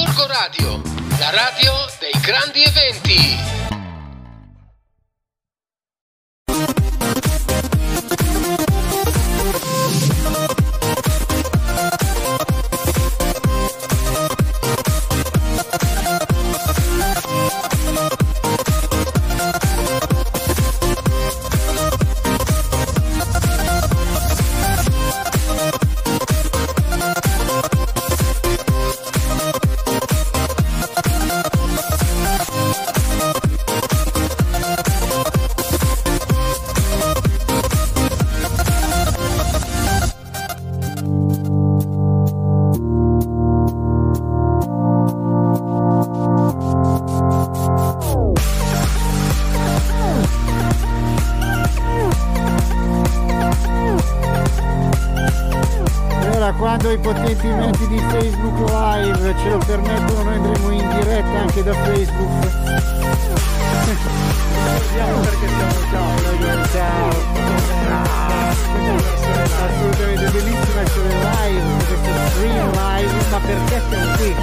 Gorgo Radio, la radio dei grandi eventi. I potenti mezzi di Facebook Live ce lo permettono, noi andremo in diretta anche da Facebook. Vediamo perché ciao. Assolutamente bellissimo essere live, questo stream live, ma perché siamo qui?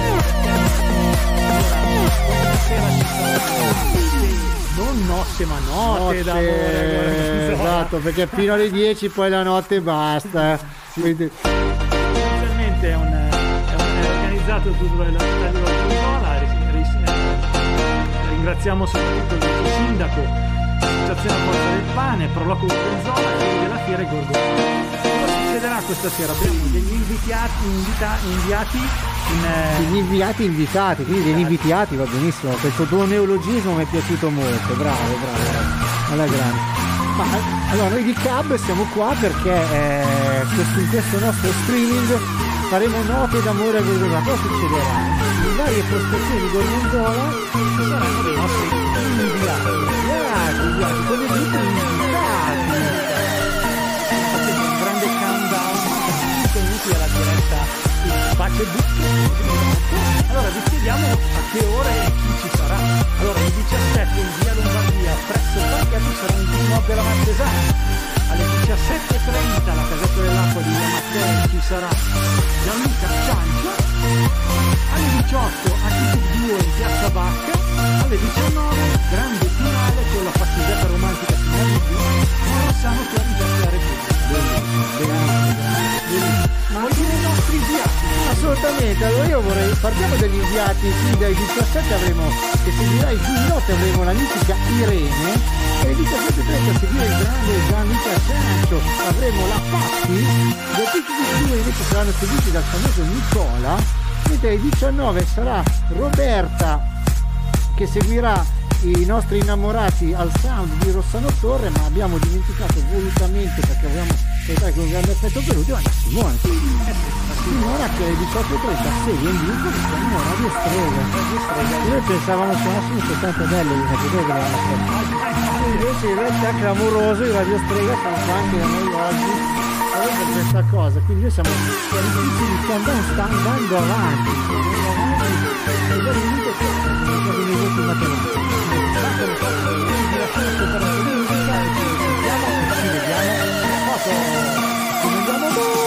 Non notte ma notte d'amore. Esatto, perché fino alle 10 poi la notte basta. Quindi è organizzato tutto lo stadio Gorgonzola. Ringraziamo soprattutto il vice sindaco, l'associazione Forza del Pane, Proloco Gorgonzola e della fiera Gorgonzola. Cosa succederà questa sera? Abbiamo degli invitati, quindi degli invitati, va benissimo, questo tuo neologismo mi è piaciuto molto, bravo, alla grande. Ma allora noi di Cab siamo qua perché in questo nostro streaming faremo note d'amore a Gorgonzola. Cosa succederà? In varie postazioni di Gorgonzola ci saranno dei nostri invitati, come dite invitati. Facendo un grande countdown di 5 minuti alla diretta di Facebook. Allora vi spieghiamo a che ore e chi ci sarà. Allora alle 17 in via Lombardia presso il parcheggio sarà un team della Martesana. Alle 17:30 alla casetta dell'acqua di Via Mattei ci sarà Gianluca Ciancio. Alle 18 a Duo in Piazza Bacca. Alle 19 grande finale con la passeggiata romantica finale. Ma lo sanno che arrivate a Repubblica. Ma anche dei nostri inviati. Assolutamente, allora io partiamo dagli inviati. Qui dai 17 avremo, che seguirà il giugno notte, avremo la mitica Irene, e alle 17:30 a seguire il grande Gianluca Ciancio, avremo la Patti, gli artisti di due invece saranno seguiti dal famoso Nicola, mentre alle 19 sarà Roberta che seguirà i nostri innamorati al sound di Rossano Torre, ma abbiamo dimenticato volutamente, perché avevamo aspettato con un grande aspetto per l'ultimo, ma Simona che alle 18:30 segue in vivo che siamo Radio Strega. Noi pensavamo suonassimo soltanto bello di Radio Strega, invece in realtà è clamoroso, i Radio Strega stanno qua anche da noi oggi proprio per questa cosa, quindi noi siamo difficili, il countdown sta andando avanti e da minuto sono i voti matematici. Ci vediamo foto.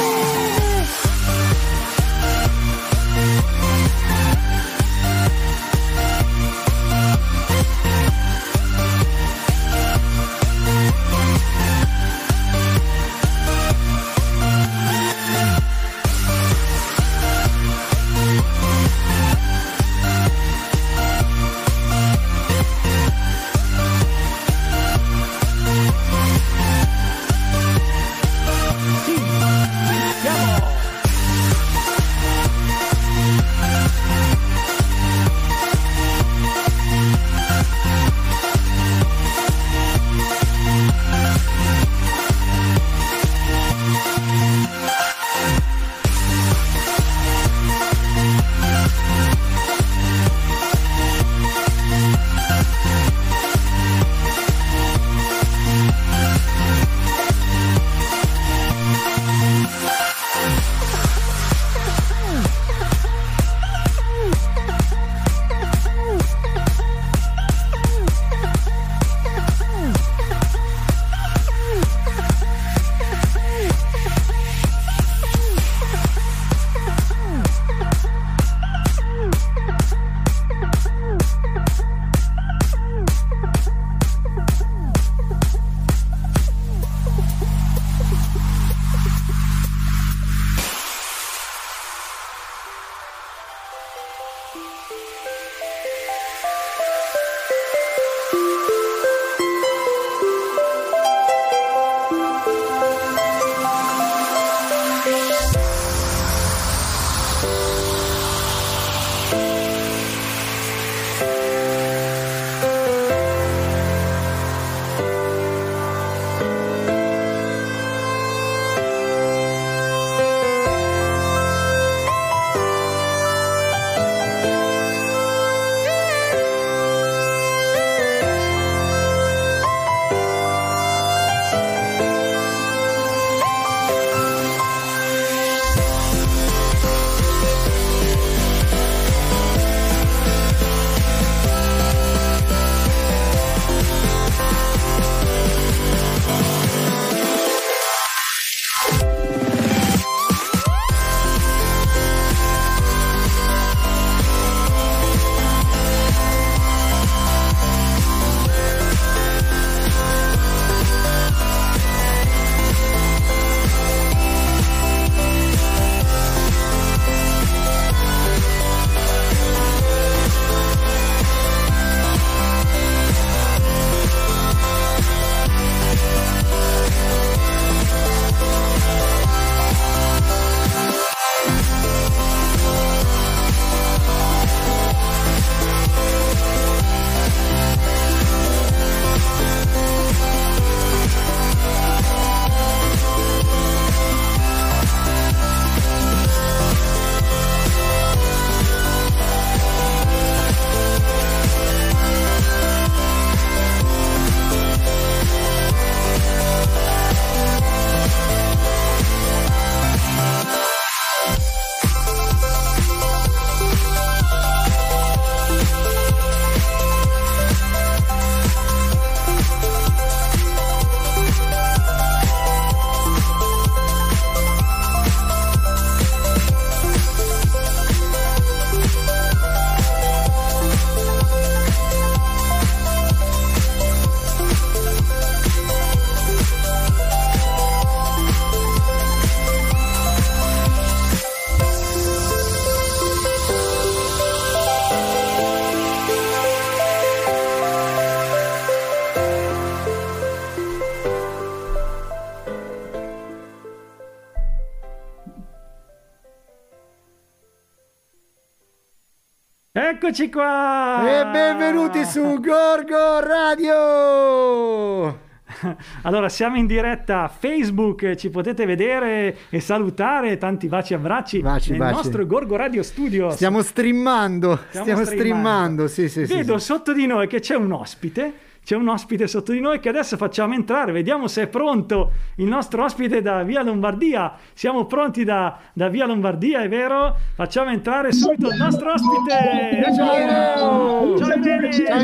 Eccoci qua! E benvenuti su Gorgo Radio! Allora, siamo in diretta a Facebook, ci potete vedere e salutare, tanti baci e abbracci nel nostro Gorgo Radio Studio. Stiamo streamando, sì. Vedo sotto di noi che c'è un ospite sotto di noi che adesso facciamo entrare, vediamo se è pronto il nostro ospite da Via Lombardia. Siamo pronti da Via Lombardia, è vero? Facciamo entrare subito il nostro ospite. Ciao Irene! Ciao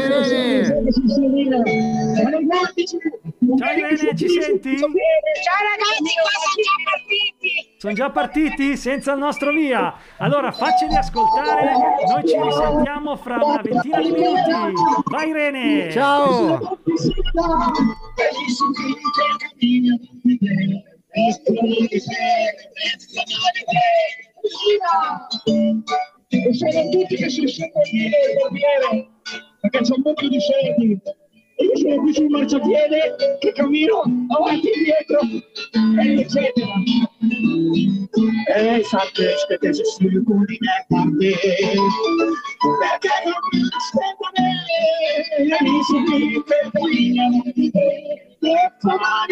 Irene, ci senti? Ciao ragazzi, qua Sono già partiti senza il nostro Via. Allora facceli ascoltare, noi ci risentiamo fra una ventina di minuti. Vai Irene! Ciao! E sono tutti che si sentono dire il portiere perché c'è un botto di soldi. Io sono qui sul marciapiede che cammino avanti e indietro eccetera. E lei sa che spetese sul culine parte perché non mi aspetta me e mi si dice che cammina avanti e comandi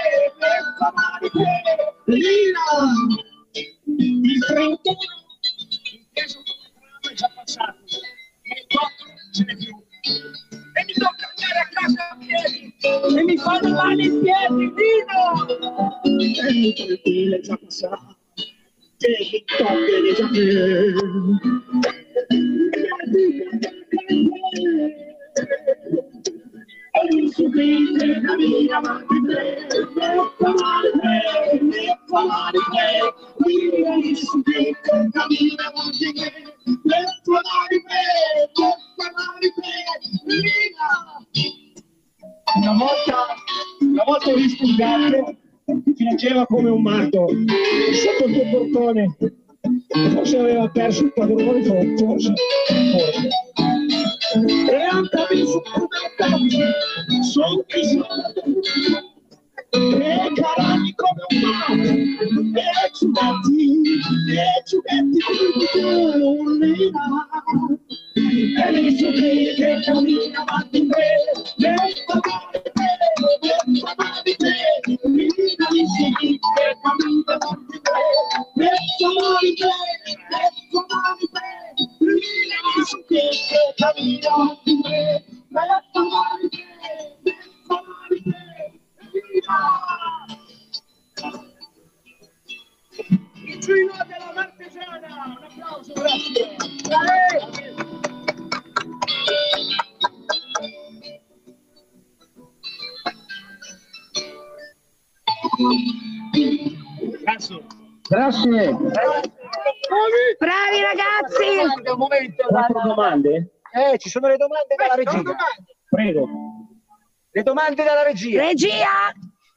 per Lina il 31 inteso come è già passato il 4 non ce n'è più e mi tocca andare a casa a piedi e mi fanno male in piedi, Dino! E il 3 è già passato che mi tocca di già e mi subite cammina avanti me mi subite cammina avanti me una volta ho visto un gatto che piangeva come un matto sotto il tuo portone, forse aveva perso il padrone, forse e anche visto sono chiuso e carani come un matto e ciubetti e mi subite che cammina avanti me il giro della Martesana, un applauso, grazie. Grazie. Bravi ragazzi! Un momento, quattro domande? Ci sono le domande dalla regia. Prego. Le domande dalla regia. Regia!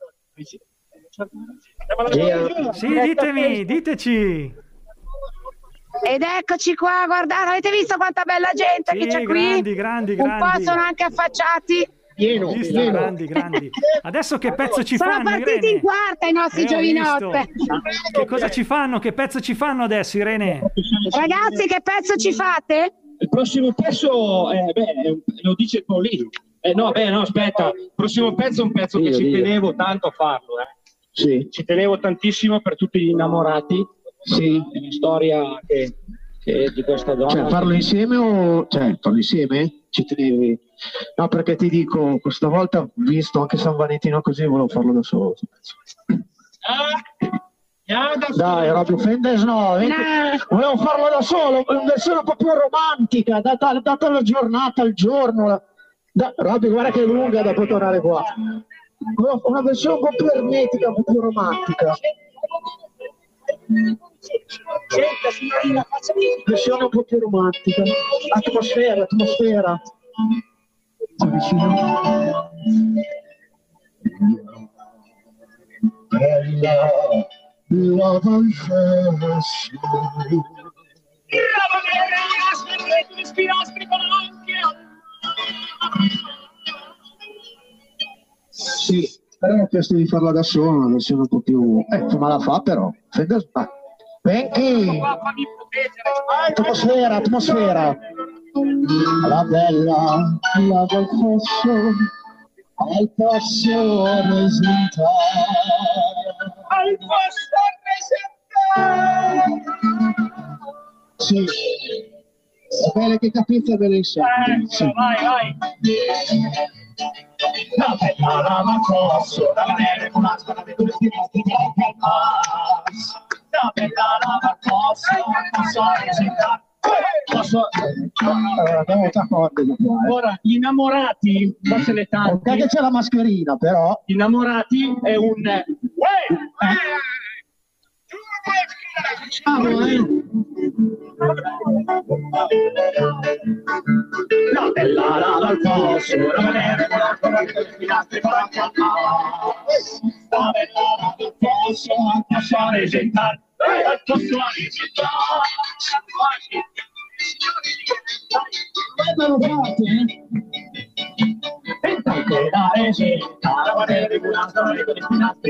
Sì, diteci. Ed eccoci qua, guardate, avete visto quanta bella gente che c'è qui? Grandi. Un po' sono anche affacciati. Pieno. Grandi. Adesso che pezzo ci Sono fanno, partiti Irene? in quarta i nostri giovinotte. Che cosa ci fanno? Che pezzo ci fanno adesso, Irene? Ragazzi, che pezzo ci fate? Il prossimo pezzo, lo dice Paolino. No, aspetta. Il prossimo pezzo è un pezzo che ci tenevo tanto a farlo. Sì. Ci tenevo tantissimo per tutti gli innamorati. Sì. È una storia che di questa donna. Cioè, farlo insieme o... Cioè, farlo insieme? Ci tenevi? No, perché ti dico, questa volta, visto anche San Valentino così, volevo farlo da solo. Dai, Robby Fenders no, volevo farlo da solo, in versione un po' più romantica, data la giornata, il giorno. Robby, guarda che è lunga da poi tornare qua. Una versione un po' più ermetica, un po' più romantica. Versione un po' più romantica. Atmosfera. Bella la confessione. Sì, però ho chiesto di farla da solo, una versione un po' più... insomma la fa però. Benchi! Atmosfera! La bella, la del fosso, al posto presentare. Al posto presentare. Sì. Sapere che capite ve ne so. Sì. Vai. La bella lama fosso, la neve con la spada di tutti i nostri calmas. La bella lama fosso, posso esitare. Abbiamo d'accordo. Ora, gli innamorati, forse le tante. Che c'è la mascherina, però. Gli innamorati è un... La bella lama al fosso, la neve con la spada di tutti i nostri calmas. La bella lama al fosso, posso esitare. Posso esitare. E tanto da resetta, la bandiera di una storia con i pilastri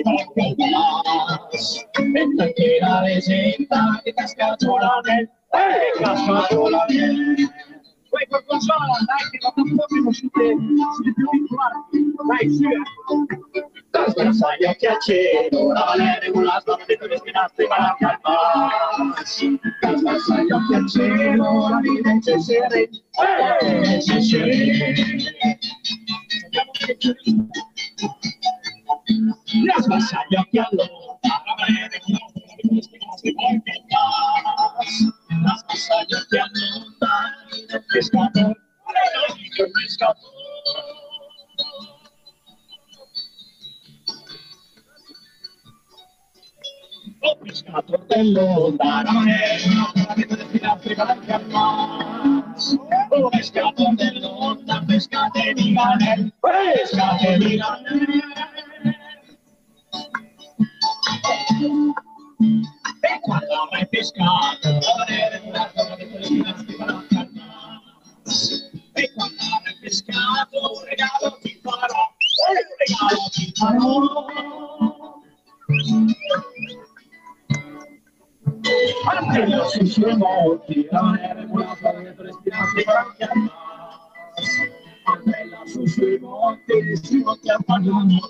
e tanto da resetta, che cascatola nel, cascatola nel. Poi per consola, dai, che va un po' più sulle più vincolati. Dai, sì. La sbersaglio che accedo, la bandiera con la storia di questi pilastri ma la calmarsi. La sbersaglio che accedo, la vita in cessere, la sbersaglio che allora, la bandiera con la storia di questi pilastri ma la calmarsi. La sbersaglio che allora, il pescatore, il pescatore. Ho pescato dell'onda, non è una vita del pilastri ma la calmarsi. Ho pescato dell'onda, pescate di Ganel, pescate di Ganel. E quando avrai pescato, non è una vita del pilastri ma la calmarsi. E quando avrai pescato, un regalo ti farò, un regalo ti farò. Anche sui suoi monti, la neve volata per respirarsi anche a Mars. Anche sui suoi monti abbandonano.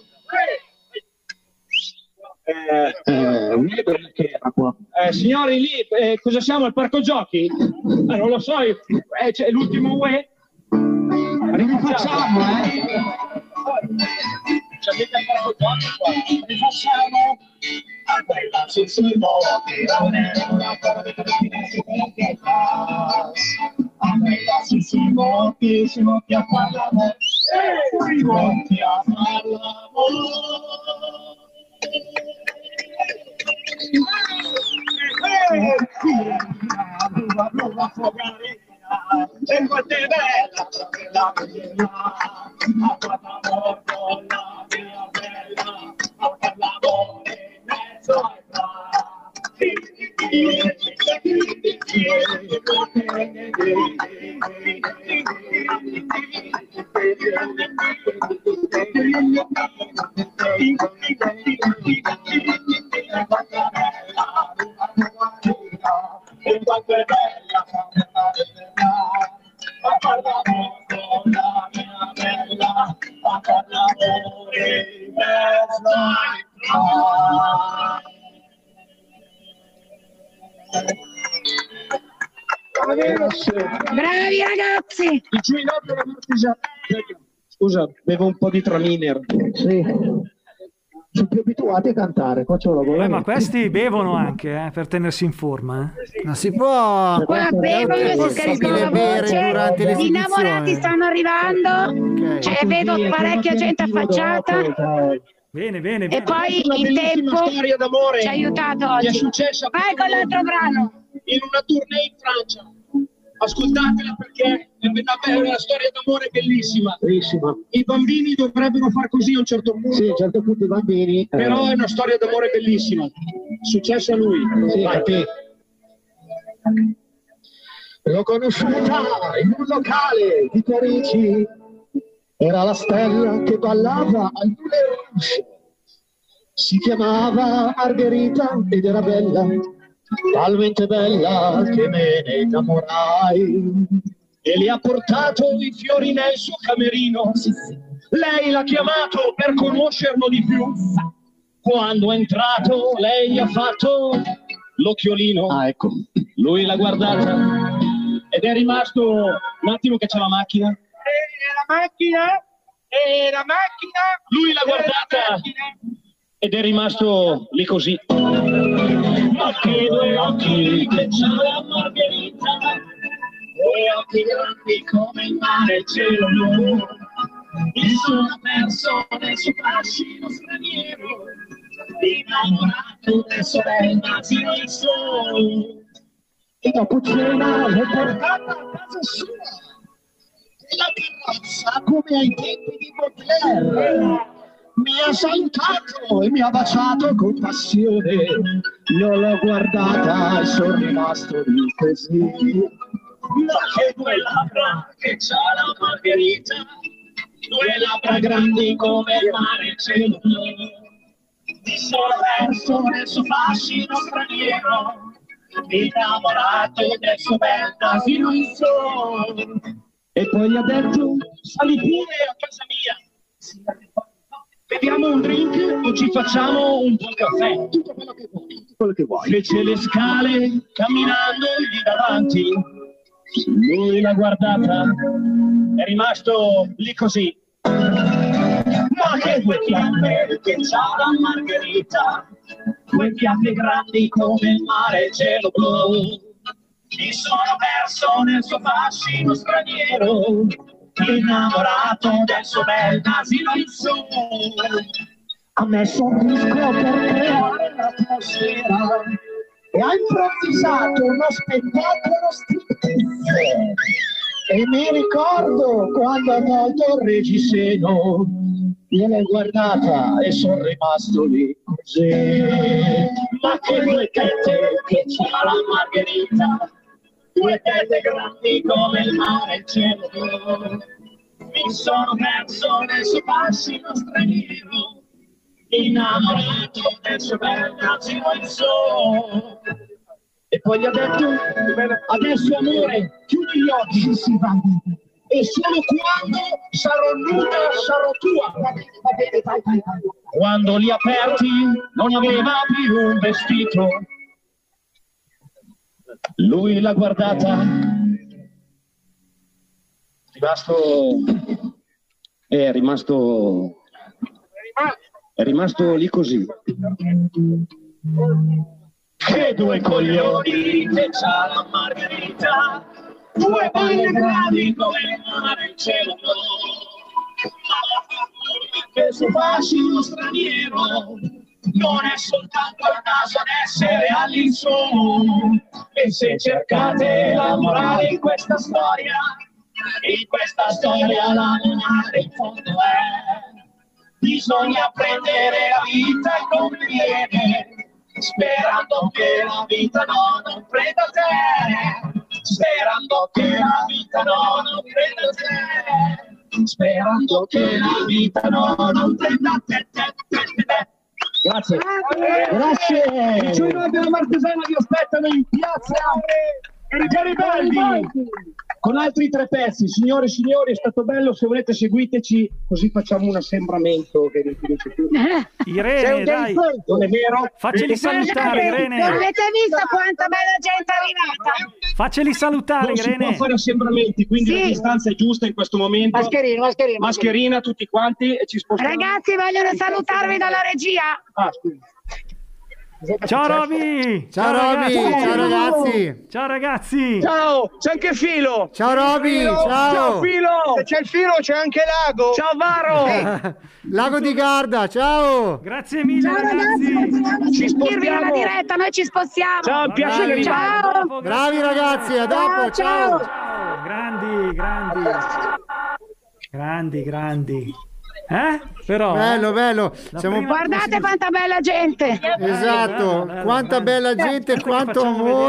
Un libro che era qua. Signori, lì, cosa siamo, al parco giochi? Non lo so, c'è l'ultimo UE. Rifacciamo, C'è mica il parco giochi qua. Rifacciamo. A quella sui suoi monti, la neve volata per respirarsi anche a Mars. A quella sui suoi monti, si monti a far l'amore. Si monti a far l'amore. E quanto è bella la bella, a quanta morto la mia bella, a far l'amore in mezzo ai e quanto è bella a far l'amore con la mia bella, a far l'amore in mezzo ai Bravi ragazzi! Il gioiello era artigiano. Scusa, bevo un po' di Traminer. Sì. Sono più abituati a cantare, qua c'è la ma questi bevono anche per tenersi in forma. Non si può. Qua bevono e si scaricano la voce. Gli innamorati stanno arrivando. Cioè, vedo parecchia gente affacciata. Bene, bene, E bene. poi il tempo Storia d'amore ci ha aiutato che è oggi. successa Vai con l'altro brano. in una tournée in Francia. Ascoltatela perché è una storia d'amore bellissima. Bellissima. I bambini dovrebbero far così a un certo punto. Sì, a un certo punto i bambini. Però è una storia d'amore bellissima. Successo a lui. Sì, Vai. perché l'ho conosciuta in un locale di Parigi. Era la stella che ballava al Moulin Rouge. Si chiamava Margherita ed era bella, talmente bella che me ne innamorai. e le ha portato i fiori nel suo camerino. Lei l'ha chiamato per conoscerlo di più. Quando è entrato lei ha fatto l'occhiolino. Ah, ecco. Lui l'ha guardata ed è rimasto un attimo che c'è la macchina. La macchina. Lui l'ha guardata ed è rimasto lì così. Ma che due occhi che c'ha la Margherita, due occhi grandi come il mare e il cielo blu. Mi sono perso nel suo fascino straniero, innamorato del suo bel nasino in su. E dopo cena l'ho portata a casa sua, e la carrozza come ai tempi di Baudelaire. Mi ha salutato e mi ha baciato con passione. Io l'ho guardata e sono rimasto lì così. Ma che due labbra che c'ha la Margherita, due labbra grandi come il mare e il cielo blu. Mi sono perso nel suo fascino straniero, innamorato del suo bel nasino in su. E poi gli ha detto: sali pure a casa mia, beviamo un drink o ci facciamo un buon caffè. Tutto quello che vuoi. Fece le scale camminandogli davanti. Lui l'ha guardata, è rimasto lì così. Ma che due fiamme che c'ha la Margherita, due fiamme grandi come il mare e il cielo blu. Mi sono perso nel suo fascino straniero, innamorato del suo bel nasino in su. Ha messo un disco per creare l'atmosfera e ha improvvisato uno spettacolo striptease. E mi ricordo quando ha tolto il reggiseno, io l'ho guardata e sono rimasto lì così. Ma che due tette che c'ha la Margherita, due tette grandi come il mare e il cielo blu. Mi sono perso nel suo fascino straniero, innamorato del suo bel nasino in su. E poi gli ha detto: adesso amore, chiudi gli occhi, si va. E solo quando sarò nuda sarò tua. Quando li aperti non aveva più un vestito. Lui l'ha guardata, è rimasto lì così. Che due coglioni che c'ha la Margherita, due balle grandi come il mare e il cielo blu. Che suo fascino straniero non è soltanto al naso ad essere all'insù. E se cercate la morale in questa storia la morale in fondo è: bisogna prendere la vita come viene, sperando che la vita non prenda te, sperando che la vita non prenda te, sperando che la vita non prenda te. Grazie. Grazie. I giovani della Martesana vi aspettano in piazza Garibaldi con altri 3 pezzi. Signore e signori, è stato bello. Se volete seguiteci, così facciamo un assembramento che non finisce più. Irene, dai, non è vero? Facceli salutare, Irene. Non avete visto quanta bella gente è arrivata? Facceli salutare, Non si Irene. può fare assembramenti, quindi Sì. la distanza è giusta in questo momento. Mascherina tutti quanti e ci spostiamo. Ragazzi, vogliono salutarvi dalla regia. Ah, scusa. Ciao Roby. Ciao Roby, ciao ragazzi. Ciao ragazzi. Ciao, c'è anche Filo. Ciao Roby, Ciao ciao. Filo. Se c'è il Filo c'è anche Lago. Ciao Varo. Lago di Garda, ciao. Grazie mille Ciao ragazzi, ragazzi. continuiamo a Ci sentirvi nella spostiamo. diretta, noi ci spostiamo. Ciao, un piacere. Ciao. Bravi ragazzi, a dopo, ciao. Ciao. Grandi. Però bello. Guardate quanta bella gente. Esatto, quanta bella gente, quanto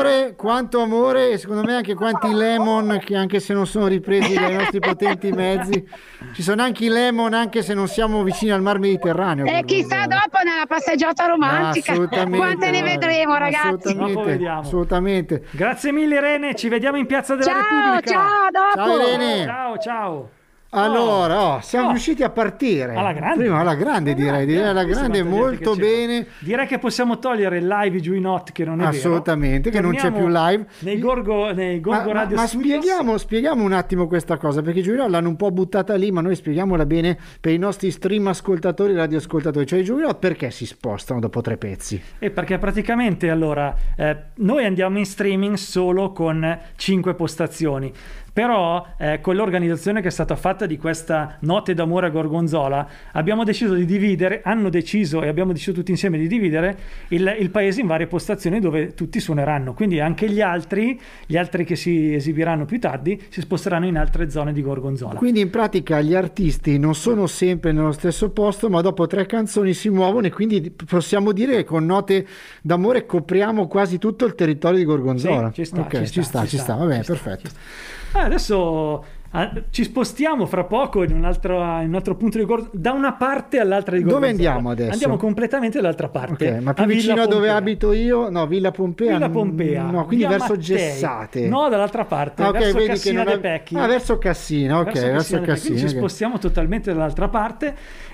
amore e secondo me anche quanti lemon, che anche se non sono ripresi dai nostri potenti mezzi, ci sono anche i lemon anche se non siamo vicini al Mar Mediterraneo. E chissà dopo nella passeggiata romantica quante ne vedremo, ragazzi. Assolutamente. Grazie mille Irene, ci vediamo in Piazza della Repubblica. Ciao, dopo. Ciao Irene. Ciao. Allora, siamo riusciti a partire alla grande. Prima alla grande, direi alla grande, molto bene. Direi che possiamo togliere il live giù in hot, che non è assolutamente vero. Che non c'è più live nei Gorgo Radio ma Studios. spieghiamo un attimo questa cosa, perché giù in hot l'hanno un po' buttata lì, ma noi spieghiamola bene per i nostri stream ascoltatori, radioascoltatori. Cioè giù in hot perché si spostano dopo 3 pezzi? Perché praticamente allora noi andiamo in streaming solo con 5 postazioni. Però con l'organizzazione che è stata fatta di questa notte d'amore a Gorgonzola abbiamo deciso di dividere, abbiamo deciso tutti insieme di dividere il paese in varie postazioni dove tutti suoneranno, quindi anche gli altri che si esibiranno più tardi si sposteranno in altre zone di Gorgonzola. Quindi in pratica gli artisti non sono sempre nello stesso posto, ma dopo 3 canzoni si muovono, e quindi possiamo dire che con Note d'amore copriamo quasi tutto il territorio di Gorgonzola. Sì, ci sta. Va bene, perfetto. Adesso ci spostiamo fra poco in un altro punto di Gorgonzola, da una parte all'altra di Gorgonzola. Dove andiamo adesso? Andiamo completamente dall'altra parte. Okay, ma più vicino a dove abito io? No, Villa Pompea. No, quindi via verso Mattei. Gessate. No, dall'altra parte, verso Cassina de Pecchi. Verso Cassina, verso Cassina. Ci spostiamo totalmente dall'altra parte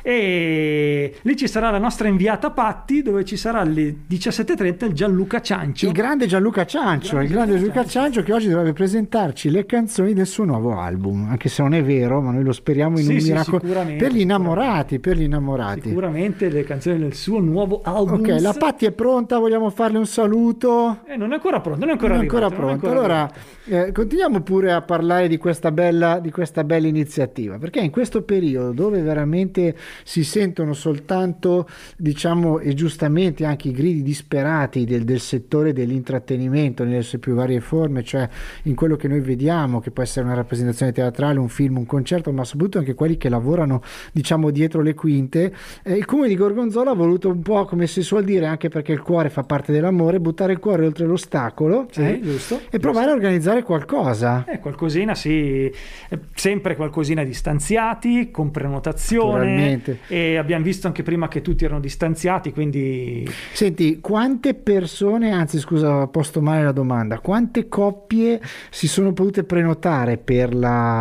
e lì ci sarà la nostra inviata Patti, dove ci sarà alle 17:30 il Gianluca Ciancio. Il grande Gianluca Ciancio, che oggi dovrebbe presentarci le canzoni del suo nuovo album, anche se non è vero, ma noi lo speriamo in un miracolo per gli innamorati. Sicuramente le canzoni del suo nuovo album. Ok, la Patti è pronta, vogliamo farle un saluto? Non è ancora pronto, non è ancora pronto. Allora, continuiamo pure a parlare di questa bella iniziativa, perché in questo periodo dove veramente si sentono soltanto, diciamo, e giustamente anche i gridi disperati del settore dell'intrattenimento nelle sue più varie forme, cioè in quello che noi vediamo, che può essere una rappresentazione teatrale, un film, un concerto, ma soprattutto anche quelli che lavorano, diciamo, dietro le quinte, il comune di Gorgonzola ha voluto un po', come si suol dire, anche perché il cuore fa parte dell'amore, buttare il cuore oltre l'ostacolo, provare a organizzare qualcosa. Qualcosina, sì, sempre qualcosina di distanziati, con prenotazione, e abbiamo visto anche prima che tutti erano distanziati, quindi... Senti, quante persone, anzi scusa, posto male la domanda, quante coppie si sono potute prenotare per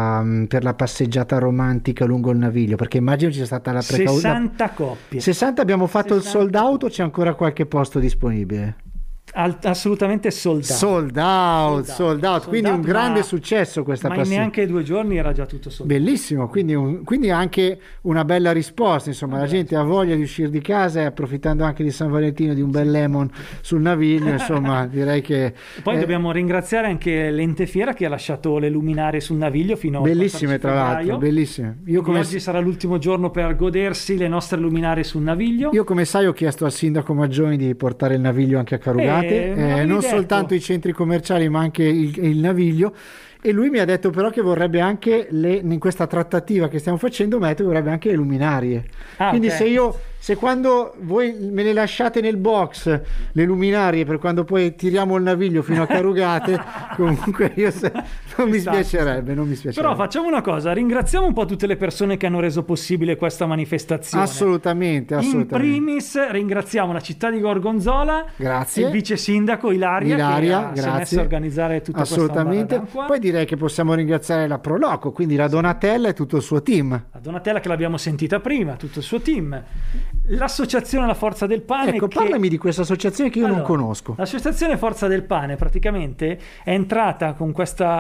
la passeggiata romantica lungo il Naviglio? Perché immagino ci sia stata la 60 coppie. 60 abbiamo fatto 60. Il sold out, o c'è ancora qualche posto disponibile? Assolutamente sold out, quindi un grande successo questa passeggiata. Ma in neanche 2 giorni era già tutto sold out. Bellissimo, quindi anche una bella risposta, insomma, la gente ha voglia di uscire di casa, e approfittando anche di San Valentino di un bel lemon sul Naviglio, insomma, direi che... Poi dobbiamo ringraziare anche l'Ente Fiera che ha lasciato le luminarie sul Naviglio fino a... Bellissime, tra l'altro, bellissime. Oggi sarà l'ultimo giorno per godersi le nostre luminarie sul Naviglio. Io, come sai, ho chiesto al sindaco Maggioni di portare il Naviglio anche a Carugate. Non soltanto i centri commerciali, ma anche il Naviglio, e lui mi ha detto però che vorrebbe anche in questa trattativa che stiamo facendo vorrebbe anche le luminarie. Quindi se quando voi me le lasciate nel box le luminarie per quando poi tiriamo il Naviglio fino a Carugate, comunque non mi spiacerebbe. Però facciamo una cosa, ringraziamo un po' tutte le persone che hanno reso possibile questa manifestazione. Assolutamente. In primis ringraziamo la città di Gorgonzola, grazie, il vice sindaco Ilaria che si è messa a organizzare tutta assolutamente questa Poi direi che possiamo ringraziare la Proloco, quindi la Donatella e tutto il suo team. La Donatella che l'abbiamo sentita prima, tutto il suo team. L'associazione La Forza del Pane. Parlami di questa associazione che io non conosco. L'associazione Forza del Pane praticamente è entrata con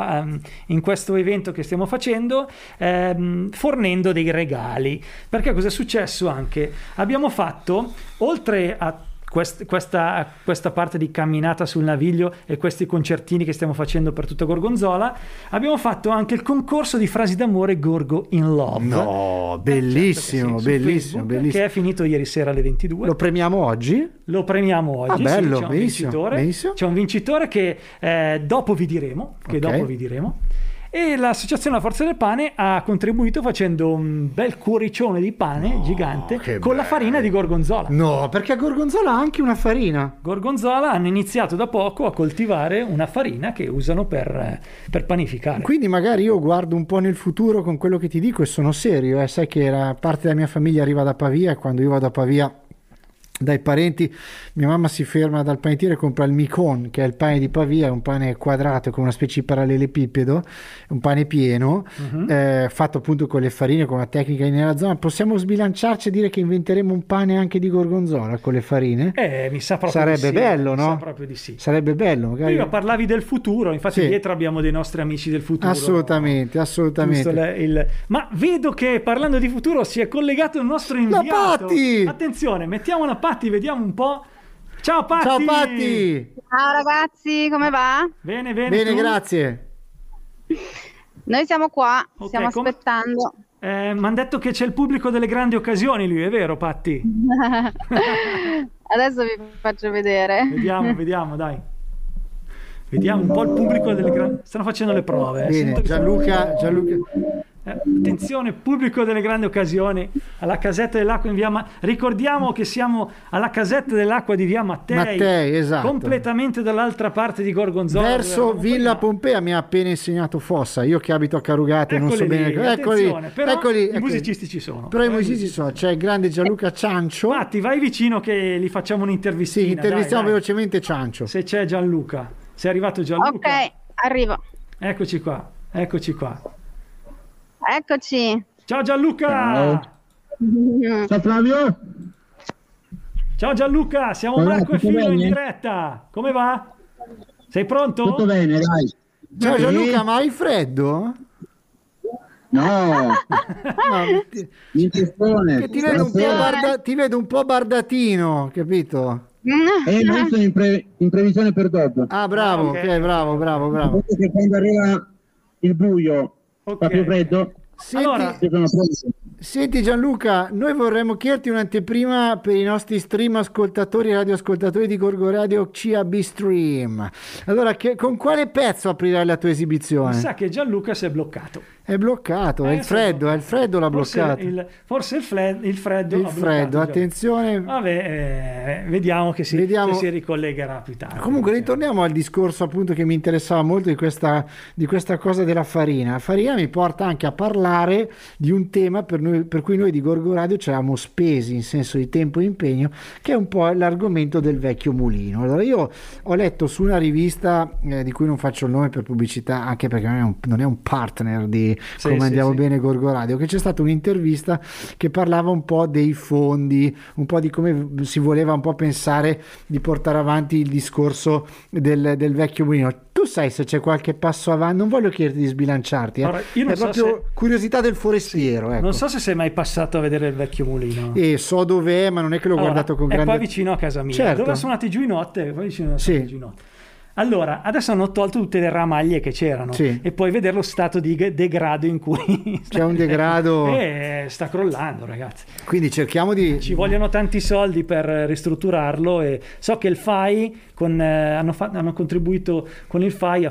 in questo evento che stiamo facendo, fornendo dei regali, perché cosa è successo anche? Abbiamo fatto, oltre a questa parte di camminata sul Naviglio e questi concertini che stiamo facendo per tutta Gorgonzola, abbiamo fatto anche il concorso di frasi d'amore Gorgo in Love. No, bellissimo, sì, bellissimo. Che è finito ieri sera alle 22. Lo premiamo oggi? Lo premiamo oggi. Bello, c'è un vincitore che dopo vi diremo. e l'associazione La Forza del Pane ha contribuito facendo un bel cuoricione di pane gigante con la farina di gorgonzola. No, perché gorgonzola ha anche una farina. Gorgonzola hanno iniziato da poco a coltivare una farina che usano per panificare. Quindi magari io guardo un po' nel futuro con quello che ti dico e sono serio, sai che parte della mia famiglia arriva da Pavia e quando io vado a Pavia dai parenti, mia mamma si ferma dal panettiere e compra il micon, che è il pane di Pavia, è un pane quadrato con una specie di parallelepipedo, un pane pieno, fatto appunto con le farine, con una tecnica nella zona. Possiamo sbilanciarci e dire che inventeremo un pane anche di gorgonzola con le farine? Mi sa proprio sarebbe di sì. bello, no? Mi sa proprio di sì. Sarebbe bello, magari. Prima parlavi del futuro, infatti sì. Dietro abbiamo dei nostri amici del futuro. Assolutamente. Ma vedo che parlando di futuro si è collegato il nostro inviato. La Patti! Attenzione, mettiamo la Patti, vediamo un po'. Ciao Patti! Ciao Patti! Ciao ragazzi, come va? Bene, tu? Grazie. Noi siamo qua, Okay, stiamo aspettando. Mi hanno detto che c'è il pubblico delle grandi occasioni, lui, è vero Patti? Adesso vi faccio vedere. Vediamo, dai. Vediamo un po' il pubblico delle grandi... Stanno facendo le prove. Bene, Gianluca... Attenzione, pubblico delle grandi occasioni, alla casetta dell'acqua in via ricordiamo che siamo alla casetta dell'acqua di via Mattei, esatto. Completamente dall'altra parte di Gorgonzola, verso Villa Pompea. Mi ha appena insegnato Fossa, io che abito a Carugate non so bene. Eccoli, i musicisti ci sono. Però i musicisti sono, c'è il grande Gianluca Ciancio. Matti, vai vicino che gli facciamo un'intervistina. Sì, intervistiamo dai. velocemente Ciancio. Se c'è Gianluca, sei arrivato Gianluca? Ok, arrivo. Eccoci qua. Eccoci. Ciao Gianluca. Ciao Flavio. Ciao Gianluca, siamo Marco e Filo in diretta. Come va? Sei pronto? Tutto bene, dai. Ciao Gianluca, ma hai freddo? No. Che ti vedo un po' bardatino, capito? Noi sono in previsione per dopo. Ah, bravo, ok, bravo. Perché quando arriva il buio fa più freddo. Senti Gianluca, noi vorremmo chiederti un'anteprima per i nostri stream ascoltatori e radioascoltatori di Gorgo Radio CAB Stream. Allora, con quale pezzo aprirai la tua esibizione? Mi sa che Gianluca si è bloccato. È bloccato, è il freddo l'ha bloccato. Forse il freddo. Il freddo, attenzione. Vabbè, vediamo che si ricollegherà più tardi. Comunque ritorniamo al discorso appunto che mi interessava molto di questa cosa della farina. La farina mi porta anche a parlare di un tema per cui noi di Gorgo Radio ci eravamo spesi in senso di tempo e impegno, che è un po' l'argomento del vecchio mulino. Allora io ho letto su una rivista di cui non faccio il nome per pubblicità, anche perché non è un partner di come andiamo bene Gorgo Radio, che c'è stata un'intervista che parlava un po' dei fondi, un po' di come si voleva un po' pensare di portare avanti il discorso del vecchio mulino. Tu sai se c'è qualche passo avanti? Non voglio chiederti di sbilanciarti, Allora, io non è so proprio curiosità del forestiero. Ecco. Non so se sei mai passato a vedere il vecchio mulino. So dov'è, ma non è che l'ho guardato con grande... È qua vicino a casa mia, certo. Dove sono andati giù in notte, giù in notte. Allora, adesso hanno tolto tutte le ramaglie che c'erano e puoi vedere lo stato di degrado in cui c'è un degrado sta crollando, ragazzi. Quindi cerchiamo di... Ci vogliono tanti soldi per ristrutturarlo e so che il FAI hanno contribuito con il FAI a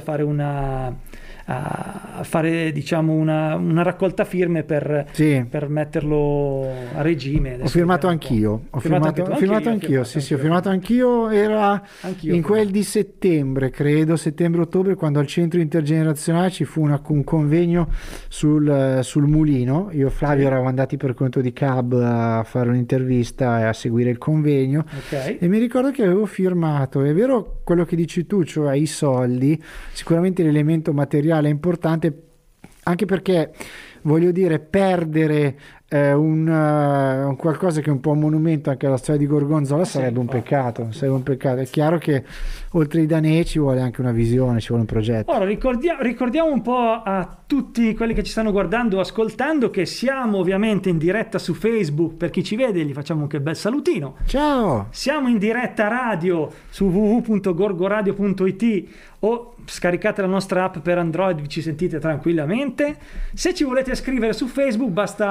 fare diciamo una raccolta firme per metterlo a regime. Adesso ho firmato anch'io. Ho firmato anch'io. Era in quel di settembre, credo, settembre-ottobre, quando al centro intergenerazionale ci fu un convegno sul mulino. Io e Flavio eravamo andati per conto di CAB a fare un'intervista e a seguire il convegno. E mi ricordo che avevo firmato. È vero quello che dici tu, cioè i soldi, sicuramente l'elemento materiale è importante, anche perché voglio dire, perdere un qualcosa che è un po' un monumento anche alla storia di Gorgonzola sarebbe un peccato. È chiaro che oltre ai danè ci vuole anche una visione, ci vuole un progetto. Ora ricordiamo un po' a tutti quelli che ci stanno guardando o ascoltando che siamo ovviamente in diretta su Facebook. Per chi ci vede gli facciamo anche un bel salutino. Ciao! Siamo in diretta radio su www.gorgoradio.it o scaricate la nostra app per Android, ci sentite tranquillamente. Se ci volete scrivere su Facebook basta fare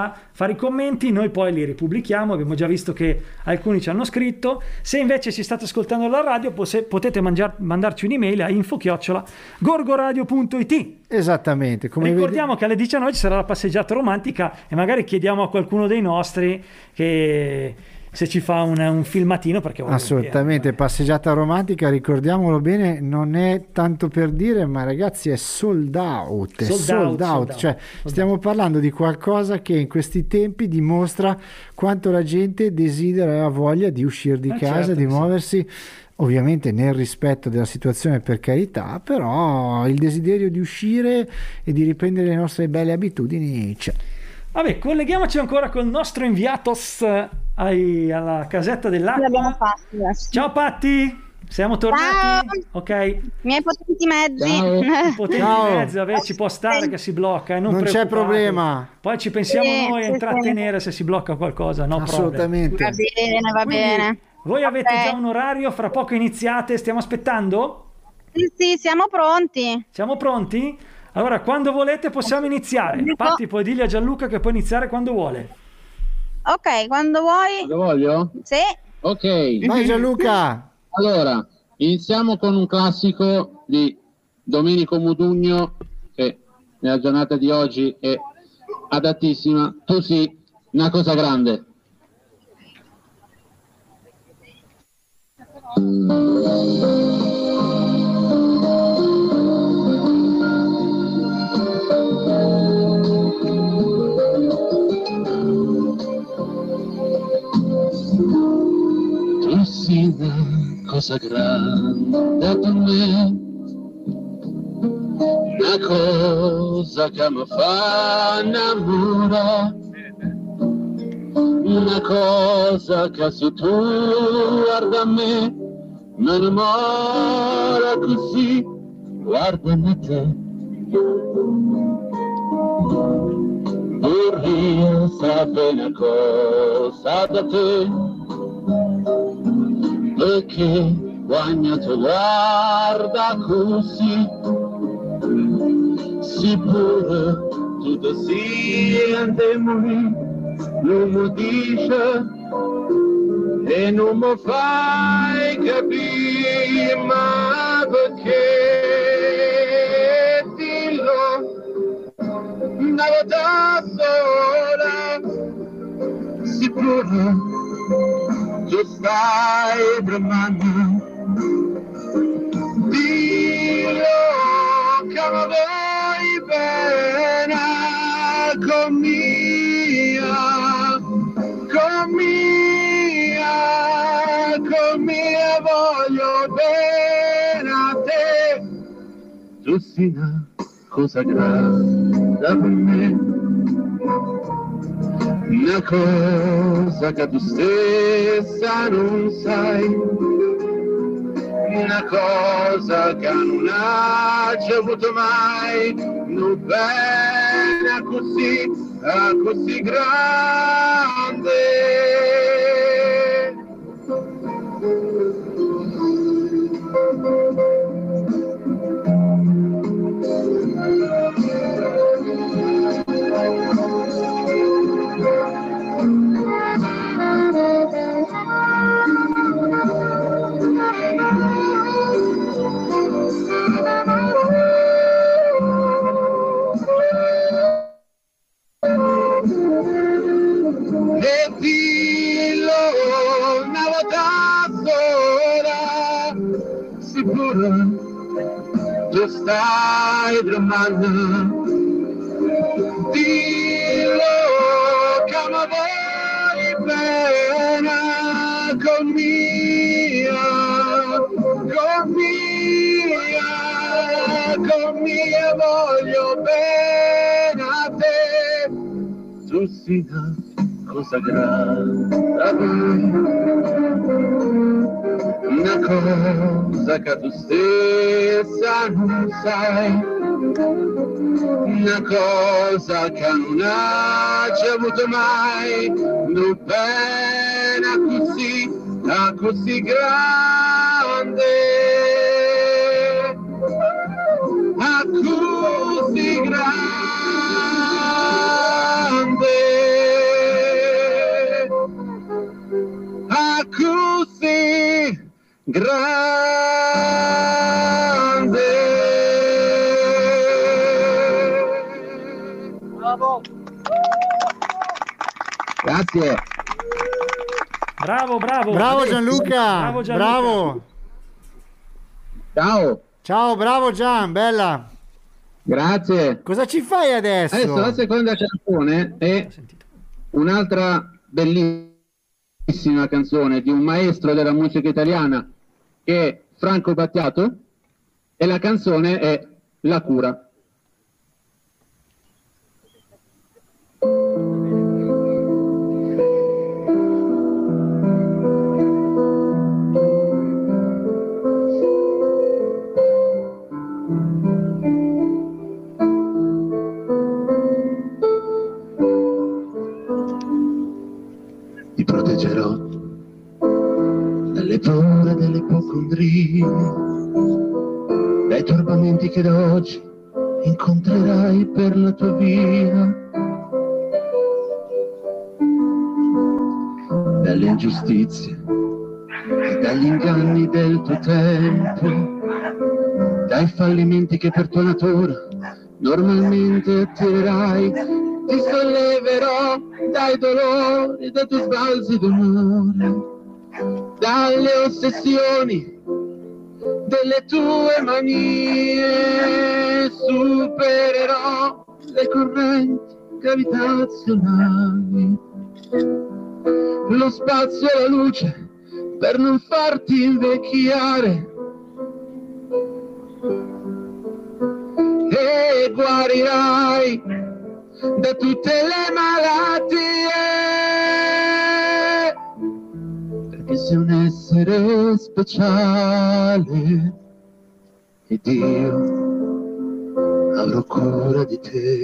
vari commenti, noi poi li ripubblichiamo, abbiamo già visto che alcuni ci hanno scritto. Se invece ci state ascoltando alla radio potete mandarci un'email a info@gorgoradio.it. Esattamente. Ricordiamo che alle 19 ci sarà la passeggiata romantica e magari chiediamo a qualcuno dei nostri che se ci fa un filmatino, perché assolutamente passeggiata romantica, ricordiamolo bene, non è tanto per dire, ma ragazzi è sold out. Cioè stiamo parlando di qualcosa che in questi tempi dimostra quanto la gente desidera e ha voglia di uscire di casa, certo, di muoversi, ovviamente nel rispetto della situazione, per carità, però il desiderio di uscire e di riprendere le nostre belle abitudini c'è. Vabbè, colleghiamoci ancora col nostro inviatos alla casetta dell'acqua. Ciao Patti, siamo tornati. Ciao. Ok. Miei potenti mezzi. Mezzi, vabbè, ci può stare che si blocca, non c'è problema. Poi ci pensiamo noi a intrattenere se si blocca qualcosa, no? Assolutamente. Va bene. Voi avete già un orario, fra poco iniziate, stiamo aspettando? Sì, siamo pronti. Siamo pronti? Allora, quando volete possiamo iniziare. Patti, puoi dirgli a Gianluca che può iniziare quando vuole. Ok, quando vuoi. Lo voglio? Sì. Ok. Vai Gianluca. Allora, iniziamo con un classico di Domenico Modugno, che nella giornata di oggi è adattissima. Tu sì, una cosa grande. Una cosa grande per me, una cosa che mi fa innamorare, una cosa che se tu guarda me mi innamora così, guardami te. Vorrei sapere una cosa da te, perché quando ti guarda così, sicuro tu ti senti morire, non mi dice e non mi fai capire, ma perché dillo una volta sola, sicuro tu stai bramando, dillo che mi vuoi bene, con mia voglio bene a te. Tu sei una cosa grande per me, una cosa che tu stessa non sai, una cosa che non hai avuto mai, non bene così grande. E dillo una volta sola, sicuro tu stai bramando, dillo che mi vuoi bene, con mia voglio bene a te. Tu sei una cosa grande per me, una cosa che tu stessa non sai, una cosa che non hai avuto mai, non bene così grande, così grande. grande. Bravo. Grazie. Bravo, bravo. Bravo Gianluca. Bravo Gianluca. Bravo. Ciao. Ciao, bravo Gian, bella. Grazie. Cosa ci fai adesso? Adesso la seconda canzone è un'altra bellissima canzone di un maestro della musica italiana che è Franco Battiato, e la canzone è La cura. Ti proteggerò dalle paure dell'ipocondria, dai turbamenti che da oggi incontrerai per la tua via, dalle ingiustizie e dagli inganni del tuo tempo, dai fallimenti che per tua natura normalmente attirerai. Ti solleverò dai dolori, dai tuoi sbalzi d'umore, dalle ossessioni delle tue manie. Supererò le correnti gravitazionali, lo spazio e la luce per non farti invecchiare, e guarirai da tutte le malattie, perché sei un essere speciale ed io avrò cura di te.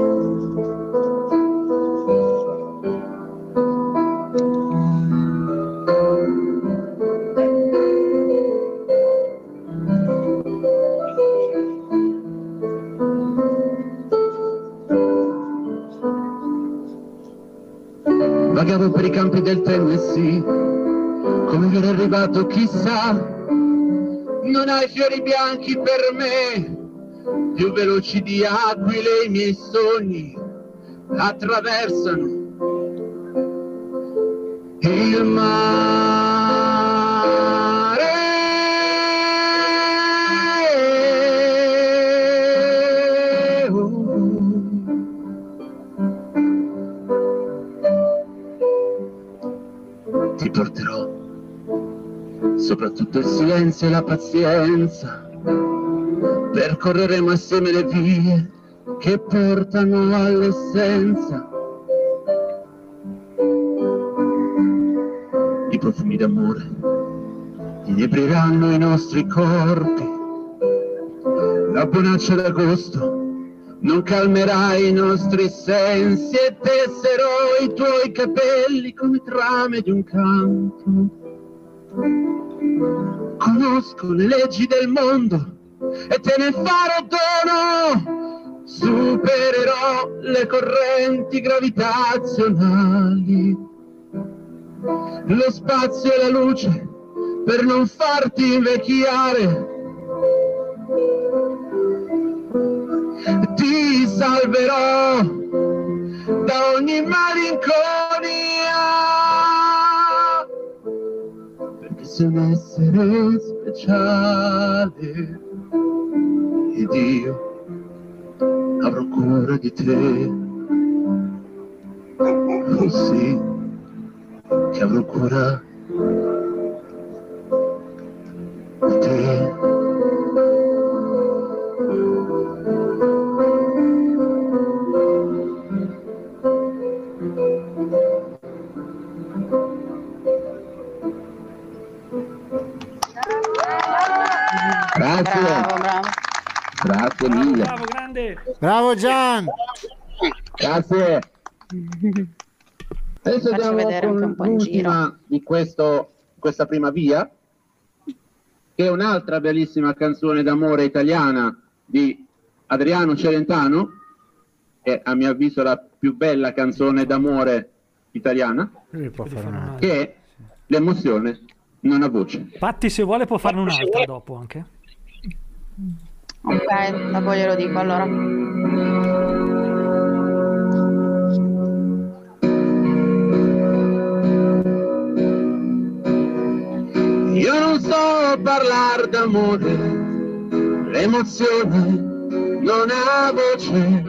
Vagavo per i campi del Tennessee, come era arrivato chissà. Non hai fiori bianchi per me, più veloci di aquile i miei sogni attraversano il mare. Ti porterò soprattutto il silenzio e la pazienza, percorreremo assieme le vie che portano all'essenza. I profumi d'amore inebriranno i nostri corpi, la bonaccia d'agosto non calmerà i nostri sensi, e tesserò i tuoi capelli come trame di un canto. Conosco le leggi del mondo e te ne farò dono. Supererò le correnti gravitazionali, lo spazio e la luce per non farti invecchiare. Ti salverò da ogni malinconia, perché sei un essere speciale ed io avrò cura di te. Oh sì, che avrò cura di te. Grazie. Bravo, bravo. Grazie mille. Bravo, grande. Bravo Gian. Grazie. Adesso Faccio andiamo vedere anche un po' in con giro. l'ultima di questa prima via, che è un'altra bellissima canzone d'amore italiana di Adriano Celentano, che è a mio avviso la più bella canzone d'amore italiana, Lui può fare una... che è L'emozione non ha voce. Patti, se vuole può farne un'altra dopo anche. Ok, dopo glielo dico allora. Io non so parlare d'amore, l'emozione non ha voce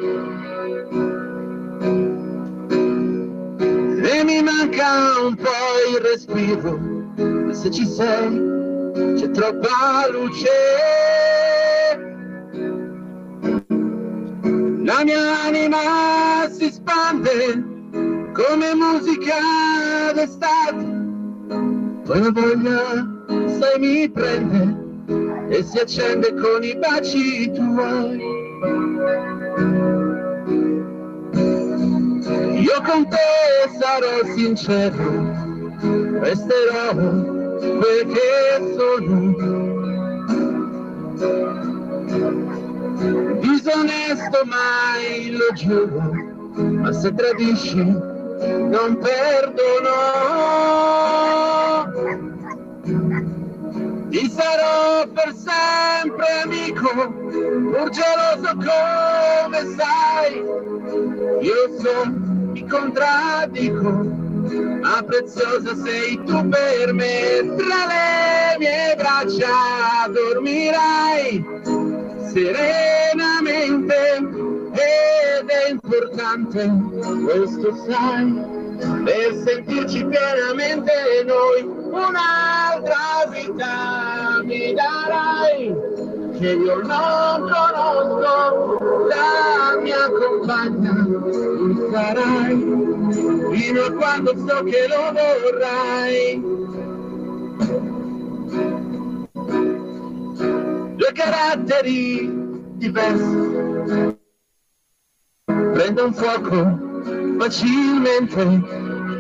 e mi manca un po' il respiro, ma se ci sei c'è troppa luce. La mia anima si spande come musica d'estate, poi la voglia sai mi prende e si accende con i baci tuoi. Io con te sarò sincero, resterò quel che sono, disonesto mai lo giuro, ma se tradisci non perdono. Ti sarò per sempre amico, pur geloso come sai. Io so, mi contraddico, ma preziosa sei tu per me. Tra le mie braccia dormirai serenamente ed è importante, questo sai, per sentirci pienamente noi. Un'altra vita mi darai, che io non conosco, la mia compagna tu sarai, fino a quando so che lo vorrai. Due caratteri diversi prendono fuoco facilmente,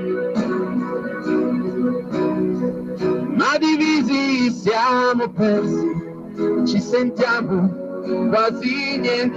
ma divisi siamo persi, ci sentiamo quasi niente.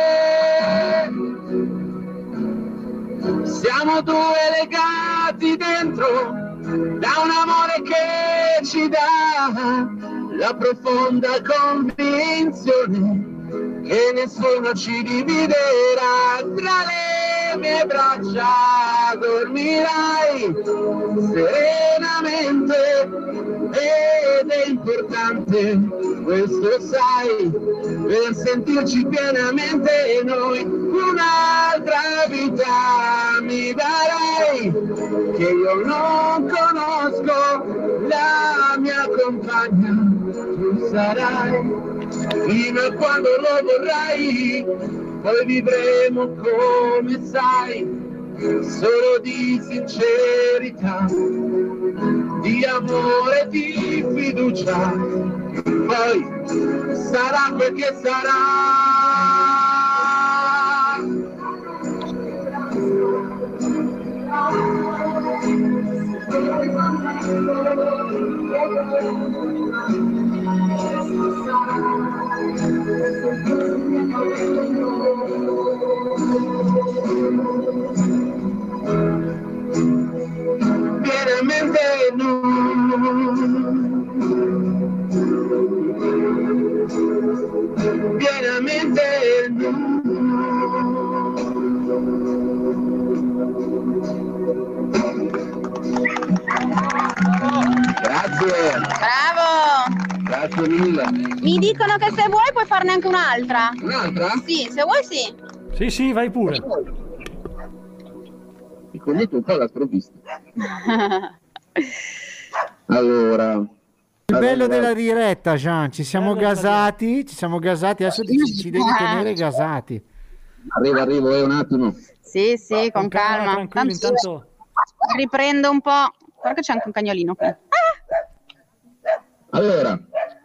Siamo due legati dentro da un amore che ci dà la profonda convinzione che nessuno ci dividerà. Tra le mie braccia dormirai serenamente ed è importante, questo sai, per sentirci pienamente noi. Un'altra vita mi darai, che io non conosco, la mia compagna tu sarai, fino a quando lo vorrai. Poi vivremo come sai, solo di sincerità, di amore, di fiducia. Poi sarà quel che sarà. Veramente no. Veramente no. Grazie. Bravo. Grazie mille. Mi dicono che se vuoi puoi farne anche un'altra. Un'altra? Sì, se vuoi sì. Sì, sì, vai pure. Mi cogniete un po' la sprovvista. Allora. Il bello della diretta, Gian, ci siamo gasati, adesso ci devi tenere gasati. Arrivo, un attimo. Sì, sì, con calma. Tranquillo, intanto riprendo un po'. Guarda che c'è anche un cagnolino qui. Allora,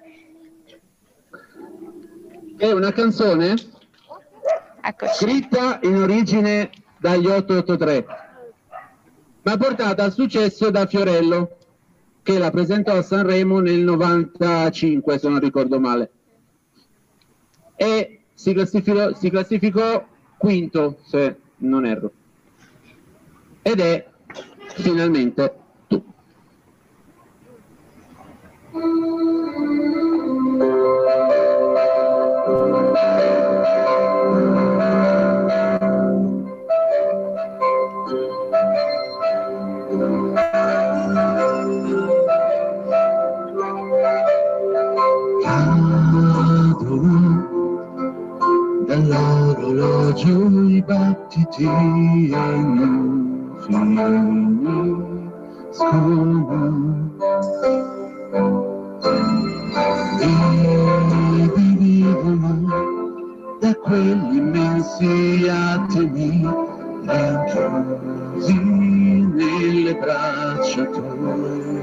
è una canzone scritta in origine dagli 883, ma portata al successo da Fiorello, che la presentò a Sanremo nel 95, se non ricordo male, e si classificò quinto, se non erro, ed è Finalmente tu. Dall'orologio i battiti e non finiscono. E dividono da quegli immensi attimi rinchiusi nelle braccia tue.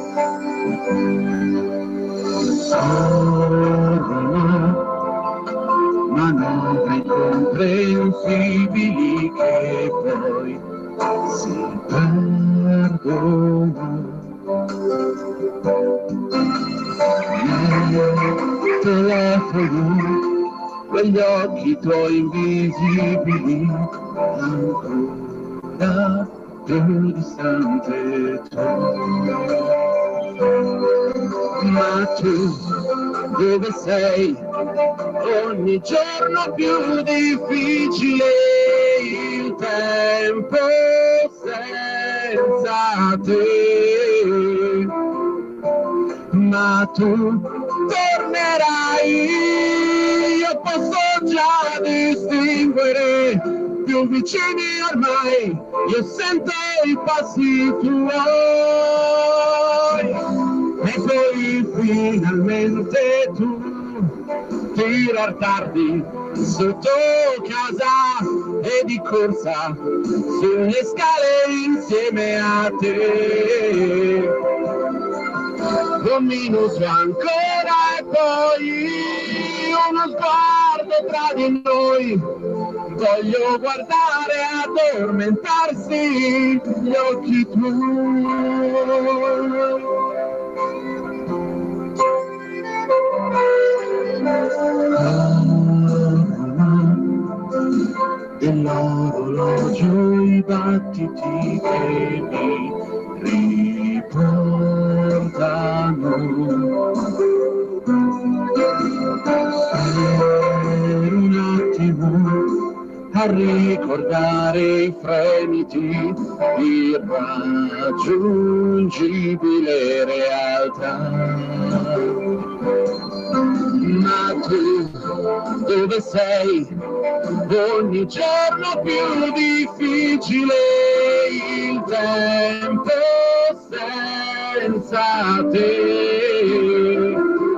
Sorrono manovre incomprensibili che poi si perdono. Nel telefono quegli occhi tuoi invisibili, ancora più distante tu. Ma tu dove sei? Ogni giorno più difficile il tempo senza te. Ma tu tornerai, io posso già distinguere, più vicini ormai, io sento i passi tuoi. E poi finalmente tu tirar tardi sotto casa e di corsa sulle scale insieme a te. Un minuto ancora e poi uno sguardo tra di noi. Voglio guardare addormentarsi gli occhi tuoi. Dell'orologio i battiti che mi riportano. Per un attimo a ricordare i fremiti, irraggiungibile realtà. Ma tu dove sei? Ogni giorno più difficile il tempo senza te.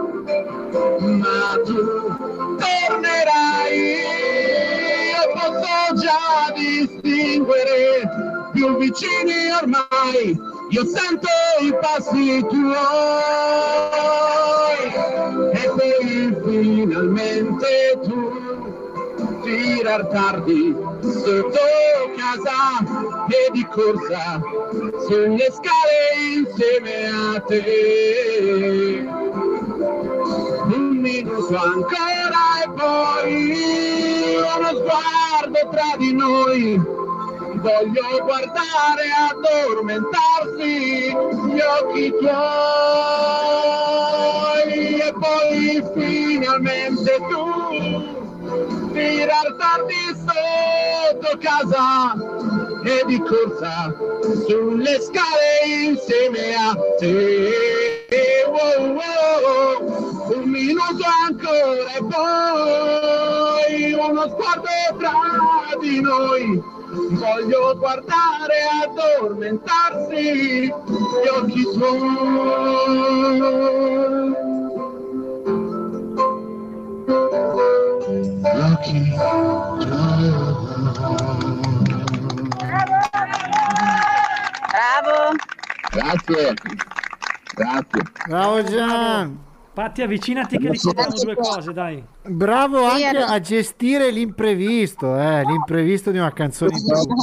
Ma tu tornerai, io posso già distinguere, più vicini ormai, io sento i passi tuoi. E poi finalmente tu tirar tardi sotto casa e di corsa sulle scale insieme a te. Un minuto ancora e poi uno sguardo tra di noi. Voglio guardare addormentarsi gli occhi tuoi. E poi finalmente tu tirar tardi sotto casa e di corsa sulle scale insieme a te. Oh, oh, un minuto ancora e poi uno sguardo tra di noi. Voglio guardare addormentarsi gli occhi tuoi. Occhi Bravo. Grazie. Grazie. Bravo Gian. Patti, avvicinati che diciamo due cose, dai. Bravo anche a gestire l'imprevisto, l'imprevisto di una canzone.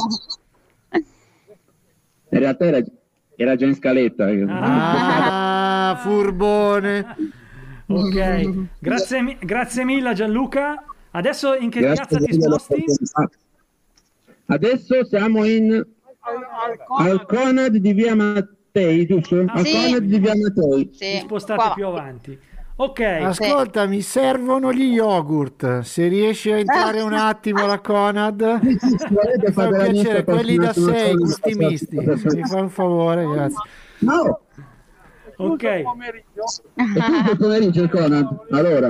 In realtà era già in scaletta. Ah, furbone. Ok, grazie mille Gianluca. Adesso in che piazza ti sposti? Adesso siamo al Conad di via Mattei Mattei, giusto? Ah, sì. Conad di via Mattei. Sì. Spostate Qua. più avanti. Ok. Ascolta, mi servono gli yogurt. Se riesci a entrare un attimo alla Conad, mi fa un piacere. Quelli da 6, gusti misti. Mi fa un favore, grazie. No. Ok. È tutto il pomeriggio il Conad. Allora.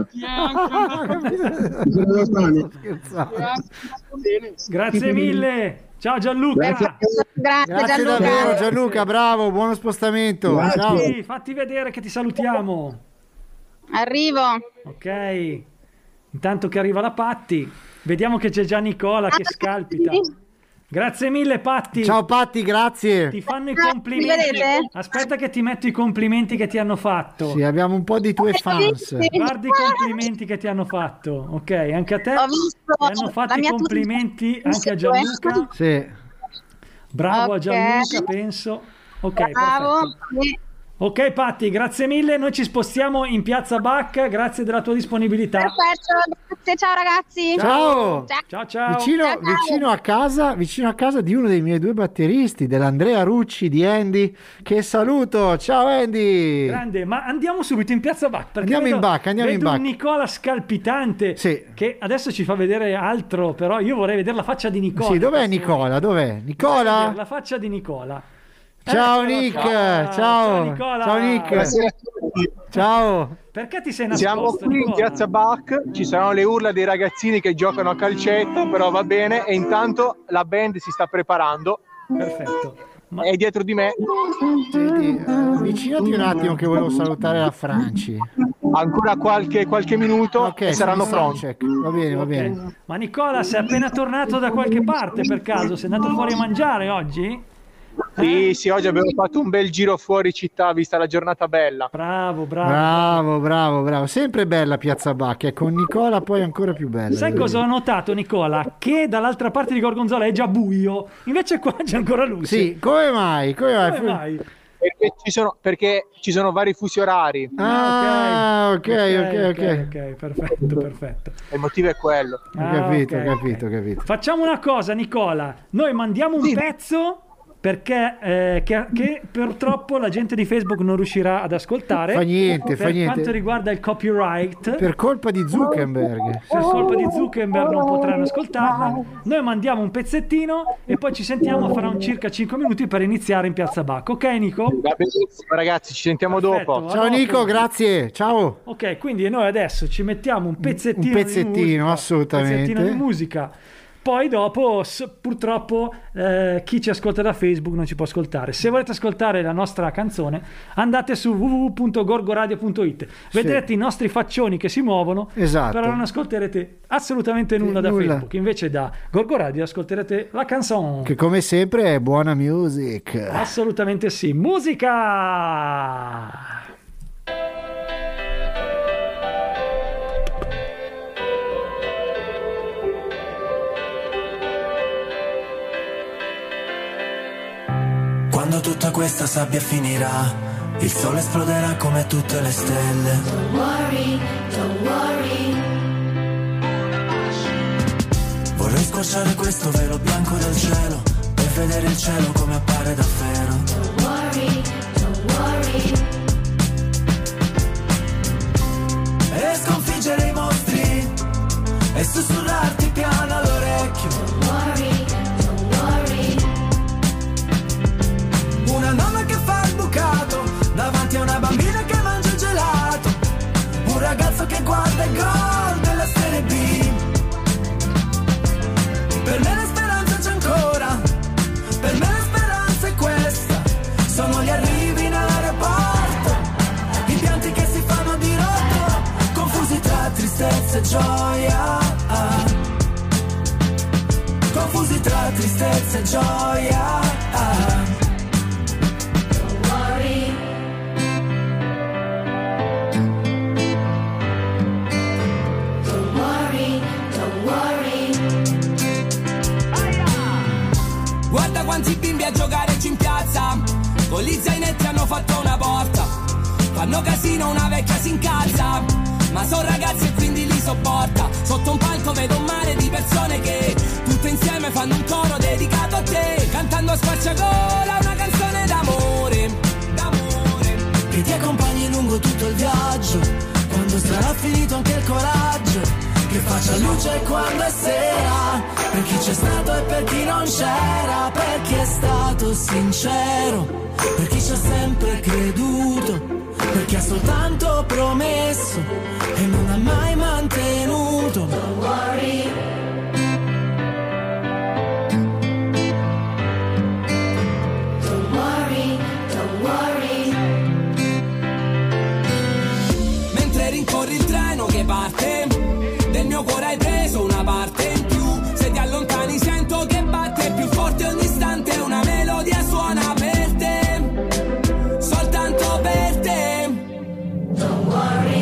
Grazie mille. Ciao Gianluca. Grazie davvero Gianluca, bravo, buono spostamento. Ciao. Fatti vedere che ti salutiamo. Arrivo. Ok. Intanto che arriva la Patti, vediamo che c'è già Nicola che scalpita. Grazie mille Patti. Ciao Patti, grazie. Ti fanno i complimenti. Aspetta che ti metto i complimenti che ti hanno fatto. Sì, abbiamo un po' di tue fans. Guarda i complimenti che ti hanno fatto. Ok, anche a te. Ti hanno fatto i complimenti anche a Gianluca. Sì. Bravo a Gianluca, penso. Ok, bravo. perfetto. Ok Patti, grazie mille, noi ci spostiamo in Piazza Bach, grazie della tua disponibilità. Perfetto, grazie, ciao ragazzi. Ciao. Ciao. Vicino a casa di uno dei miei due batteristi, dell'Andrea Rucci di Andy, che saluto. Ciao Andy. Grande, ma andiamo subito in Piazza Bach. Andiamo in Bach. Un Nicola scalpitante, sì, che adesso ci fa vedere altro, però io vorrei vedere la faccia di Nicola. Sì, dov'è Nicola? Nicola? La faccia di Nicola. Ciao Nick, ciao Nicola. Ciao Nick. Ciao. Perché ti sei nascosto? Siamo qui in Piazza Bach, ci saranno le urla dei ragazzini che giocano a calcetto, però va bene, e intanto la band si sta preparando. Perfetto. È dietro di me. Senti, avvicinati un attimo che volevo salutare la Franci. Ancora qualche minuto e saranno pronti. Va bene. Ma Nicola, sei appena tornato da qualche parte per caso? Sei andato fuori a mangiare oggi? Sì, oggi abbiamo fatto un bel giro fuori città, vista la giornata bella. Bravo. Sempre bella Piazza Bach, e con Nicola poi ancora più bella. Sai cosa ho notato, Nicola? Che dall'altra parte di Gorgonzola è già buio, invece qua c'è ancora luce. Sì, come mai? Perché ci sono vari fusi orari. Ok, perfetto. Il motivo è quello. Ho capito. Facciamo una cosa, Nicola, noi mandiamo un pezzo perché che purtroppo la gente di Facebook non riuscirà ad ascoltare. Fa niente. Per quanto riguarda il copyright, per colpa di Zuckerberg. Per colpa di Zuckerberg non potranno ascoltarla. Noi mandiamo un pezzettino e poi ci sentiamo fra un circa 5 minuti per iniziare in Piazza Bach. Ok Nico? Va benissimo ragazzi, ci sentiamo dopo. Ciao Nico, grazie. Ciao. Ok, quindi noi adesso ci mettiamo un pezzettino di musica, assolutamente. Un pezzettino di musica. Poi dopo, purtroppo, chi ci ascolta da Facebook non ci può ascoltare. Se volete ascoltare la nostra canzone, andate su www.gorgoradio.it. Vedrete i nostri faccioni che si muovono, però non ascolterete assolutamente nulla da Facebook. Invece da Gorgo Radio ascolterete la canzone. Che come sempre è buona music. Assolutamente sì. Musica! Quando tutta questa sabbia finirà, il sole esploderà come tutte le stelle. Don't worry. Vorrei squarciare questo velo bianco del cielo e vedere il cielo come appare davvero. Don't worry. E sconfiggere i mostri e sussurrarti piano all'orecchio. Don't worry. Una nonna che fa il bucato davanti a una bambina che mangia il gelato, un ragazzo che guarda il gol della Serie B. Per me la speranza c'è ancora, per me la speranza è questa. Sono gli arrivi in aeroporto, i pianti che si fanno di rotto, confusi tra tristezza e gioia, confusi tra tristezza e gioia. Guarda quanti bimbi a giocare giù in piazza, con gli zainetti hanno fatto una porta, fanno casino, una vecchia si incalza, ma sono ragazzi e quindi li sopporta. Sotto un palco vedo un mare di persone che tutte insieme fanno un coro dedicato a te, cantando a squarciagola una canzone d'amore. finito anche il coraggio, che faccia luce quando è sera, per chi c'è stato e per chi non c'era, per chi è stato sincero, per chi ci ha sempre creduto, per chi ha soltanto promesso e non ha mai mantenuto. Don't worry. Don't worry, don't worry. Mentre rincorri il treno che parte, del mio cuore hai preso una parte in più. Se ti allontani sento che batte più forte ogni istante, una melodia suona per te, soltanto per te. Don't worry.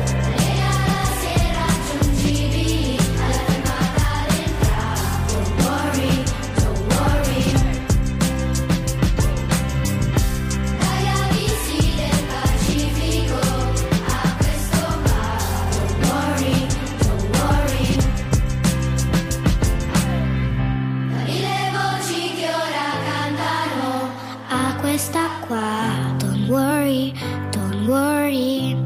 Don't worry, don't worry.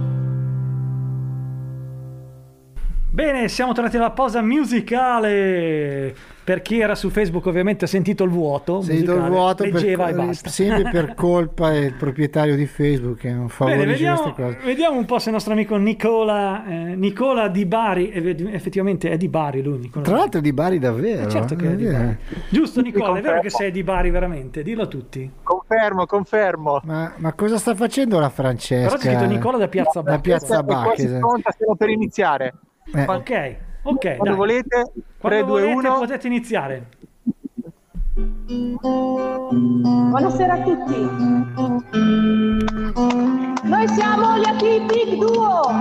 Bene, siamo tornati alla pausa musicale. Per chi era su Facebook ovviamente ha sentito il vuoto. Sentito il vuoto, leggeva e basta. Sempre per colpa del proprietario di Facebook che non favorisce queste cose. Vediamo un po' se il nostro amico Nicola di Bari, effettivamente è di Bari lui, Nicola. Tra l'altro è di Bari davvero. Certo che è di Bari. Giusto Nicola, è vero che sei di Bari veramente? Dillo a tutti. Confermo. Ma cosa sta facendo la Francesca? Però c'è scritto Nicola da Piazza Bacchi. Da Piazza Bacchi. Stiamo per iniziare. Ok, quando volete, 3, 2, 1. Potete iniziare. Buonasera a tutti. Noi siamo gli Atipic Duo.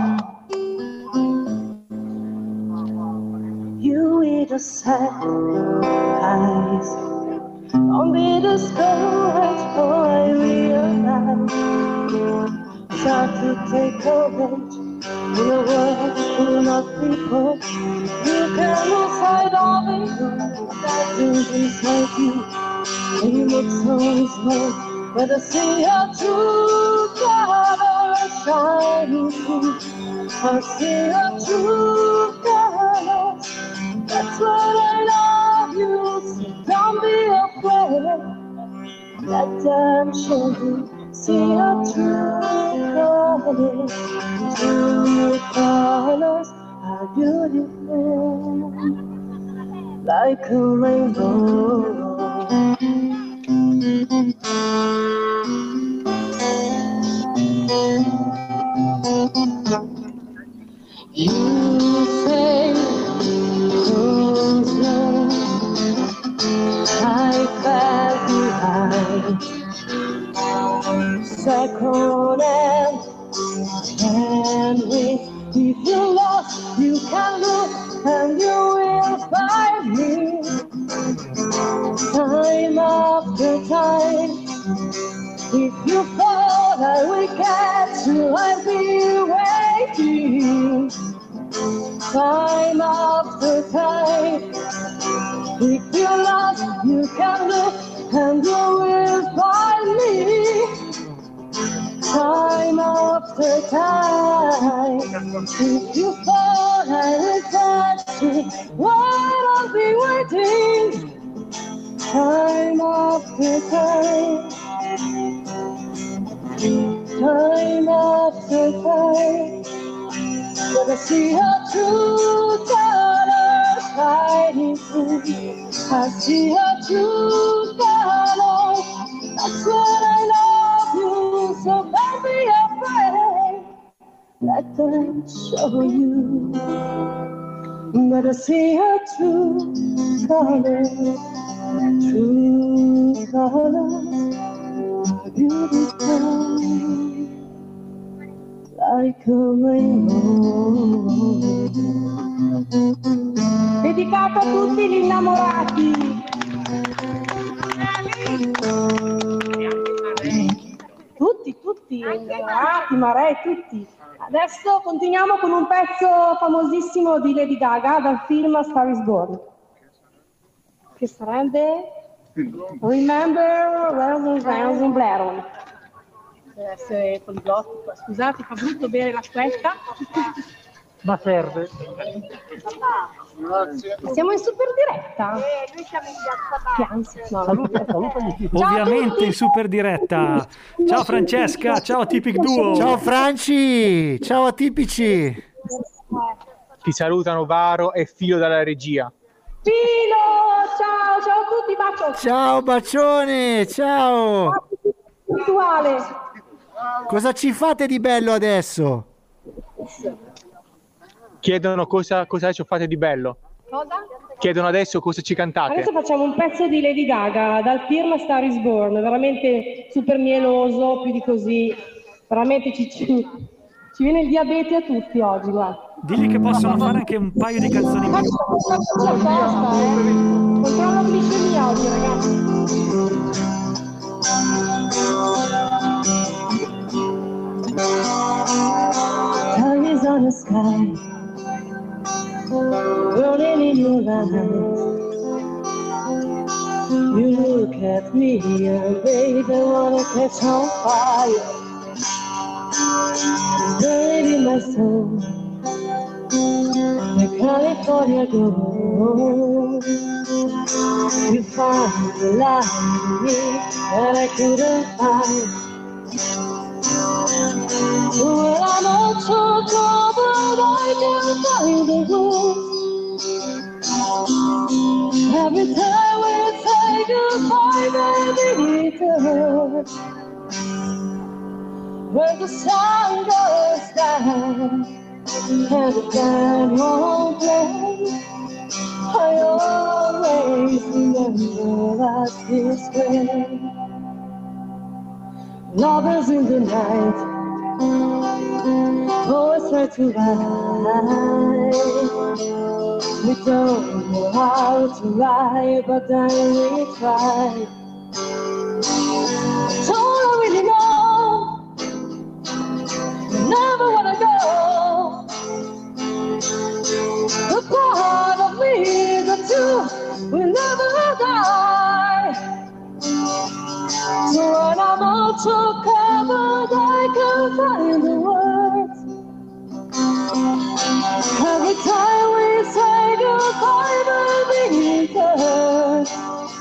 You with the sad eyes, don't be discouraged, for I realize it's hard to take courage in a world full of people. You can lose sight of it, that is inside you. And you look so slow, but I see your true colors shining through. I see your true colors. That's what I love you, so don't be afraid. Let them show you. See your true colors. True colors are beautiful, like a rainbow. You say closer, I fell behind. Second hand, can we? If you lost, you can look and you will find me. Time after time, if you fall, I will catch you. I'll be waiting. Time after time, if you lost, you can look and you will find me. Time after time, if you fall, I will catch you. Why I'll be waiting? Time after time, time after time, but I see her true colors shining through. I see her true colors. That's what I love you, so don't be afraid. Let them show you. But I see her true colors, beautiful, like a rainbow. Dedicato a tutti gli innamorati. Tutti, innamorati, marei, tutti. Adesso continuiamo con un pezzo famosissimo di Lady Gaga dal film A Star is Born. Che sarebbe Remember Rosen Blaron. Deve essere poliglotti, scusate, fa brutto bere l'acquetta. Ma serve. Siamo in super diretta. Noi siamo in piazza. Saluta gli tipi. Ovviamente in super diretta. Ciao Francesca, ciao Tipic Duo. Ciao Franci, ciao Atipici. Ti salutano Varo e Filo dalla regia. Filo, ciao a tutti, bacio. Ciao bacione, ciao. Virtuale. Cosa ci fate di bello adesso? Chiedono cosa ci fate di bello. Cosa? Chiedono adesso cosa ci cantate. Adesso facciamo un pezzo di Lady Gaga dal film A Star is Born, veramente super mieloso, più di così. Veramente ci viene il diabete a tutti oggi, guarda. Digli che possono fare anche un paio di canzoni in più. Controllo glicemia oggi, ragazzi. Time is on the sky, rolling in your eyes. You look at me and baby, wanna catch on fire. Burning in my soul, like California gold. You found the light in me that I couldn't find. When I'm all took over, I can't find the words. Every time we say goodbye, baby, it hurts. When the sun goes down and the band won't play, I always remember us this way. Lovers in the night, always try to ride. We don't know how to ride, but then we try. Don't really know, never wanna go. The part of me that you will never die. So when I'm all too covered, I can't find the words. Every time we say goodbye, baby, it hurts.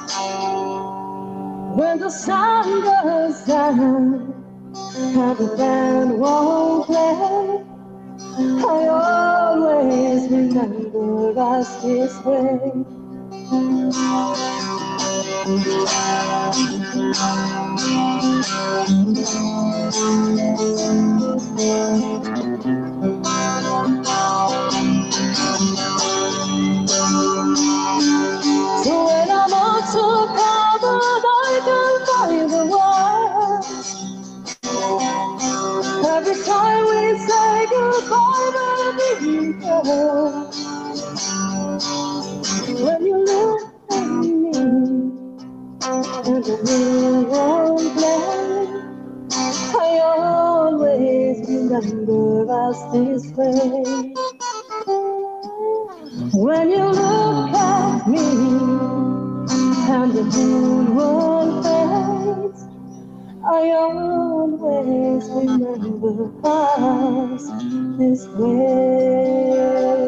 When the sun goes down and the band won't play, I always remember us this way. So when I'm all too covered, I can't find the words. Every time we say goodbye, baby, it hurts. When you look at me and the wind won't play, I always remember us this way. When you look at me and the moon won't fade, I always remember us this way.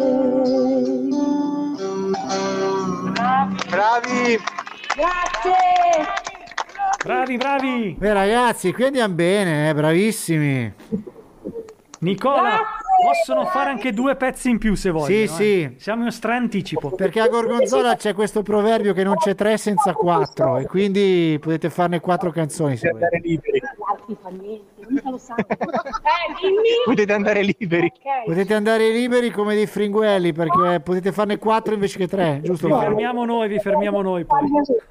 Bravi! Grazie! Bravi! Beh ragazzi, qui andiamo bene, bravissimi. Nicola, possono fare anche 2 pezzi in più se vogliono. Sì. Siamo in anticipo. Perché a Gorgonzola c'è questo proverbio che non c'è 3 senza 4 e quindi potete farne 4 canzoni se volete. Andare liberi. Altri fa niente, mica lo sanno. Potete andare liberi. Okay. Potete andare liberi come dei fringuelli perché potete farne 4 invece che 3, giusto? Vi fermiamo noi poi.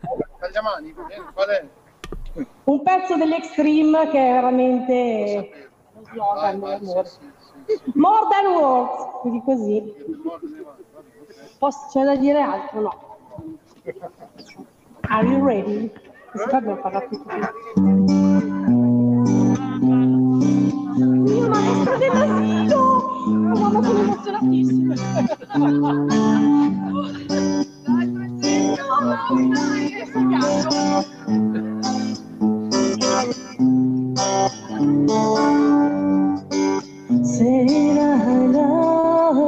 Un pezzo degli Extreme che è veramente lo slogan dell'amore. More than words, quindi così. C'è da dire altro? No. Are you ready? Questo qua abbiamo parlato tutti. Mio maestro dell'asilo! Oh, mamma, sono emozionatissima. Saying I love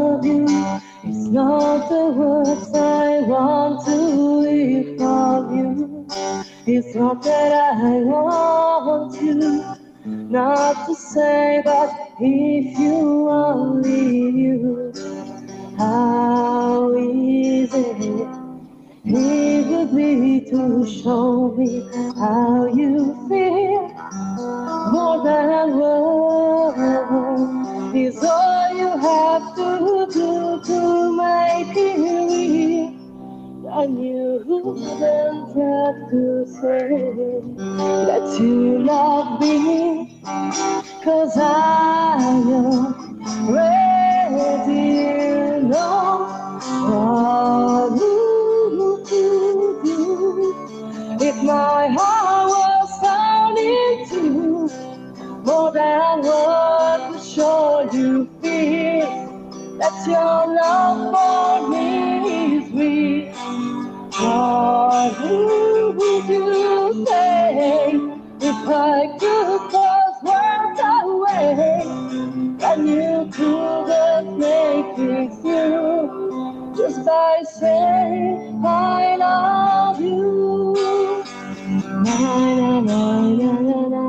It's not that I want you not to say, but if you only knew how easy it would be to show me how you feel. More than words is all you have to do to make it real. And you wouldn't have to say that you love me, 'cause I am ready to know what you do. If my heart was turning to more than what to show you feel that your love for me is real. What would you say if I could close words away and you couldn't make it through just by saying I love you? Na na na na na na.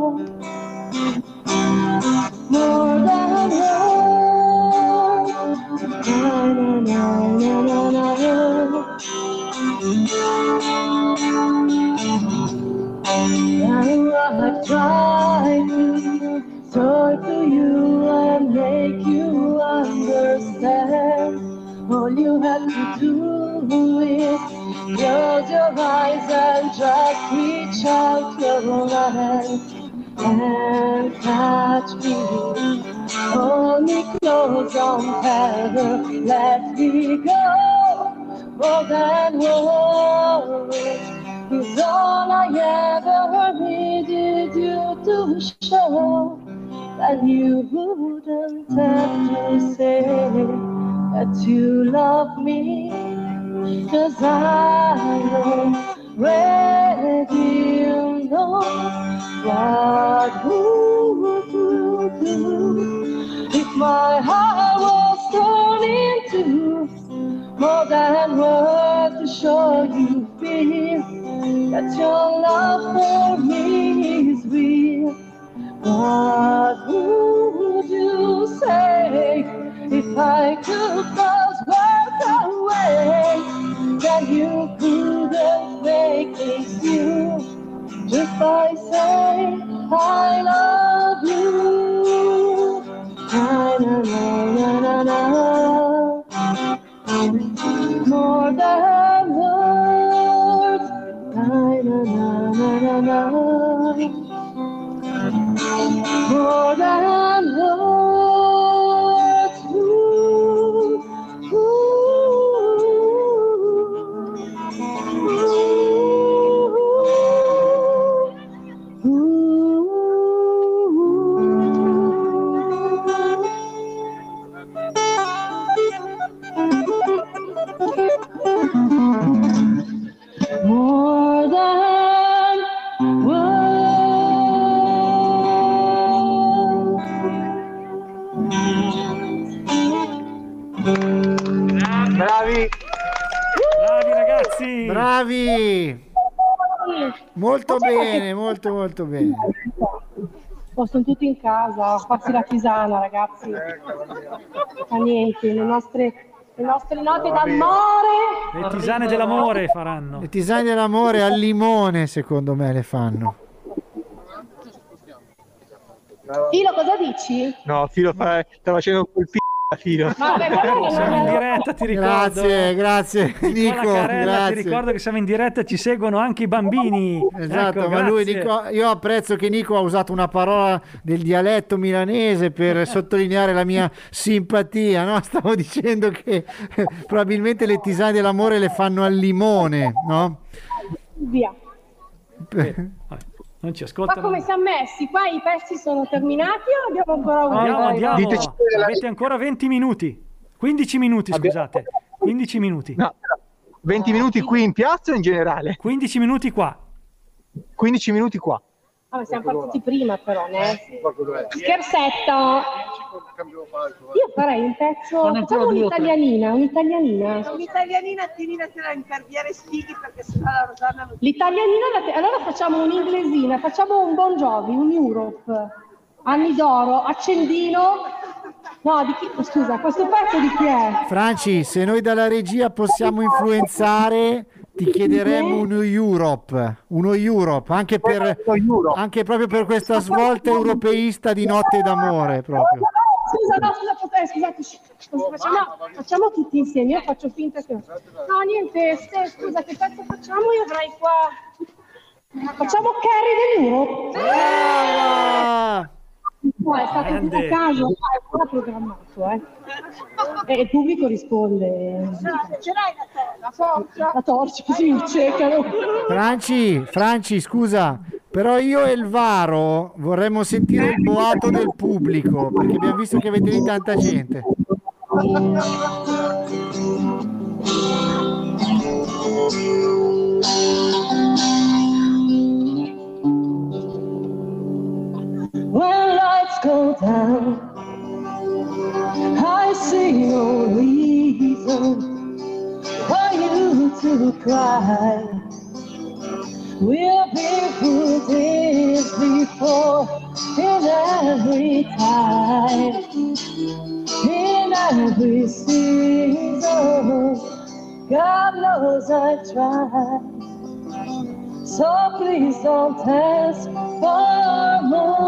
More than words. Na na na na na na. Now I've tried to talk to you and make you understand. All you have to do is close your eyes and just reach out your hand and catch me. Hold me close, don't ever let me go. More than words is all I ever needed you to show. And you wouldn't have to say that you love me, 'cause I am ready to know what would you do if my heart was torn into more than words to show you feel that your love for me is real. What would you say if I took those words away that you couldn't make it you just by saying I love you? Na na na na na. More than words. Na na na na na. More than words. Ooh, ooh, more than Bravi! Bravi ragazzi! Bravi! Molto bene, molto molto bene. Sono tutti in casa a farsi la tisana, ragazzi. Fa niente, le nostre note d'amore. Le tisane dell'amore faranno. Le tisane dell'amore al limone, secondo me, le fanno. Filo, cosa dici? No, Filo sta facendo quel Filo. Siamo in diretta, ti ricordo. Grazie Nico, grazie. Ti ricordo che siamo in diretta e ci seguono anche i bambini. Esatto, ecco, ma lui, io apprezzo che Nico ha usato una parola del dialetto milanese per sottolineare la mia simpatia, no? Stavo dicendo che probabilmente le tisane dell'amore le fanno al limone, no? Via. Non ci ascoltano. Ma come siamo messi? Qua i pezzi sono terminati o abbiamo ancora un Andiamo. Avete ancora 20 minuti. 15 minuti, scusate. 15 minuti. No, 20 minuti qui in piazza o in generale? 15 minuti qua. 15 minuti qua. Siamo partiti prima però, né? Scherzetto. Io farei un pezzo, facciamo un'italianina. Un'italianina tienitela in carriere stighi perché sennò la Rosanna non... L'italianina, allora facciamo un'inglesina, facciamo un Bon Jovi, un Europe, anni d'oro, accendino. No, di chi? Scusa, questo pezzo di chi è? Franci, se noi dalla regia possiamo influenzare, ti chiederemmo uno Europe, anche proprio per questa svolta europeista di Notte d'amore proprio. Scusate, facciamo tutti insieme, io faccio finta che... No, niente, scusa, che pezzo facciamo? Io avrei qua... Facciamo Carry dell'Europe? No, è stato tutto a caso, è ancora programmato, e il pubblico risponde. Ce l'hai la torcia, così mi cercano. Franci, scusa, però io e il Varo vorremmo sentire il boato del pubblico, perché abbiamo visto che avete lì tanta gente. When lights go down, I see no reason for you to cry. We've been through this before, in every time, in every season. God knows I tried. So please don't ask for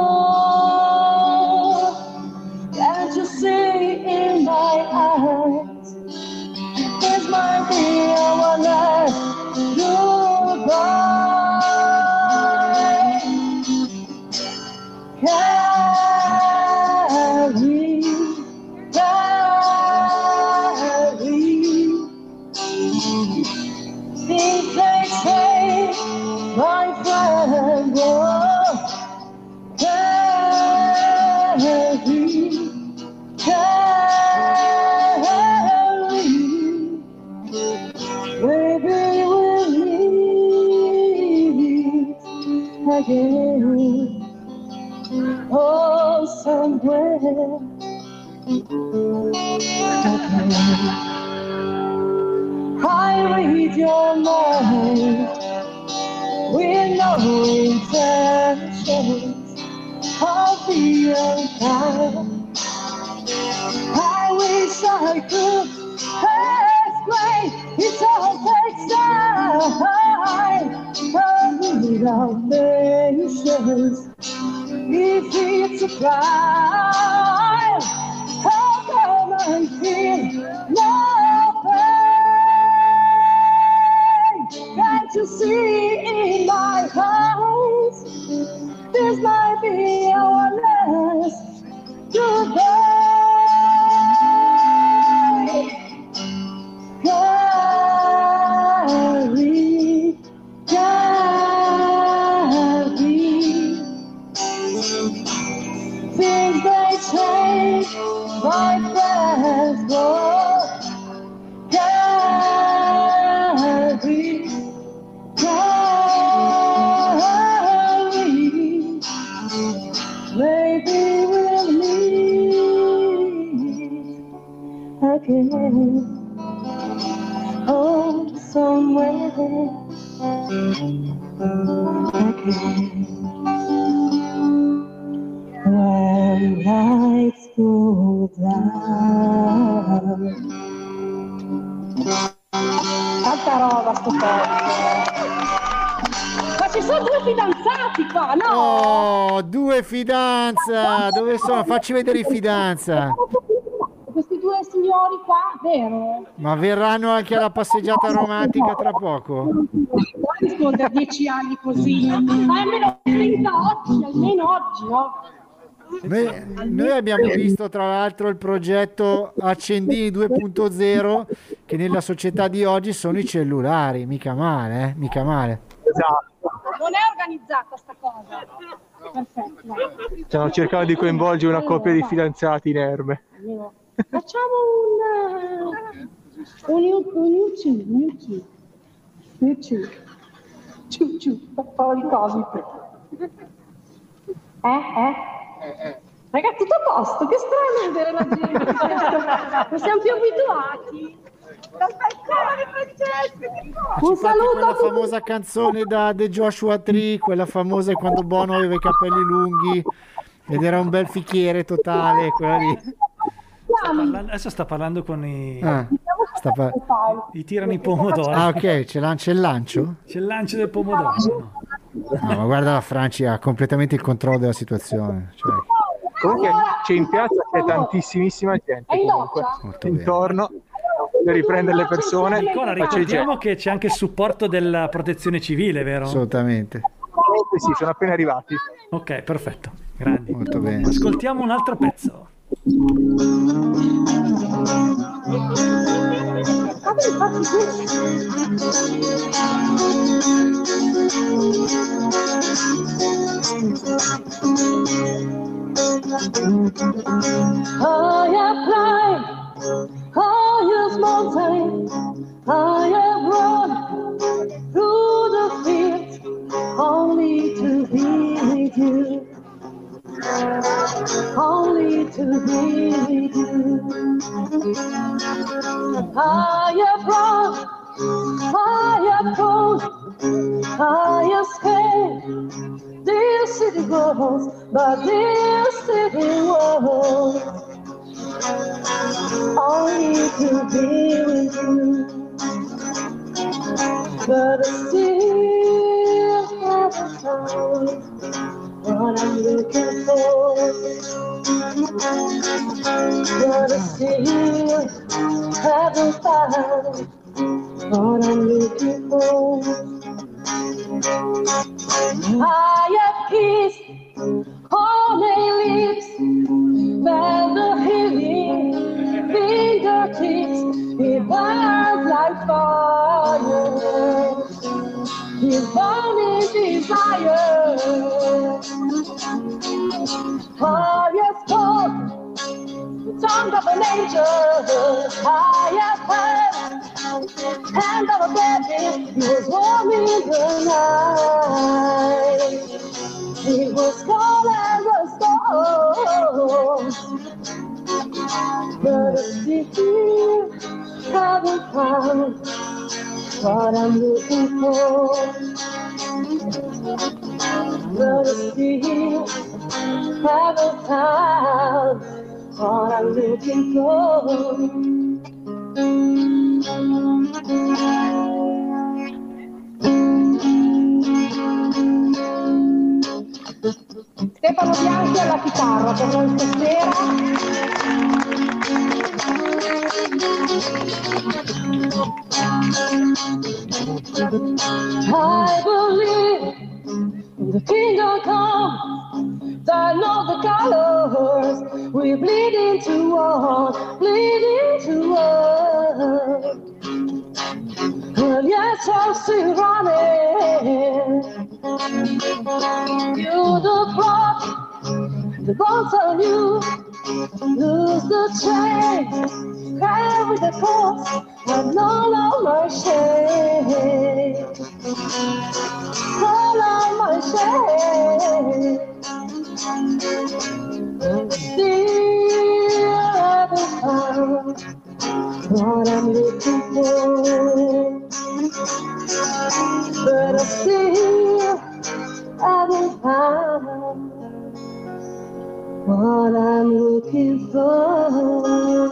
more. Can't you see in my eyes? This might be our last goodbye. Things they say, my friend, maybe we'll meet again, oh, somewhere. I read your mind with no intentions of being kind. I wish I could explain, it all takes time, and without patience, if it's a crime, how come I feel no pain? Can't you see in my eyes, this might be our last goodbye. Things they change, my friends go. Maybe we'll meet again. Oh, somewhere again. When lights go down. Tanta roba sto pezzo. Ma ci sono due fidanzati qua, no? Oh, due fidanza! Dove sono? Facci vedere i fidanza. Questi due signori qua, vero? Ma verranno anche alla passeggiata romantica tra poco? Non rispondere 10 anni così, ma almeno 30 oggi, almeno oggi, no? Noi abbiamo visto tra l'altro il progetto Accendini 2.0, che nella società di oggi sono i cellulari, mica male, mica male. Esatto. Non è organizzata sta cosa. Perfetto. Stiamo cercando di coinvolgere una coppia di fidanzati inerme. Facciamo un YouTube. Un po' di cose. Ragazzi, tutto a posto, che strano vedere la gente. Non siamo più abituati. Un saluto a quella famosa canzone da The Joshua Tree, quella famosa quando Bono aveva i capelli lunghi ed era un bel fichiere totale, quella lì. Adesso sta parlando con i tirano i pomodori. Ah, ok, c'è il lancio? C'è il lancio del pomodoro. No, ma guarda, la Francia ha completamente il controllo della situazione. Cioè... Comunque c'è in piazza, c'è tantissimissima gente comunque intorno per riprendere le persone. Nicola, ricordiamo che c'è anche il supporto della protezione civile, vero? Assolutamente. Sì, sono appena arrivati. Ok, perfetto, grandi. Molto bene. Ascoltiamo un altro pezzo. I have climbed highest mountain, I have run through the fields only to be with you, only to be with you. I have run, I have gone, I have scaled this city walls, but this city walls only to be with you. But I still haven't found what I'm looking for. But I still haven't found what I'm looking for. I have kissed honey lips, felt the healing fingertips. It burns like fire, his burning desire. I have spoke the tongue of an angel. I have heard hand of a baby. He was warm in the night. It was cold as a storm. But I still haven't found what I'm looking for. But I still haven't found what I'm looking for. Stefano Bianchi alla chitarra per noi stasera. I believe in the kingdom come, I know the colors, we bleed into one, bleed into one. And yes, I'm still running. You the clock, the bones on you, lose the chain, carry the cross, and all of my shame, all of my shame. Still haven't found what I'm looking for, but I still haven't found what I'm looking for.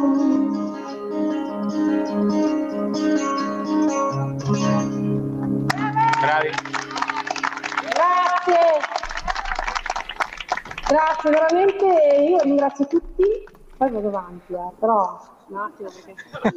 Bravi. Grazie, veramente io ringrazio tutti, poi vado avanti, però un attimo perché...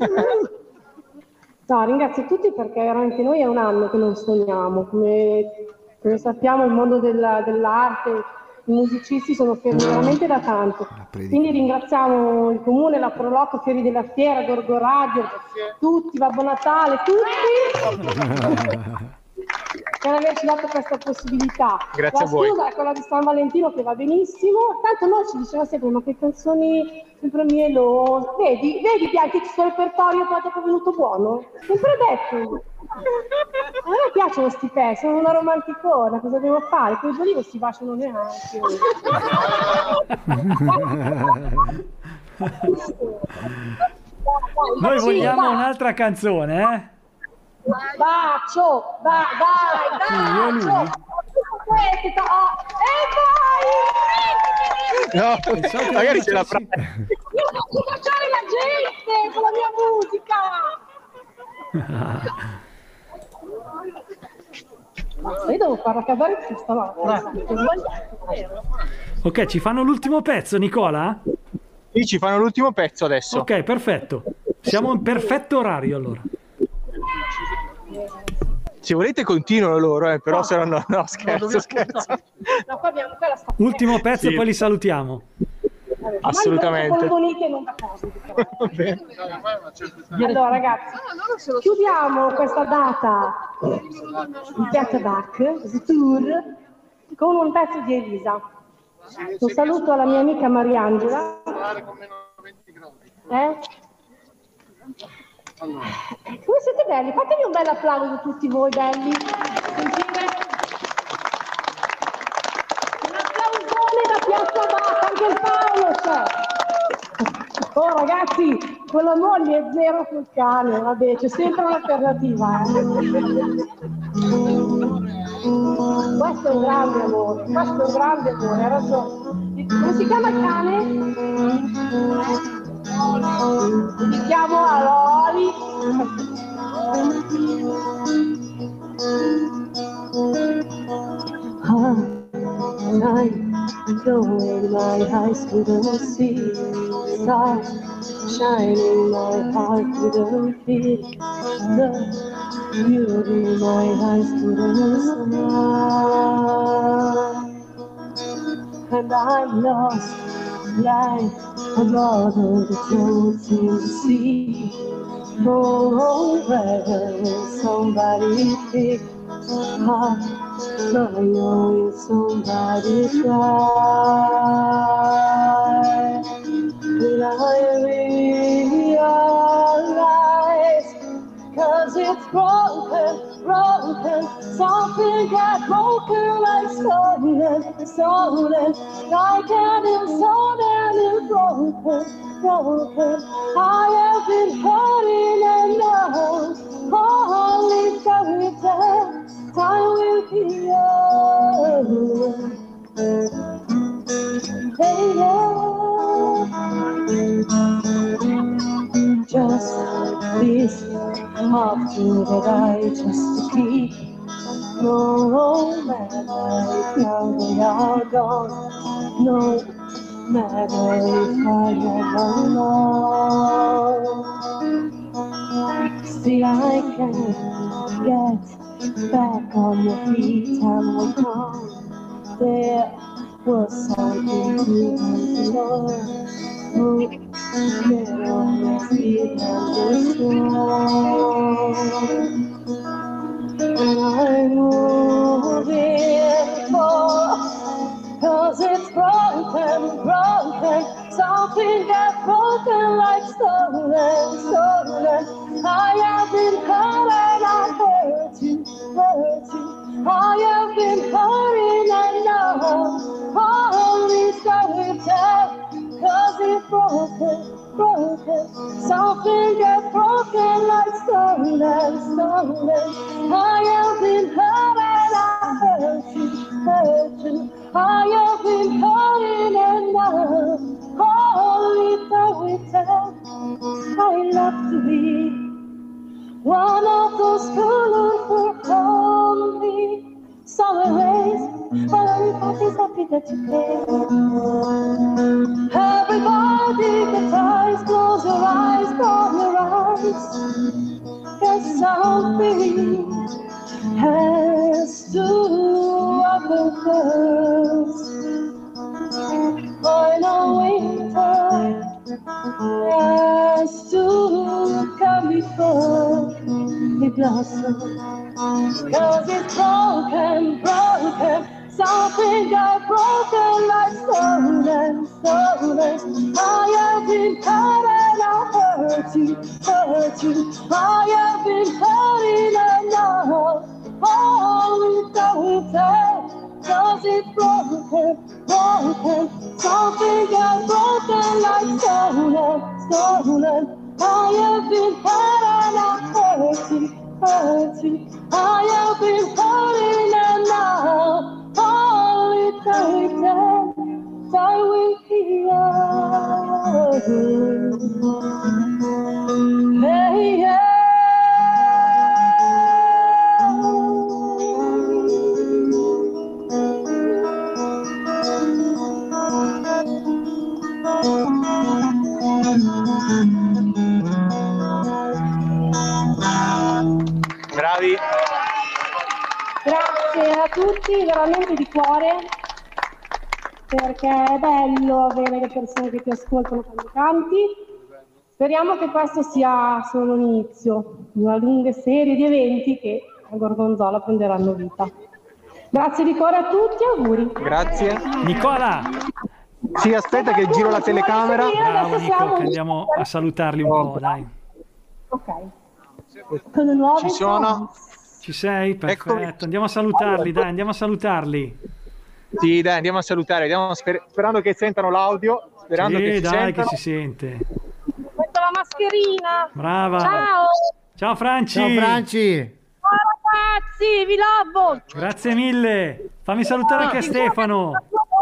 No, ringrazio tutti perché veramente noi è un anno che non suoniamo, come sappiamo il mondo dell'arte, i musicisti sono fermi veramente da tanto, quindi ringraziamo il Comune, la Proloco, Fiori della Fiera, Gorgo Radio, tutti, Babbo Natale, tutti per averci dato questa possibilità. Grazie a voi. La scusa è quella di San Valentino che va benissimo, tanto noi ci diceva sempre ma che canzoni sempre mielose, vedi Bianchi, il suo repertorio dopo è venuto buono, sempre detto. A me piace piacciono sti pezzi, sono una romanticona, cosa devo fare? Quelli lì non si baciano neanche. Noi vogliamo un'altra canzone, eh? Bacio, dai, Io e lui? No, magari ce la fa. Io posso baciare la gente con la mia musica. Io devo farla casare più stanotte. Ok, ci fanno l'ultimo pezzo, Nicola? Sì, ci fanno l'ultimo pezzo adesso. Ok, perfetto. Siamo in perfetto orario allora. Se volete continuano loro, però se no, scherzo. No, qua abbiamo quella Ultimo pezzo Sì. e poi li salutiamo. Assolutamente. Bonite non da cose. Allora ragazzi, chiudiamo questa data in Piazza Bach, tour, con un pezzo di Elisa. Un saluto alla mia amica Mariangela. Come siete belli? Fatemi un bel applauso tutti voi belli. Sentite? Un applausone da Piazza Bach, anche il Paolo c'è. Oh ragazzi, con la moglie è zero col cane, vabbè, c'è sempre un'alternativa. Questo è un grande amore, hai ragione. Come si chiama il cane? Mi chiamo Aloli. Going my eyes couldn't see stars shining my heart couldn't feel the beauty my eyes couldn't smile and I'm lost like a bottle that don't seem to see forever somebody pick up I know if somebody tried, will I realize? 'Cause it's broken, something got broken like stolen. I can't stolen and broken. I have been hurting and now only fairy tale. Time will heal. Hey, just this heartful that I just keep. No matter if they are gone. No matter if I am alone. See, I can't get back on your feet and we're gone. There was something to know. Get on your feet and we're strong. And I'm moving forward, 'cause it's broken. Something got broken like stolen. I have been hurt and I hurt you. I have been hurting and now only story tell. 'Cause it's broken. Something got broken like stolen. I have been hurt and I hurt you. I have been hurting and now only story tell. I love to be one of those colorful only summer rays, but everybody's happy that you came. Everybody gets eyes, close your eyes. There's something has to happen first. I know winter has to come before it blossoms. 'Cause it's broken. Something got broken like stolen. I have been hurt and I hurt you. I have been hurting and now hold it tight. Cause it's broken, broken. Something got broken like stolen, stolen. I have been hurt and I'm hurting, hurting. I have been hurting and now hold it tight and I will heal. Hey, yeah. Bravi. Grazie a tutti, veramente di cuore, perché è bello avere le persone che ti ascoltano quando canti. Speriamo che questo sia solo l'inizio di una lunga serie di eventi che a Gorgonzola prenderanno vita. Grazie di cuore a tutti, auguri. Grazie. Nicola! Sì, aspetta che giro la telecamera. Bravo Nico, che andiamo a salutarli un po', dai. Ok. Con le nuove Ci sono. Ci sei? Perfetto. Andiamo a salutarli, dai, andiamo a salutarli. Sì, dai, andiamo a salutare. Sperando che sentano l'audio. Sperando sì, che si dai, sentano. che si sente. Metto la mascherina. Brava. Ciao. Ciao Franci. Ciao Franci. Ciao ragazzi, vi lavo. Grazie mille. Fammi salutare anche Stefano.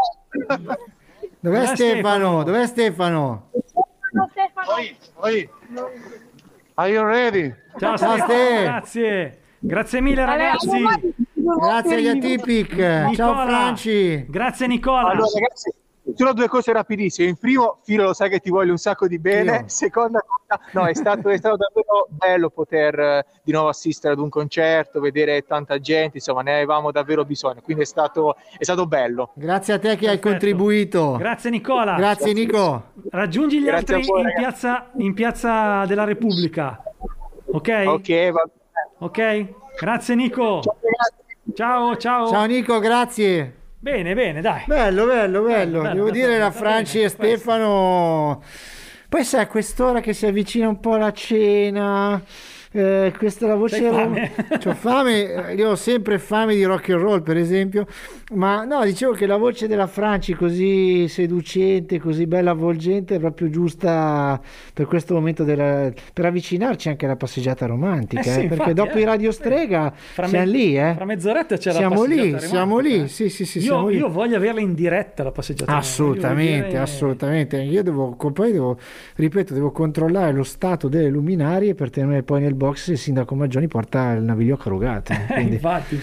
Dov'è Stefano? Dov'è Stefano? Oi. Are you ready? Ciao Stefano, grazie. Grazie mille ragazzi. Grazie agli Atipic. Nicola. Ciao Franci. Grazie Nicola. Allora ragazzi, sono due cose rapidissime. In primo, Filo, lo sai che ti voglio un sacco di bene. Io. Seconda cosa, no, è stato davvero bello poter di nuovo assistere ad un concerto, vedere tanta gente, insomma, ne avevamo davvero bisogno, quindi è stato bello. Grazie a te che hai contribuito. Grazie Nicola. Grazie Nico. Raggiungi gli Grazie altri a voi, in piazza della Repubblica. Ok? Ok, va bene. Ok? Grazie Nico. Ciao. Ciao Nico, grazie. Bene, dai. Bello. Devo dire la Franci e Stefano. Poi sai, a quest'ora che si avvicina un po' la cena, questa è la voce. C'ho fame, io ho sempre fame di rock and roll, per esempio. Ma no, dicevo che la voce della Franci così seducente, così bella, avvolgente, è proprio giusta per questo momento per avvicinarci anche alla passeggiata romantica. Sì, perché infatti, dopo i Radio Strega siamo lì, Fra mezz'oretta c'è la siamo passeggiata lì, siamo lì. Sì, siamo lì. Io voglio averla in diretta la passeggiata. Assolutamente. Io devo controllare lo stato delle luminarie per tenere poi nel box se il sindaco Maggioni porta il naviglio a Carugate. Infatti.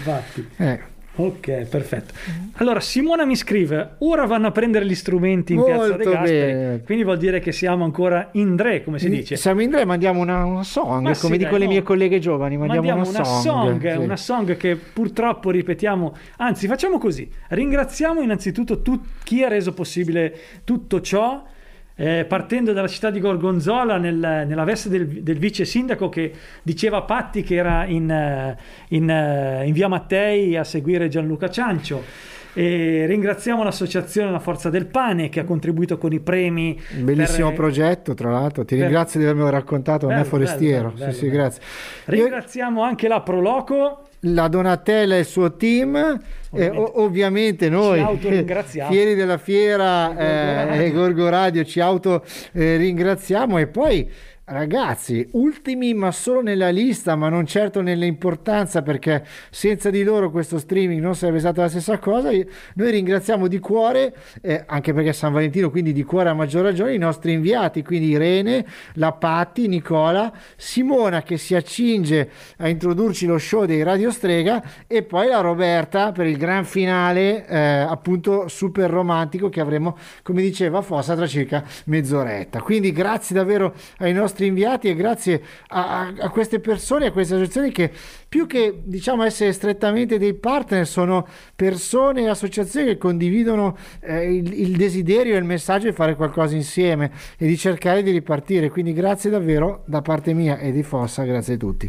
Ok, perfetto. Allora Simona mi scrive: ora vanno a prendere gli strumenti in Piazza De Gasperi, quindi vuol dire che siamo ancora in Dre, come si dice. Siamo in Dre, mandiamo una song, come dicono le mie colleghe giovani, mandiamo una song che purtroppo ripetiamo. Anzi, facciamo così: ringraziamo innanzitutto chi ha reso possibile tutto ciò, partendo dalla città di Gorgonzola nella veste del vice sindaco, che diceva Patti che era in via Mattei a seguire Gianluca Ciancio. E ringraziamo l'associazione La Forza del Pane che ha contribuito con i premi. Bellissimo progetto, tra l'altro. Ti ringrazio di avermelo raccontato. A me forestiero. Sì, grazie. Ringraziamo anche la Proloco, la Donatella e il suo team, ovviamente noi fieri della fiera e Gorgo Radio ci ringraziamo. E poi ragazzi, ultimi ma solo nella lista, ma non certo nell'importanza, perché senza di loro questo streaming non sarebbe stata la stessa cosa. Noi ringraziamo di cuore, anche perché è San Valentino, quindi di cuore a maggior ragione, i nostri inviati, quindi Irene, la Patti, Nicola, Simona che si accinge a introdurci lo show dei Radio Strega, e poi la Roberta per il gran finale, appunto super romantico, che avremo, come diceva Fossa, tra circa mezz'oretta. Quindi grazie davvero ai nostri inviati e grazie a queste persone, a queste associazioni che, più che diciamo essere strettamente dei partner, sono persone e associazioni che condividono il desiderio e il messaggio di fare qualcosa insieme e di cercare di ripartire. Quindi grazie davvero da parte mia e di Fossa, grazie a tutti.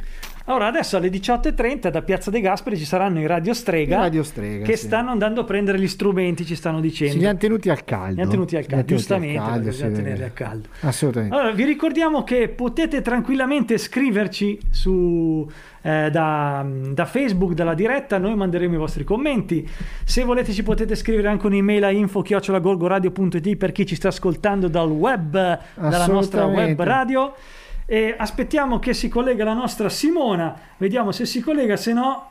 Allora, adesso alle 18:30 da Piazza De Gasperi ci saranno i Radio Strega, che stanno andando a prendere gli strumenti, ci stanno dicendo. Li hanno tenuti al caldo. Giustamente, bisogna tenerli al caldo. Assolutamente. Allora, vi ricordiamo che potete tranquillamente scriverci su da Facebook, dalla diretta, noi manderemo i vostri commenti. Se volete ci potete scrivere anche un'email a info@gorgoradio.it per chi ci sta ascoltando dal web, dalla nostra web radio. E aspettiamo che si collega la nostra Simona, vediamo se si collega, se no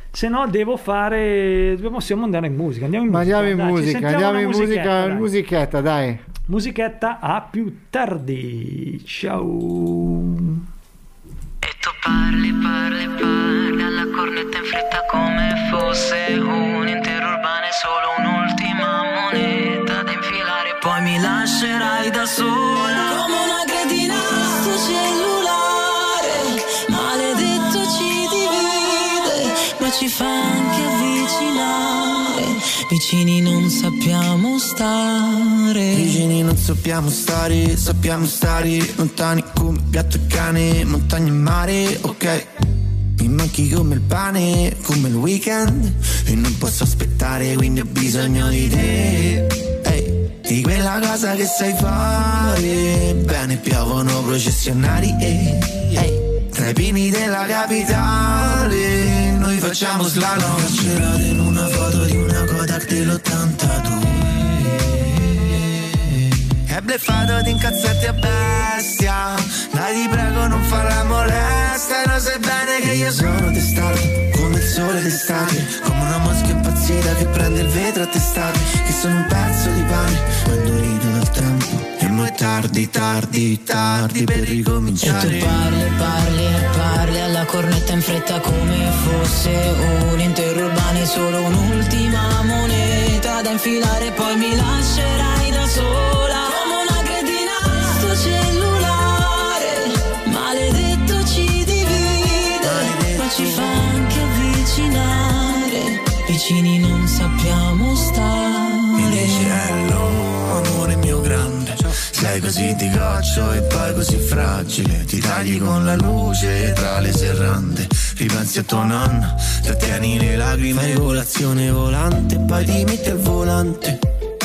possiamo andare in musica. Andiamo in musichetta, dai. Musichetta, a più tardi. Ciao. E tu parli alla cornetta in fretta come fosse un intero urbano e solo un'ultima moneta da infilare, poi mi lascerai da sola come una cretina. Sto cellulare maledetto ci divide, ma ci fa anche avvicinare. Vicini non sappiamo stare, sappiamo stare lontani come gatto e cane, montagna e mare, ok. Mi manchi come il pane, come il weekend, e non posso aspettare, quindi ho bisogno di te. Ehi, di quella cosa che sai fare bene, piovono processionari, ehi, tra i pini della capitale noi facciamo slalom. Carcerate in una foto di una Kodak dell'82. È bleffato di incazzarti a bestia, dai ti prego non farla molesta. Lo sai bene che io sono testato come il sole d'estate, come una mosca impazzita che prende il vetro a testate, che sono un pezzo di pane ma indurito dal tempo. E mo' è tardi per ricominciare. E tu parli alla cornetta in fretta come fosse un intero urbano e solo un'ultima moneta da infilare, poi mi lascerai da sola come una cretina. Sto cellulare maledetto ci divide, ma ci fa anche avvicinare. Vicini non sappiamo stare. Mi dici hello, amore mio grande, sei così di goccio e poi così fragile. Ti tagli con la luce tra le serrande, ripensi a tua nonna, trattieni le lacrime in colazione volante, poi ti metti al volante.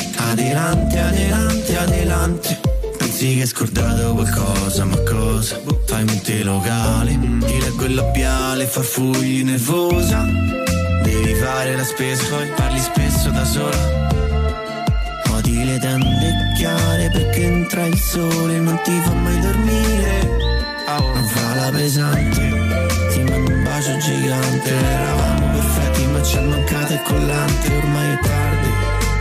Adelante. Pensi che hai scordato qualcosa, ma cosa? Fai mente locale, ti leggo il labiale, farfugli nervosa. Devi fare la spesa, poi parli spesso da sola. Odi le tende chiare perché entra il sole e non ti fa mai dormire. Non fa la pesante, ti mando un bacio gigante. Eravamo perfetti ma ci è mancato il collante. Ormai è tardi,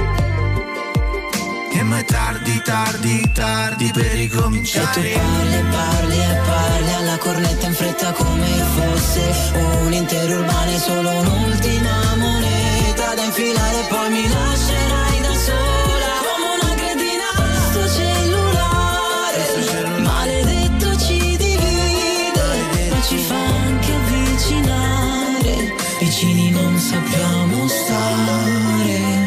e ma è tardi per ricominciare. E tu parli alla cornetta in fretta come fosse un intero urbano e solo un'ultima moneta da infilare, poi mi lascerai da sola come una cretina. Sto cellulare maledetto ci divide, ma ci fa anche avvicinare. Vicini non sappiamo stare.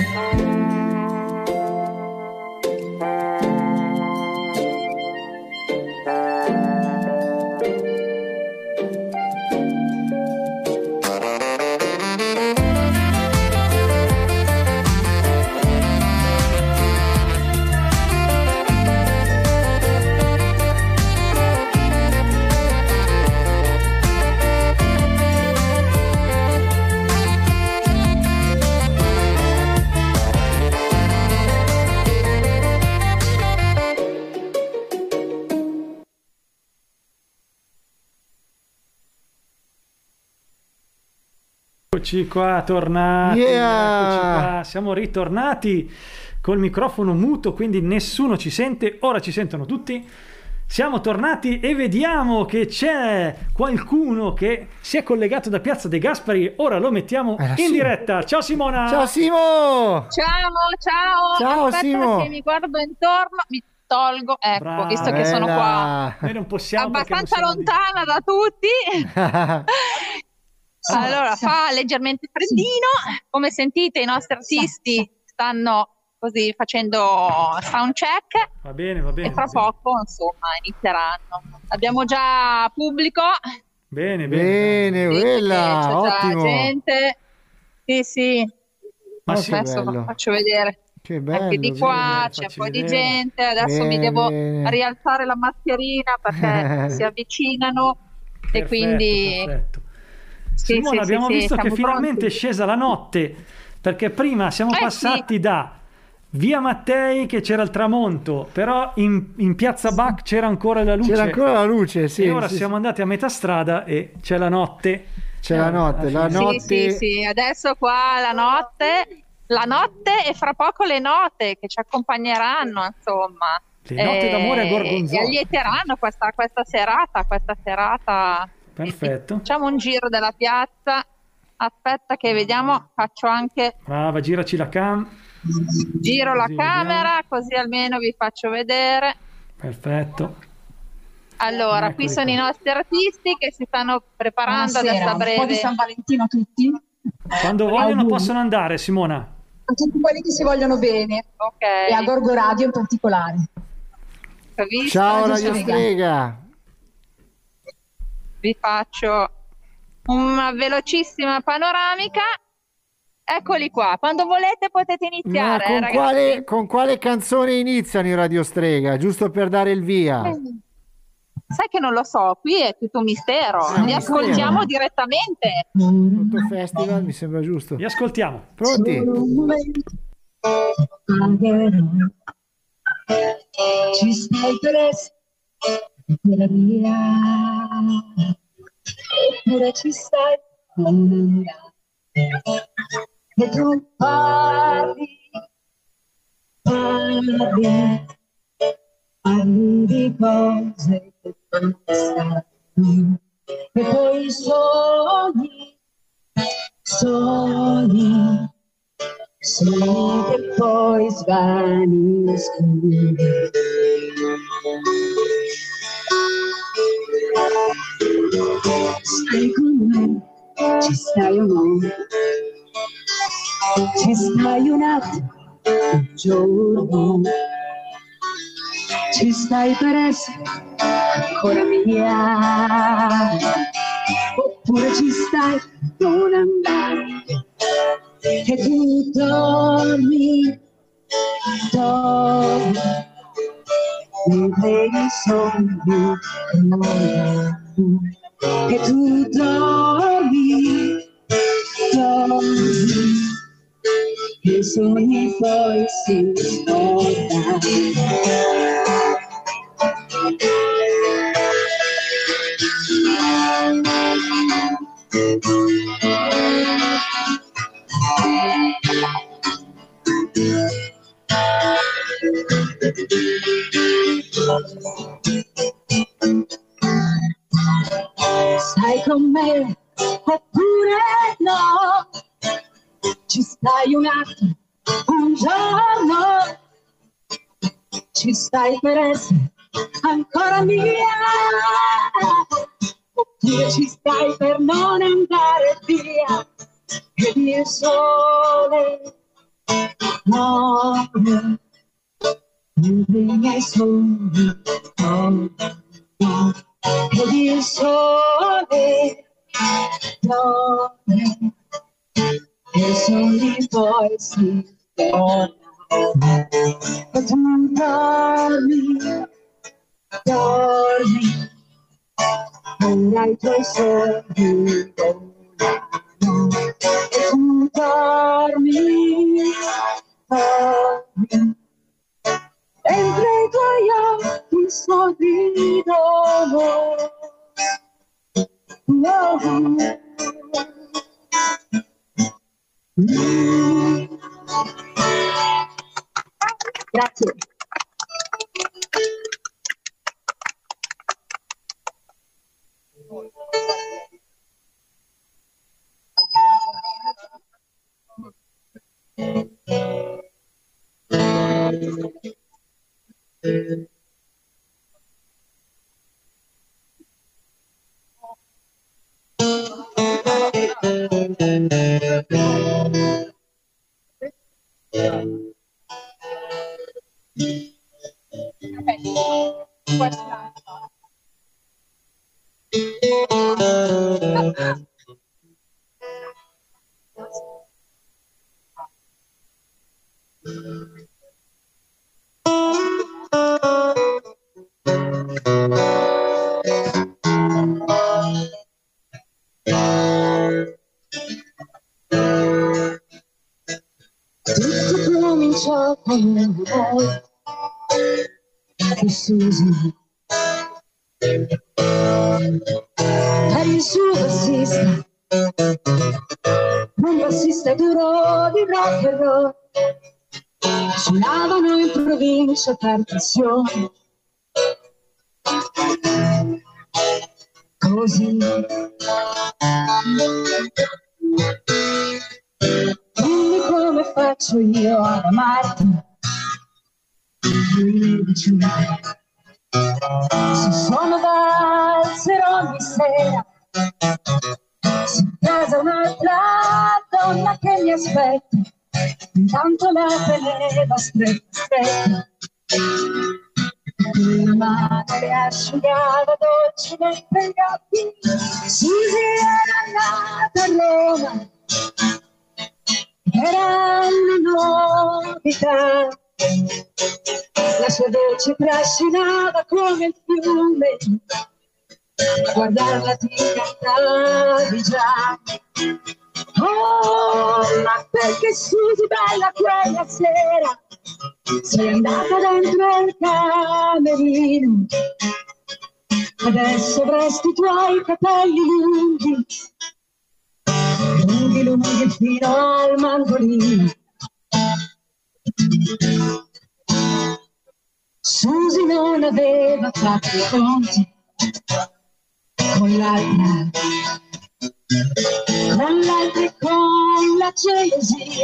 Eccoci qua, tornati. Eccoci qua. Siamo ritornati col microfono muto, quindi nessuno ci sente. Ora ci sentono tutti. Siamo tornati e vediamo che c'è qualcuno che si è collegato da Piazza De Gasperi. Ora lo mettiamo in diretta. Ciao Simona. Ciao Simo. Ciao. Aspetta, Simo. che mi guardo intorno, mi tolgo, ecco, Brava, visto che sono qua Noi non possiamo abbastanza lontana da tutti. Allora, fa leggermente freddino, come sentite i nostri artisti stanno così facendo sound check. Va bene. E fra poco, insomma, inizieranno. Abbiamo già pubblico Bene, Bene, Sì, quella, c'è già ottimo. gente. Sì, sì. Ma che Adesso bello. faccio vedere. Che Anche bello, di qua bene, c'è un facci po' di vedere. gente. Adesso mi Bene, devo bene. rialzare la mascherina perché si avvicinano e quindi Perfetto. sì, Simona, sì, sì, abbiamo sì, visto che siamo finalmente è pronti. scesa la notte, perché prima siamo Sì. passati da Via Mattei che c'era il tramonto, però in Piazza Bach c'era ancora la luce. C'era ancora la luce, sì. E ora sì, siamo andati a metà strada e c'è la notte. C'è la notte, la Sì, notte. sì, sì, adesso qua la notte e fra poco le note che ci accompagneranno, insomma. Le note d'amore a E Gorgonzola. allieteranno questa serata. Perfetto. Facciamo un giro della piazza. Aspetta che vediamo, faccio anche Brava, giraci la cam. giro la Così camera, così almeno vi faccio vedere. Perfetto. Allora, qui Eccoli sono qua. i nostri artisti che si stanno preparando adesso Buonasera, a un po' di breve. San Valentino a tutti. Quando vogliono Auguri. possono andare, Simona. A tutti quelli che si vogliono bene. Ok. E a Gorgo Radio in particolare. Ciao Radio Radio Strega. Vi faccio una velocissima panoramica. Eccoli qua. Quando volete potete Ma iniziare, con ragazzi. con quale canzone iniziano i Radio Strega? Giusto per dare il via. Sai che non lo so, qui è tutto un mistero. Li ascoltiamo direttamente. Tutto festival mi sembra giusto. Li ascoltiamo. Pronti? Ci stai per essere quella mia, oppure ci stai con una, e tu parli di cose che passano, e poi sogni che poi svaniscono. Stai con me, ci stai o no? Ci stai un attimo, un giorno, ci stai per essere ancora mia, oppure ci stai per non andare, e tu dormi, mentre i sogni muoiono, e tu dormi, e i sogni poi si scordano. Stai con me oppure no? Ci stai un attimo, un giorno, ci stai per essere ancora mia, oppure ci stai per non andare via, ed il sole muore, mentre i miei sogni muoiono, ed il sole muore, e sogni poi si tornano, e tu dormi, ora i tuoi sogni volano, e tu dormi, mentre i tuoi occhi sorridono. Grazie. Tutto cominciò con noi e Susi per il suo bassista, un bassista duro di rock and roll. Suonavano in provincia per passione, così. Dimmi come faccio io ad amarti, lui diceva. Se sono da alzerò ogni sera, se in casa un'altra donna che mi aspetta, intanto la teneva stretta, stretta. Una mano che asciugava dolce mentre gli occhi. Susi era nata a Roma, era una novità. La sua voce trascinava come il fiume, a guardarla ti cantavi già. Oh, ma perché Susi bella quella sera sei andata dentro il camerino? Adesso avresti i tuoi capelli lunghi, lunghi, lunghi fino al mandolino. Susi non aveva fatto i conti con l'altra, con la gelosia,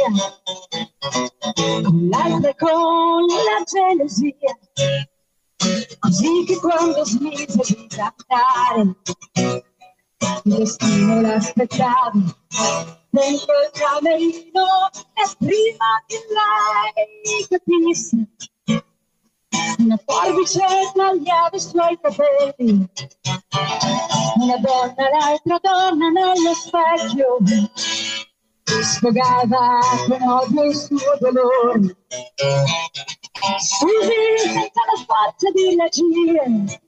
con l'altra, con la gelosia, così che quando smise di cantare il destino l'aspettava dentro il camerino, e prima che lei capisse una forbice tagliava i suoi capelli. Una donna, l'altra donna nello specchio sfogava con odio il suo dolore. Susi, senza la forza di reagire,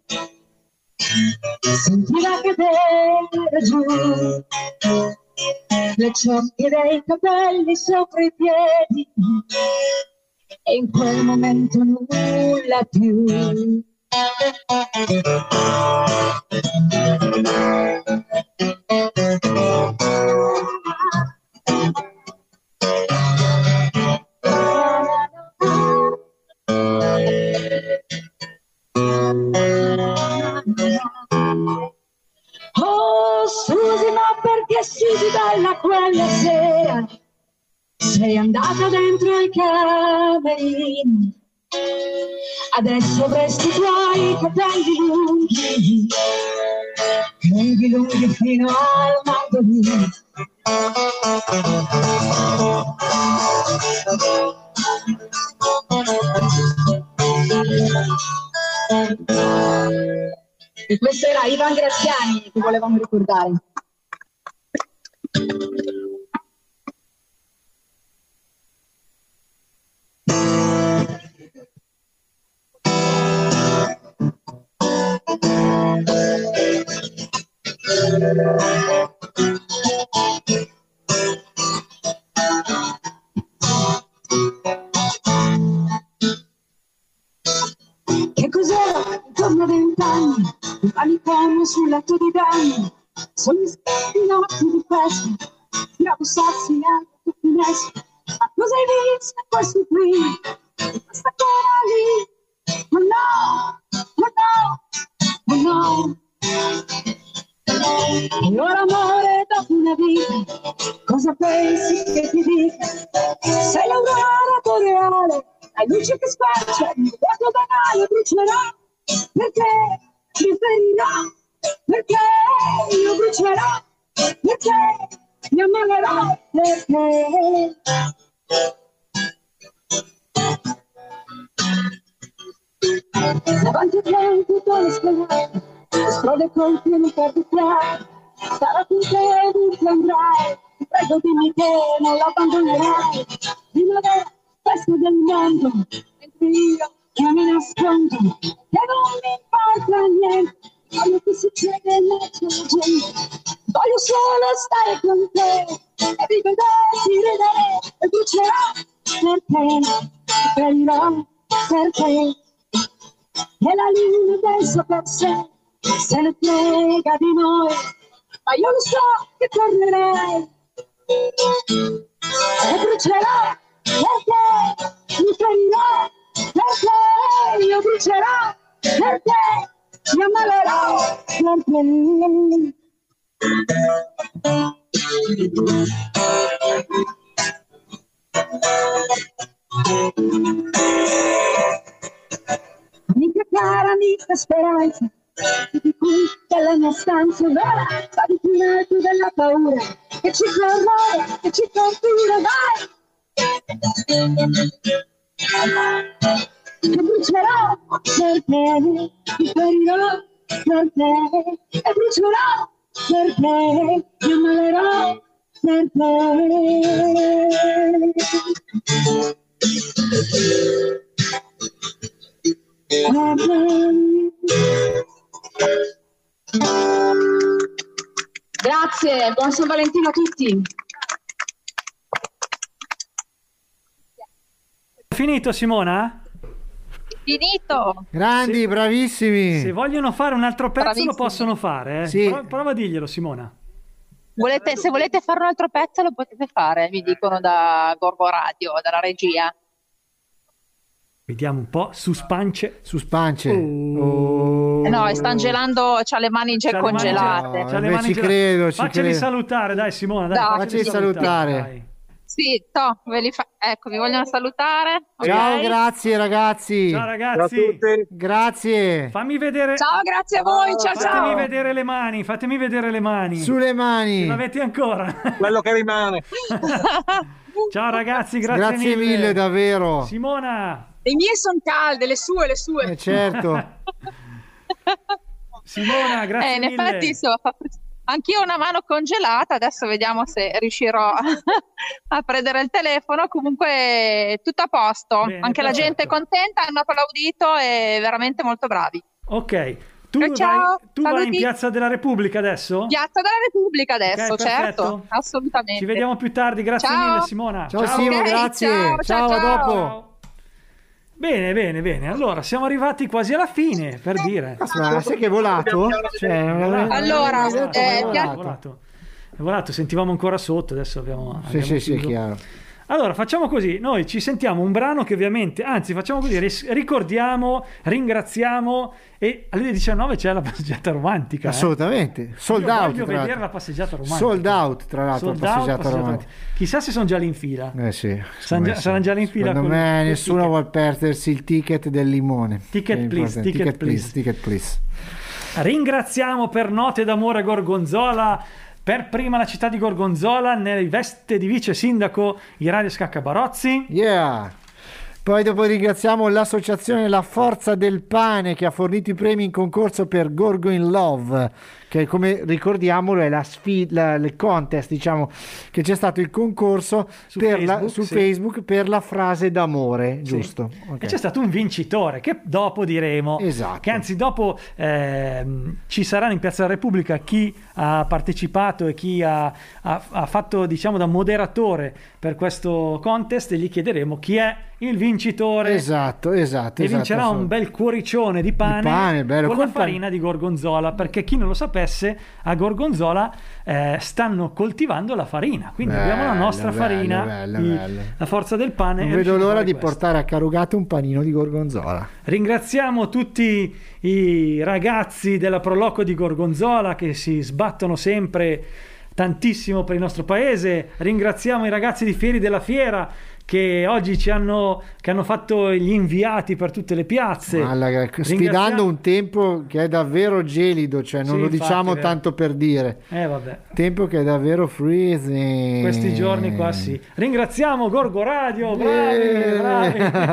sentiva cadere giù le ciocche dei capelli sopra i piedi, e in quel momento nulla più. Oh Susi, ma perché Susi bella quella sera sei andata dentro il camerino? Adesso avresti i tuoi capelli lunghi, lunghi, lunghi fino al mandolino. E questo era Ivan Graziani che volevamo ricordare. Che cos'era intorno a 20 anni, un manicomio sul letto di danni, sogni spenti notti di festa, tiravo sassi anche a finestre. Ma cosa hai visto questo qui, questa cosa lì? Ma no, ma no, ma no. E ora amore, dopo una vita, cosa pensi che ti dica? Sei l'aurora boreale, la luce che spaccia, il vuoto banale brucerà, perché mi ferirà, perché io brucerò, perché mi ammalerò, perché davanti a te tutto le spiegate, esplode con te, non perdi piano, sarò con te ovunque andrai, ti prego dimmi che non l'abbandonerai, di una vera festa del mondo, mentre io che mi nascondo, che non mi importa niente, voglio che succede nella tua gente, voglio solo stare con te, e rivederti, ridere, e brucerò per te, preferirò per te, e la luna pensa per sé, se ne frega di noi, ma io lo so che tornerai, e brucerò per te, mi ferirò per te, io brucerò per te, mi ammalerò per te. Amica cara, amica speranza, di qui della mia stanza vera, sta di più in alto della paura, che ci corroe, che ci tortura, vai! Che brucerò per te, mi ferirò per te, e brucerò per te, mi ammalerò per Grazie, buon San Valentino a tutti. Finito, Simona? Finito. Grandi, bravissimi. Se vogliono fare un altro pezzo Bravissimi. lo possono fare. Sì. Prova a dirglielo, Simona. Se volete fare un altro pezzo lo potete fare, mi dicono da Gorgo Radio, dalla regia. Vediamo un po'. Suspance. No, sta gelando, c'ha le mani già congelate. C'ha le mani ci credo. Facceli salutare, dai Simona. Dai, Dai. Facci salutare. Dai. Sì, ecco, vi vogliono salutare. Ciao, ok? grazie ragazzi. Ciao ragazzi. Grazie. Fammi vedere. Ciao, grazie a voi. Ciao, Fatemi ciao. vedere le mani. Fatemi vedere le mani. Sulle mani. Ce l'avete ancora? Quello che rimane. Ciao ragazzi, grazie mille davvero. Simona. Le mie sono calde, le sue. Certo. Simona, grazie In mille. effetti, insomma, anch'io ho una mano congelata, adesso vediamo se riuscirò a prendere il telefono. Comunque tutto a posto, Bene, anche la gente è contenta, hanno applaudito e veramente molto bravi. Ok, tu Ciao, vai in saluti. Piazza della Repubblica adesso? Piazza della Repubblica adesso, Ok, certo, perfetto. assolutamente. Ci vediamo più tardi, grazie Ciao. mille Simona. Ciao Simo, Ok, grazie. Ciao, a dopo. Bene. Allora, siamo arrivati quasi alla fine, per dire. Ma sai che è volato? Allora, è volato, sentivamo ancora sotto, adesso abbiamo Sì, è chiuso. chiaro. Allora, facciamo così, noi ci sentiamo un brano che ovviamente, anzi facciamo così, ricordiamo, ringraziamo e alle 19 c'è la passeggiata romantica. Assolutamente, sold Io out. voglio tra vedere l'altro. la passeggiata romantica. Sold out, tra l'altro, Sold la out, passeggiata romantica. Chissà se sono già lì in fila. Sì. Saranno già lì in fila. Secondo con- me col nessuno ticket. vuol perdersi il ticket del limone. Ticket È please, importante. ticket please. Ringraziamo per Note d'amore Gorgonzola, per prima la città di Gorgonzola, nelle veste di vice sindaco Iradio Scaccabarozzi. Yeah. Poi dopo ringraziamo l'associazione La Forza del Pane che ha fornito i premi in concorso per Gorgo in Love, che come ricordiamolo è la sfida, il contest, diciamo, che c'è stato il concorso Su per Facebook, su sì. Facebook per la frase d'amore, Sì. giusto? Ok. E c'è stato un vincitore che dopo diremo, Esatto. che anzi dopo ci sarà in Piazza della Repubblica chi ha partecipato e chi ha fatto, diciamo, da moderatore per questo contest, e gli chiederemo chi è il vincitore. Esatto. E vincerà un bel cuoricione di pane, bello, con la col pane. farina di Gorgonzola, perché chi non lo sapesse, a Gorgonzola stanno coltivando la farina, quindi abbiamo la nostra farina, bello. la Forza del Pane. Non è vedo riuscita a l'ora fare di questo. portare a Carugato un panino di Gorgonzola. Ringraziamo tutti i ragazzi della Proloco di Gorgonzola che si sbattono sempre tantissimo per il nostro paese. Ringraziamo i ragazzi di Fieri della Fiera che oggi che hanno fatto gli inviati per tutte le piazze, sfidando un tempo che è davvero gelido, cioè non lo diciamo tanto per dire, vabbè. Tempo che è davvero freezing questi giorni qua, sì. Ringraziamo Gorgo Radio, bravi.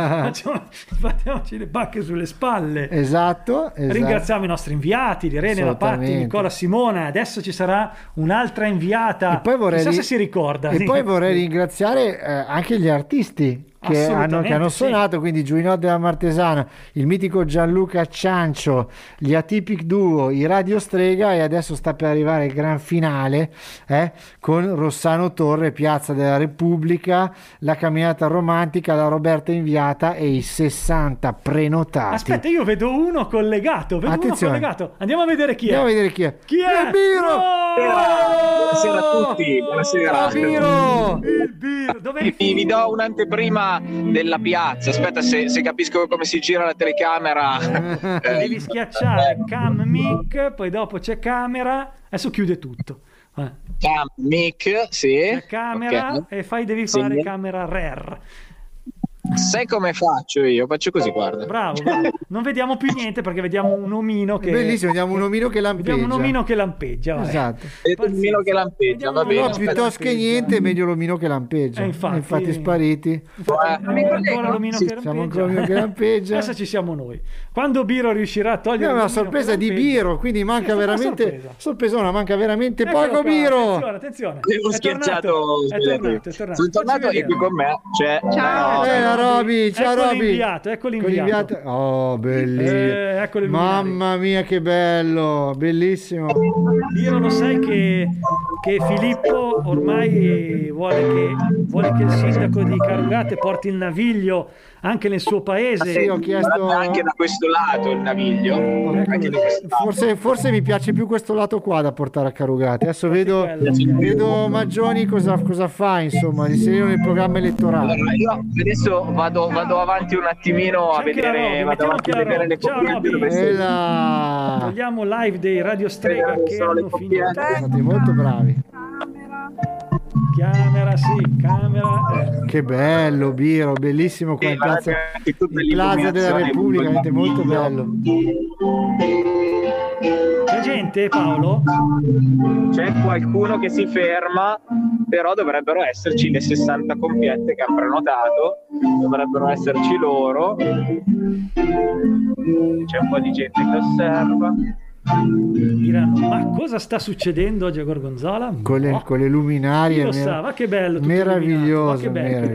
Facciamoci le bacche sulle spalle. Esatto. Ringraziamo i nostri inviati, Irene Lapatti, Nicola Simona. Adesso ci sarà un'altra inviata, e poi chissà se si ricorda. E poi vorrei ringraziare anche gli artisti che hanno suonato, quindi Giuinot della Martesana, il mitico Gianluca Ciancio, gli Atypic Duo, i Radio Strega, e adesso sta per arrivare il gran finale con Rossano Torre, Piazza della Repubblica, la camminata romantica, la Roberta inviata e i 60 prenotati. Aspetta, io vedo uno collegato. Andiamo a vedere chi è. Chi è? Biro! Buonasera a tutti, buonasera. Il Biro, dove vi do un'anteprima della piazza. Aspetta, se capisco come si gira la telecamera. Devi schiacciare cam mic, poi dopo c'è camera, adesso chiude tutto. Cam mic, sì. C'è camera, okay. E devi fare camera rare. Sai come faccio io? Faccio così, guarda. Bravo. Non vediamo più niente perché vediamo un omino che... Bellissimo, vediamo un omino che lampeggia. Esatto. Un omino che lampeggia, va bene. No, piuttosto che niente, meglio l'omino che lampeggia. Infatti spariti. Ancora l'omino che lampeggia. Adesso ci siamo noi. Quando Biro riuscirà a togliere... È una sorpresa di Biro, quindi manca veramente... Sorpresona, manca veramente poco Biro. Attenzione. Ho scherzato. Sono tornato e qui con me c'è... Ciao. Roby, ciao Roby. Ecco l'inviato. Oh, bellissimo. Mamma mia, che bello, bellissimo. Io lo sai che Filippo ormai vuole che il sindaco di Carugate porti il naviglio anche nel suo paese. Sì, ho chiesto anche da questo lato il naviglio. Forse mi piace più questo lato qua da portare a Carugate. Adesso vedo Maggioni cosa fa, insomma, inserire nel programma elettorale. Allora, io adesso vado avanti un attimino a vedere le coppie. Togliamo live dei Radio Strega che hanno finito. Siete molto bravi. Camera. Che bello, Biro, bellissimo qua in Piazza della Repubblica, veramente molto bello. C'è gente, Paolo? C'è qualcuno che si ferma, però dovrebbero esserci le 60 compiette che hanno prenotato, dovrebbero esserci loro. C'è un po' di gente che osserva. Diranno, ma cosa sta succedendo oggi a Gorgonzola? Con le luminarie. Lo sa, ma che bello, meraviglioso.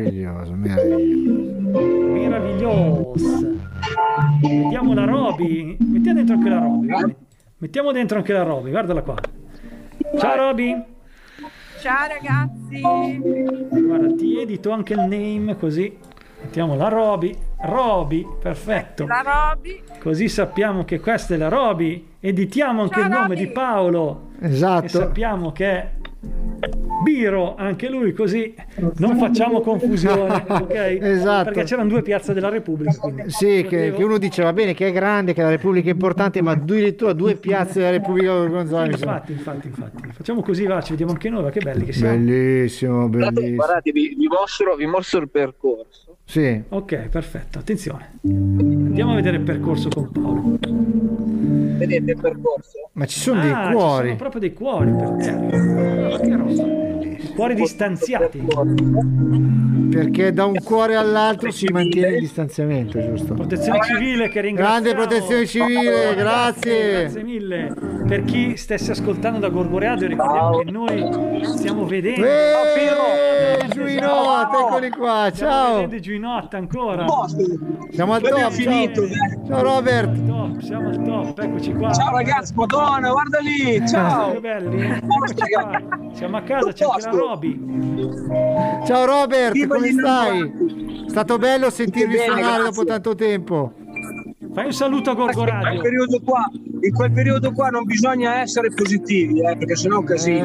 Vediamo la Roby. Mettiamo dentro anche la Roby. Mettiamo dentro anche la Roby, guardala qua. Ciao Roby. Ciao ragazzi. Guarda, ti edito anche il name così. Mettiamo la Roby, perfetto. La Roby. Così sappiamo che questa è la Roby. Editiamo anche il nome di Paolo. Esatto. E sappiamo che è Biro, anche lui, così non facciamo confusione, ok? Esatto. Perché c'erano due piazze della Repubblica. Sì, che uno dice va bene che è grande, che la Repubblica è importante, ma addirittura due piazze della Repubblica Gorgonzola. Infatti. Facciamo così, ci vediamo anche noi, ma che belli che siamo. Bellissimo. Guardate, vi mostro il percorso. Sì. Ok, perfetto, attenzione. Andiamo a vedere il percorso con Paolo. Vedete il percorso? Ma ci sono dei cuori. Ci sono proprio dei cuori per terra. Che roba. Cuori distanziati. Perché da un cuore all'altro si mantiene il distanziamento, giusto? Protezione civile che ringraziamo. Grande protezione civile, grazie. Grazie mille. Per chi stesse ascoltando da Gorgo Radio, ricordiamo che noi stiamo vedendo Giuinot, eccoli qua, ciao. Vedendo Giuinot ancora. Siamo al top, ciao Robert. Siamo al top, eccoci qua. Ciao ragazzi, Madonna, guarda lì, ciao. Che belli. Eccoci qua. Siamo a casa, c'è anche la Roby. Ciao Robert, come stai? È stato bello sentirvi suonare dopo tanto tempo. Fai un saluto a Gorgo Radio. In quel periodo qua non bisogna essere positivi, perché sennò è un casino.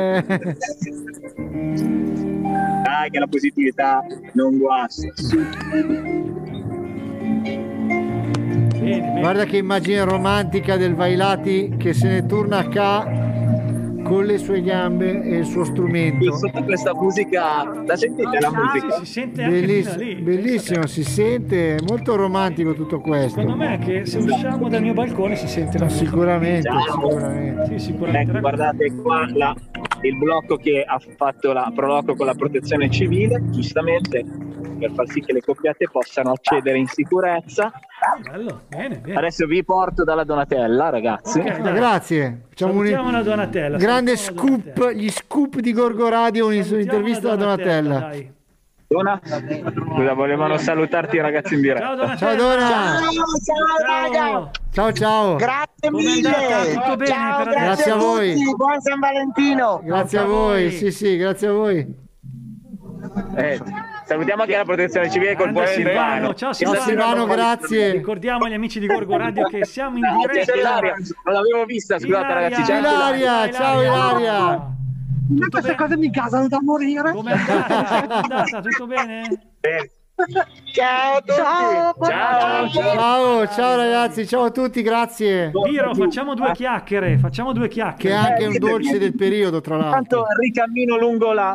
Dai, che la positività non guasta. Bene. Guarda che immagine romantica del Vailati che se ne torna a ca con le sue gambe e il suo strumento. Sotto questa musica, la sentite la musica? Si sente anche fino a lì. Bellissimo, si sente, molto romantico tutto questo. Secondo me che se usciamo dal mio balcone si sente la musica. Sicuramente, Ciao. sicuramente. Sì, sicuramente. Ecco, guardate qua il blocco che ha fatto la Proloco con la protezione civile, giustamente, per far sì che le coppiette possano accedere in sicurezza. Bello, bene. Adesso vi porto dalla Donatella, ragazzi. Ok, dai. Grazie. Salutiamo la Donatella. Grande salutiamo la scoop, Donatella. gli scoop di Gorgo Radio, un'intervista alla Donatella. Dai. Dona, scusa, volevano salutarti i ragazzi in diretta. Ciao Donatella. Ciao Dona. Ciao raga. Ciao. Grazie Com'è mille. andata? Tutto bene Ciao, per adesso? Grazie a voi. tutti. Buon San Valentino. Grazie a voi. Sì, grazie a voi. Salutiamo anche la protezione civile col buon Silvano. Ciao Silvano, grazie. Ricordiamo agli amici di Gorgo Radio che siamo in diretta. Ilaria, non l'avevo vista, scusate ragazzi. C'è anche Ilaria, ciao Ilaria. Queste cose mi casano da morire. Com'è andata? Tutto bene? Ciao a tutti. Ciao ragazzi, ciao a tutti, grazie. Piro, facciamo due chiacchiere. Che è anche un dolce del periodo, tra l'altro. Tanto ricammino lungo la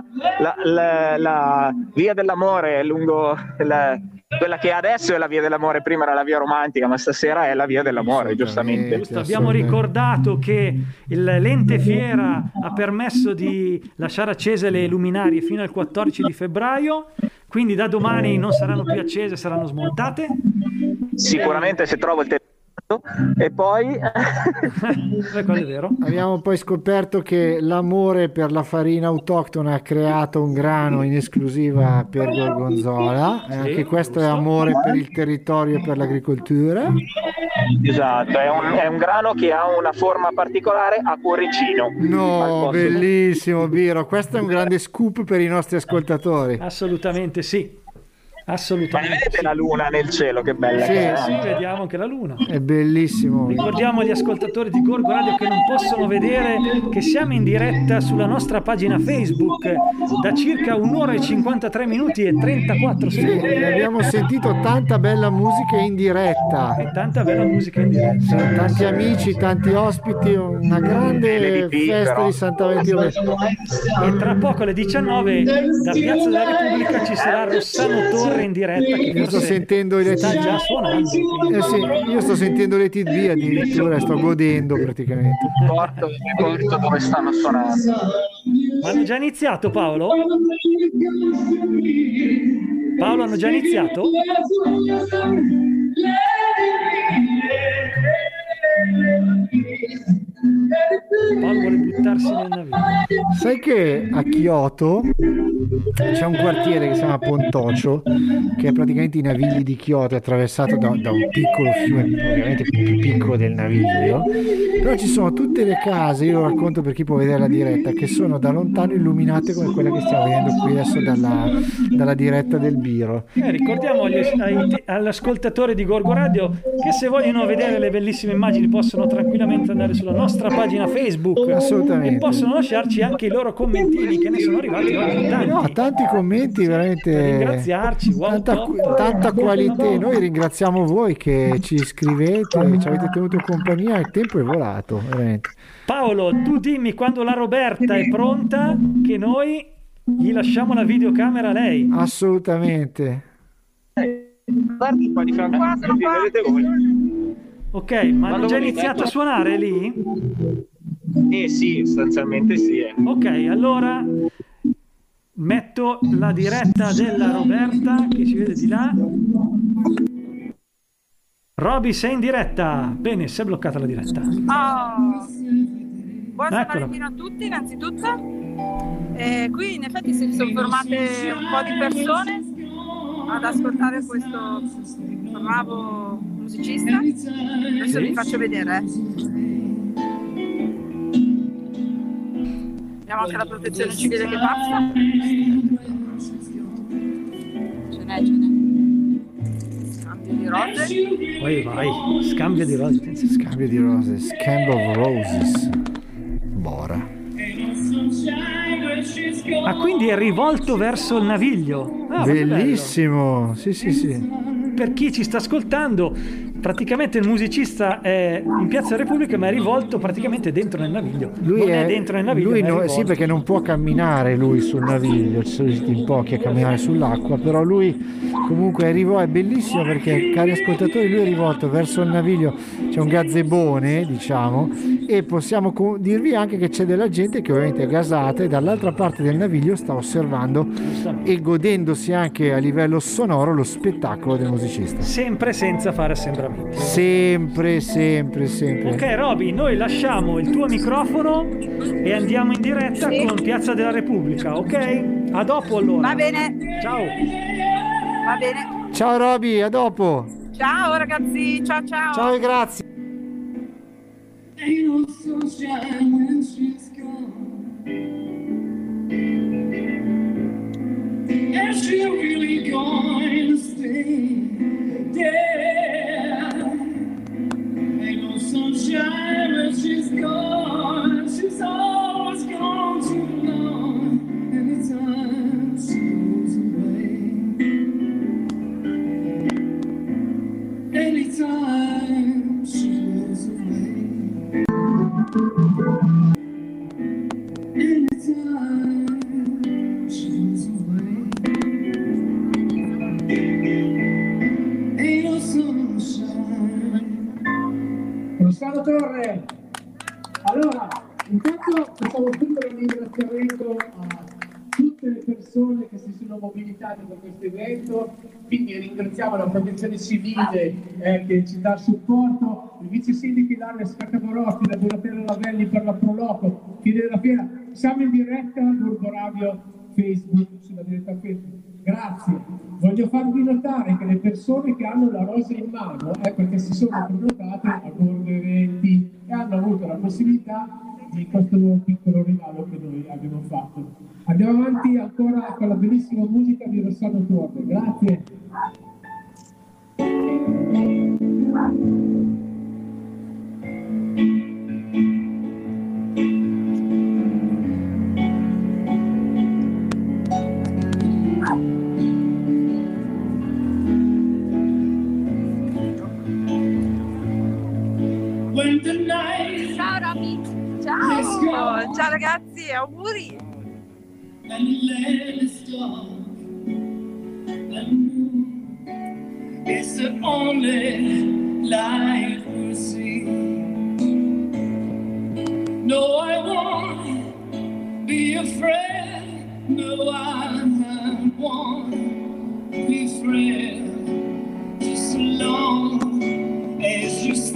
via dell'amore, lungo quella che adesso è la via dell'amore, prima era la via romantica, ma stasera è la via dell'amore, giustamente. Giusto, abbiamo ricordato che l'ente fiera ha permesso di lasciare accese le luminarie fino al 14 di febbraio, quindi da domani non saranno più accese, saranno smontate. Sicuramente se trovo il telefono. E poi quello è vero. Abbiamo poi scoperto che l'amore per la farina autoctona ha creato un grano in esclusiva per Gorgonzola, e anche questo è amore per il territorio e per l'agricoltura. Esatto, è un grano che ha una forma particolare a cuoricino. No, bellissimo Biro, questo è un grande scoop per i nostri ascoltatori. Assolutamente sì. Assolutamente. Ma vedete la luna nel cielo, che bella che è. Sì, vediamo anche la luna. È bellissimo. Ricordiamo agli ascoltatori di Gorgo Radio che non possono vedere che siamo in diretta sulla nostra pagina Facebook da circa 1 ora e 53 minuti e 34 secondi. Abbiamo sentito tanta bella musica in diretta. E tanta bella musica in diretta. Sì, tanti amici, tanti ospiti, una grande festa di Santa Valentina. E tra poco alle 19 da Piazza della Repubblica ci sarà Rossano Torre in diretta. Che io sto sentendo le sta già suonando. sì, io sto sentendo le TB addirittura, sto godendo praticamente. Porto dove stanno suonando. Ma hanno già iniziato, Paolo? Paolo, hanno già iniziato? Paolo vuole buttarsi nel naviglio. Sai che a Kyoto c'è un quartiere che si chiama Pontoccio, che è praticamente i Navigli di Kyoto, è attraversato da un piccolo fiume, ovviamente più piccolo del Naviglio, però ci sono tutte le case, io lo racconto per chi può vedere la diretta, che sono da lontano illuminate come quella che stiamo vedendo qui adesso dalla diretta del Biro. Ricordiamo all'ascoltatore di Gorgo Radio che se vogliono vedere le bellissime immagini possono tranquillamente andare sulla nostra pagina Facebook. Assolutamente. E possono lasciarci anche i loro commentini, che ne sono arrivati oggi tanti. No, tanti commenti veramente per ringraziarci, wow, tanta qualità. Noi ringraziamo voi che ci scrivete, ci avete tenuto compagnia, il tempo è volato veramente. Paolo, tu dimmi quando la Roberta è pronta che noi gli lasciamo la videocamera a lei. Assolutamente. Guardi qua di fianco, vedete voi. Ok, ma hanno già iniziato a suonare lì? Sì, sostanzialmente sì. Ok, allora metto la diretta della Roberta che ci vede di là. Roby, sei in diretta? Bene, si è bloccata la diretta. Buon San Valentino a tutti, innanzitutto. Qui in effetti si sono formate un po' di persone ad ascoltare questo bravo musicista. Adesso vi faccio vedere. Abbiamo anche la protezione civile che passa. Ce n'è. Scambio di rose. Vai, scambio di rose. Scambio di rose, scamp of roses. Bora. Ah, quindi è rivolto verso il naviglio. Bellissimo, sì. Per chi ci sta ascoltando, praticamente il musicista è in Piazza Repubblica, ma è rivolto praticamente dentro nel Naviglio. Lui non è dentro nel Naviglio, ma è sì, perché non può camminare lui sul Naviglio, ci sono in pochi a camminare sull'acqua, però lui comunque è bellissimo perché, cari ascoltatori, lui è rivolto verso il Naviglio, c'è un gazebone, diciamo, e possiamo dirvi anche che c'è della gente che ovviamente è gasata e dall'altra parte del Naviglio sta osservando e godendosi anche a livello sonoro lo spettacolo del musicista. Sempre senza fare assembramenti. Sempre. Ok, Roby, noi lasciamo il tuo microfono e andiamo in diretta con Piazza della Repubblica, ok? A dopo allora. Va bene. Ciao. Va bene. Ciao Roby, a dopo. Ciao ragazzi, ciao. Ciao e grazie. Ain't no sunshine when she's gone. Is she really going to stay there? Ain't no sunshine when she's gone. She's always gone too long. Anytime she goes away. Anytime she goes away. Anytime she goes away. Ain't no sunshine. Rossano Torre, allora intanto facciamo un piccolo ringraziamento a tutte le persone che si sono mobilitate per questo evento, quindi ringraziamo la protezione civile che ci dà il supporto, il vice sindaco Ilaria Scaccavorotti, la Donatella Lavelli per la Proloco, chi della fiera. Siamo in diretta Gorgo Radio Facebook, sulla diretta Facebook. Grazie. Voglio farvi notare che le persone che hanno la rosa in mano è perché si sono prenotate a Gorgo Eventi e hanno avuto la possibilità di questo piccolo regalo che noi abbiamo fatto. Andiamo avanti ancora con la bellissima musica di Rossano Torre. Grazie. Ciao Roby. Ciao ragazzi, auguri. And the land is dark, the moon is the only light we'll see. No, I won't be afraid. No, I won't be afraid. Just as long as you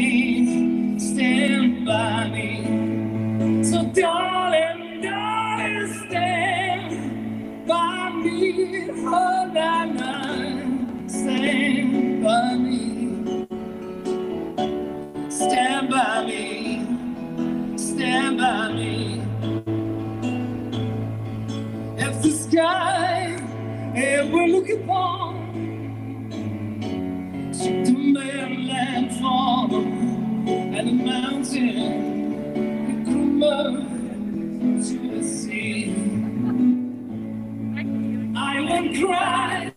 stand by me. So darling, stand by me, oh na na, stand by me, stand by me, stand by me. If the sky ever look upon the mainland fall and the mountain crumble to the sea. I won't cry,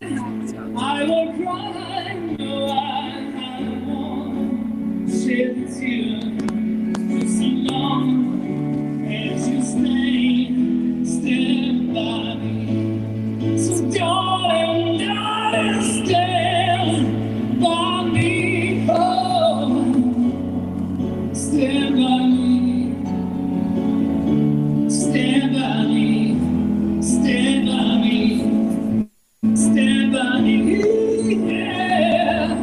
no, I won't shed a tear. Just as long as you stand by me. So darling, stand by me, oh, stand by me, stand by me, stand by me, stand by me, yeah.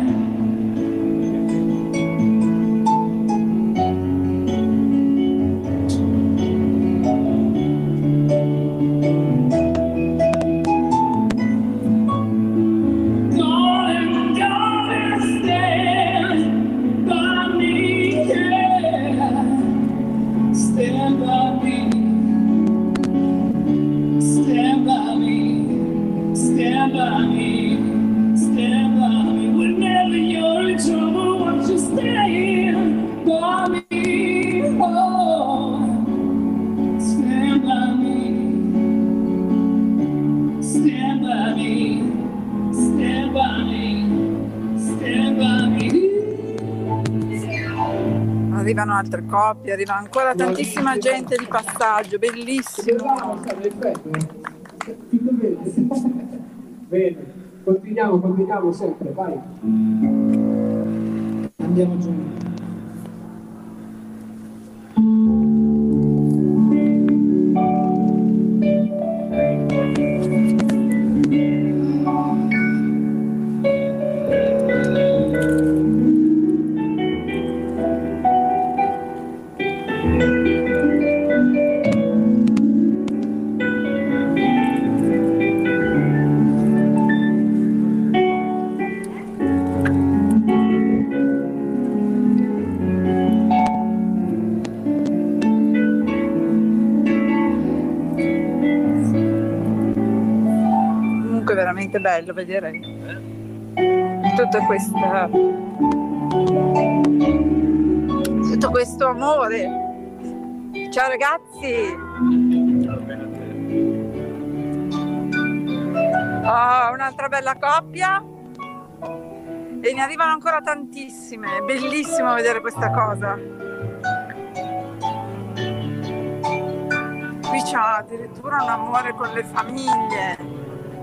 Stand by me, stand by me. arrivano altre coppie, arriva ancora tantissima gente di passaggio, bellissimo. Bene, continuiamo sempre, vai. Andiamo giù. Veramente bello vedere tutto questo amore. Ciao ragazzi, un'altra bella coppia e ne arrivano ancora tantissime. È bellissimo vedere questa cosa. Qui c'è addirittura un amore con le famiglie.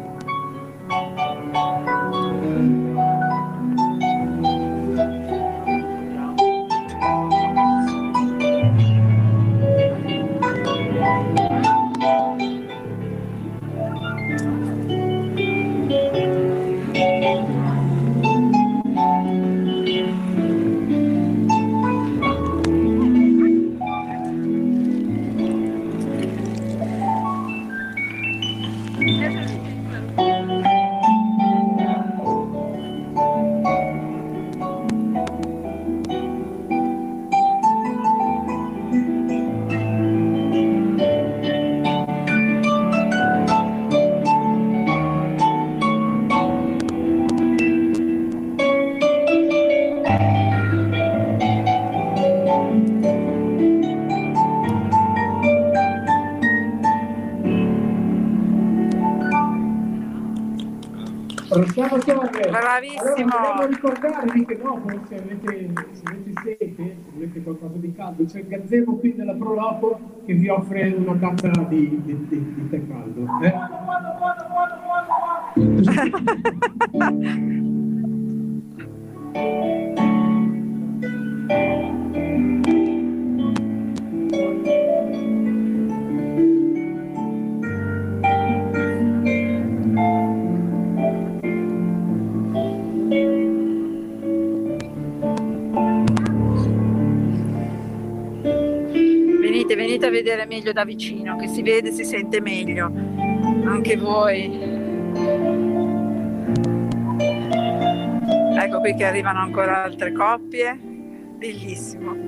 Bravissimo. Allora, volevo ricordarvi che dopo, se avete sete, se volete qualcosa di caldo, c'è il gazebo qui della Proloco che vi offre una tazza di tè caldo. Venite a vedere meglio da vicino, che si vede, si sente meglio. Anche voi. Ecco qui che arrivano ancora altre coppie. Bellissimo.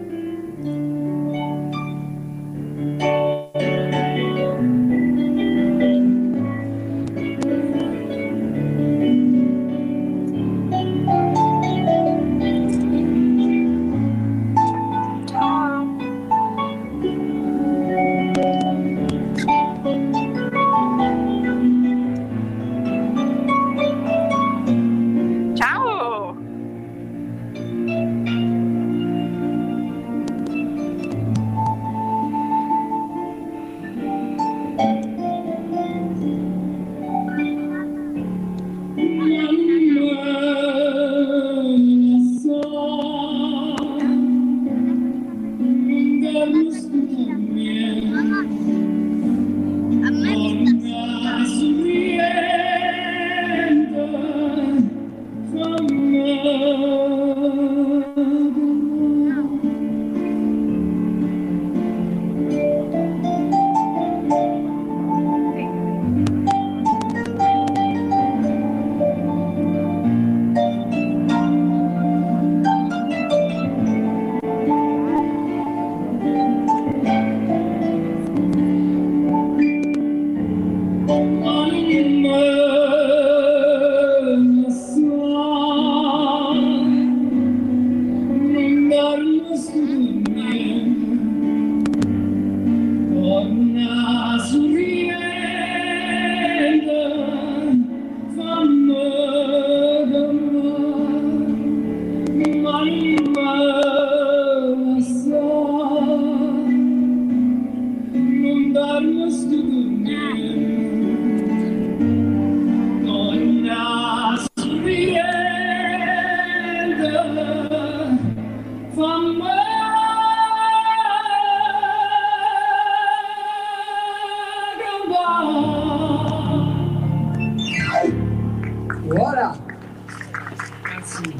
Voilà. Merci.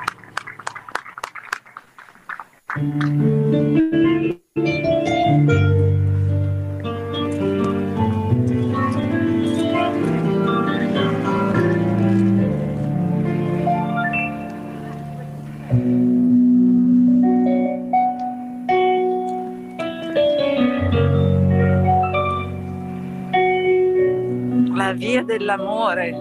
La via dell'amore.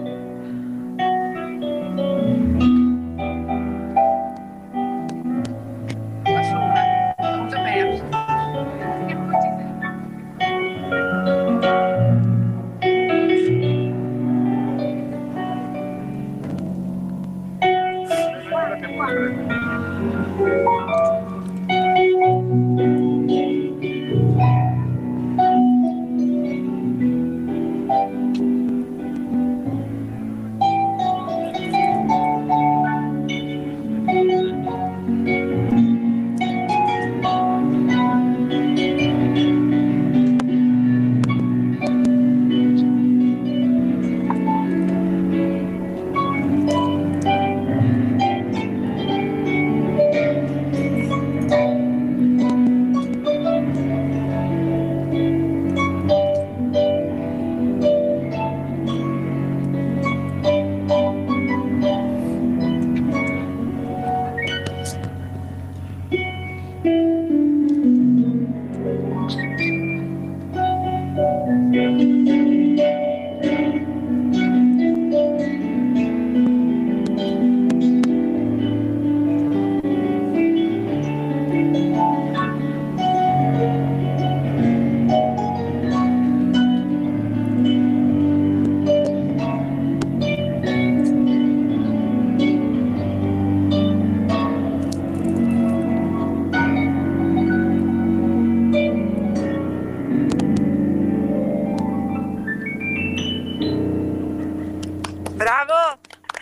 Bravo!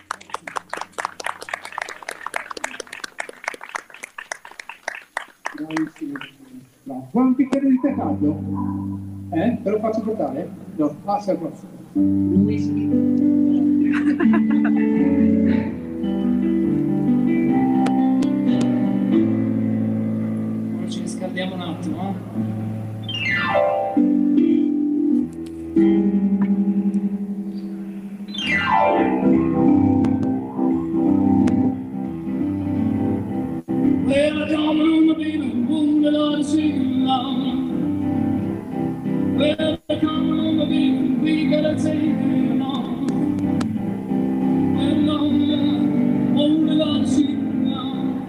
Bravissimo. Bravo. Vuoi un bicchiere di tè caldo? Te lo faccio portare? No, passa qua. Un whisky. Ora ci riscaldiamo un attimo, Well, come on, baby, won't the Lord sing along? Well, come on, baby, we gotta take it on. Well, won't the Lord sing along?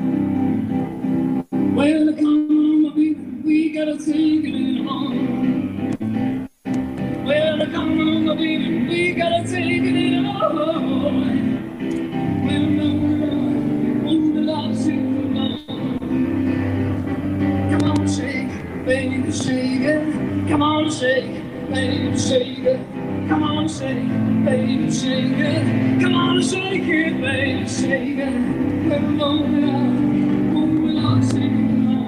Well, come on, baby, we gotta take it on. Well, come on, baby, we gotta take it on. Well, won't the Lord sing along? Baby, shake it. Come on, shake it. Baby, shake it. Come on, shake it. Baby, shake it. Come on, shake it. Baby, shake it. Come on, shake it.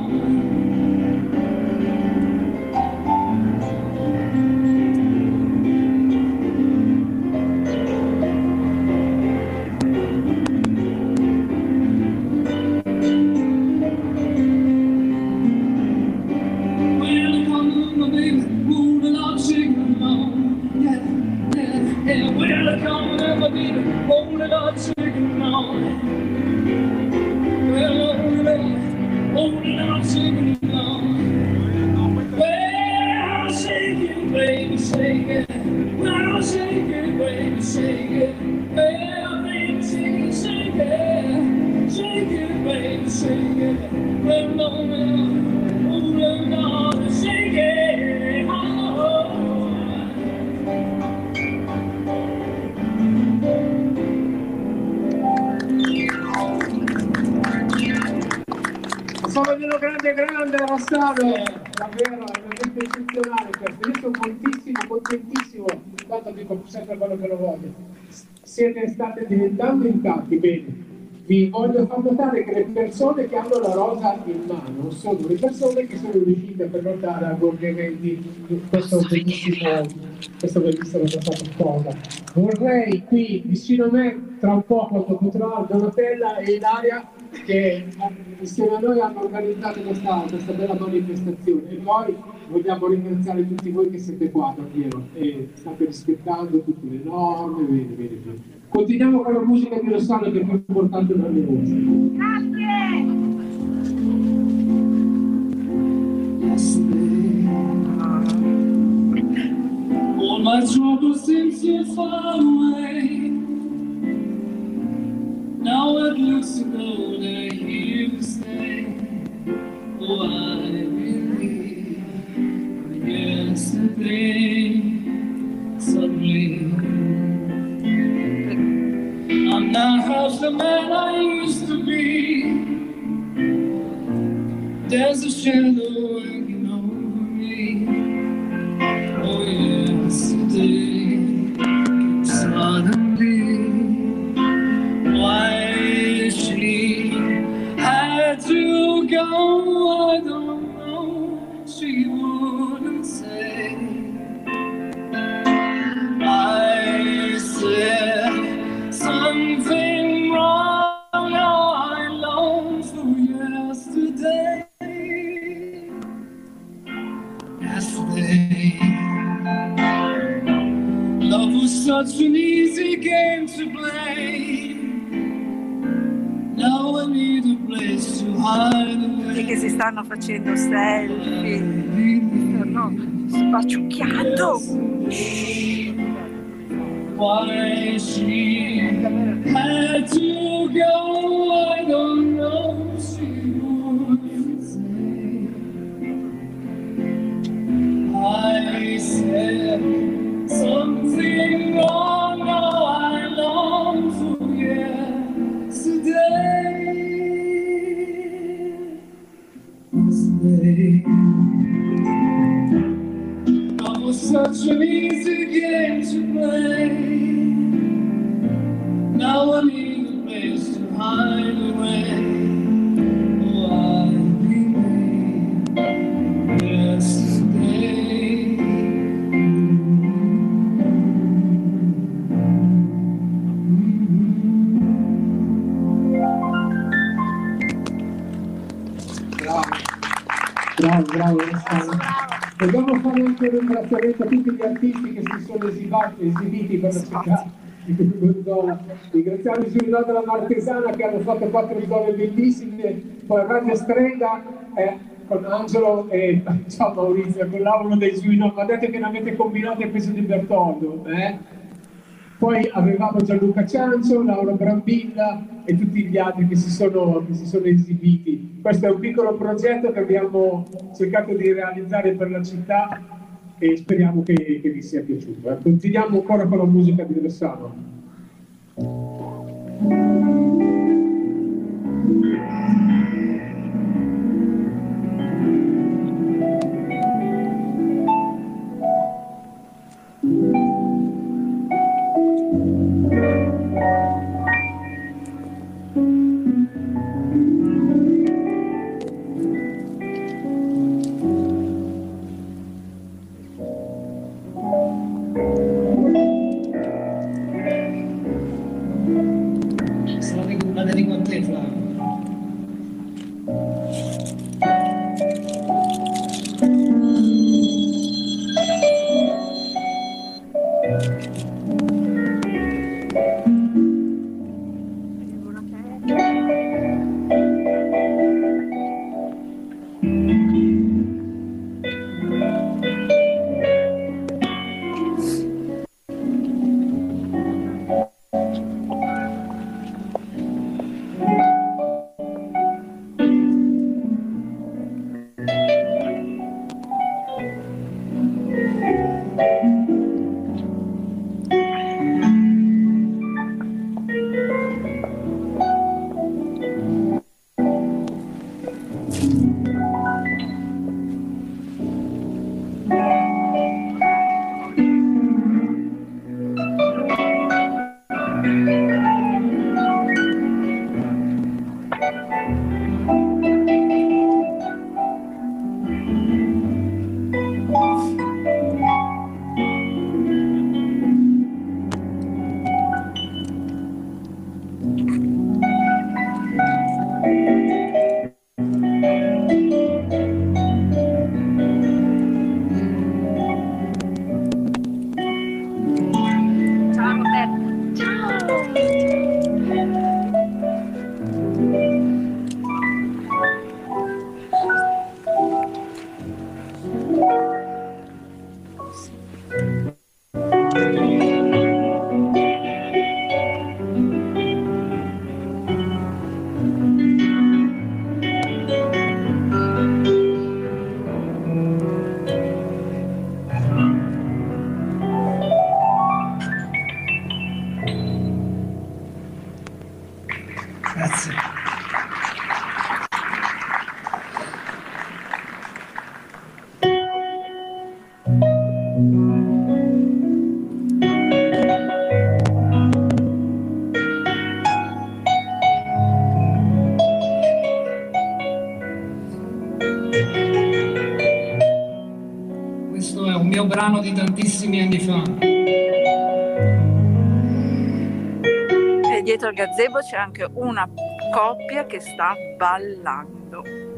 Grande Rossano, davvero è veramente eccezionale questo. Io sono contentissimo, tanto dico sempre quello che lo voglio. Siete state diventando in tanti, bene. vi voglio far notare che le persone che hanno la rosa in mano sono le persone che sono riuscite a prenotare a Gorghi Eventi questa bellissima cosa. Vorrei qui vicino a me, tra un po' quando potrà, Donatella e Ilaria, che insieme a noi hanno organizzato questa bella manifestazione, e poi vogliamo ringraziare tutti voi che siete qua davvero e state rispettando tutte le norme. Bene. Continuiamo con la musica di Rossano, che è più importante per le voci. All my troubles seem so far away. Now it looks as though they're here to stay. Oh, I believe yesterday. Suddenly, I'm not half the man I used to be. There's a shadow hanging over me. Oh, yesterday, suddenly, why she had to go, I don't know. She wouldn't say. I said something wrong, I long for yesterday. Yesterday, love was such an easy game to play. Now I need a place to hide away. Che si stanno facendo selfie, stanno sbaciucchiando. Why she had to go, I don't know. She wouldn't say. I said something wrong, now I long for yesterday. Love was such an easy game to play. Now I need a place to hide away. Oh, I remain yesterday. Bravo. Vogliamo fare anche un ringraziamento a tutti gli artisti che si sono esibiti per la città di Gorgonzola. Ringraziamo i Giuliano della Martesana che hanno fatto 4 zone bellissime, poi Radio Strega con Angelo e ciao Maurizio, con l'avolo dei Giuliano, ma detto che ne avete combinato il peso di Bertoldo. Poi avevamo Gianluca Ciancio, Laura Brambilla e tutti gli altri che si sono esibiti. Questo è un piccolo progetto che abbiamo cercato di realizzare per la città e speriamo che vi sia piaciuto. Continuiamo ancora con la musica di Rossano. Grazie. Questo è un mio brano di tantissimi anni fa. E dietro il gazebo c'è anche una coppia che sta ballando.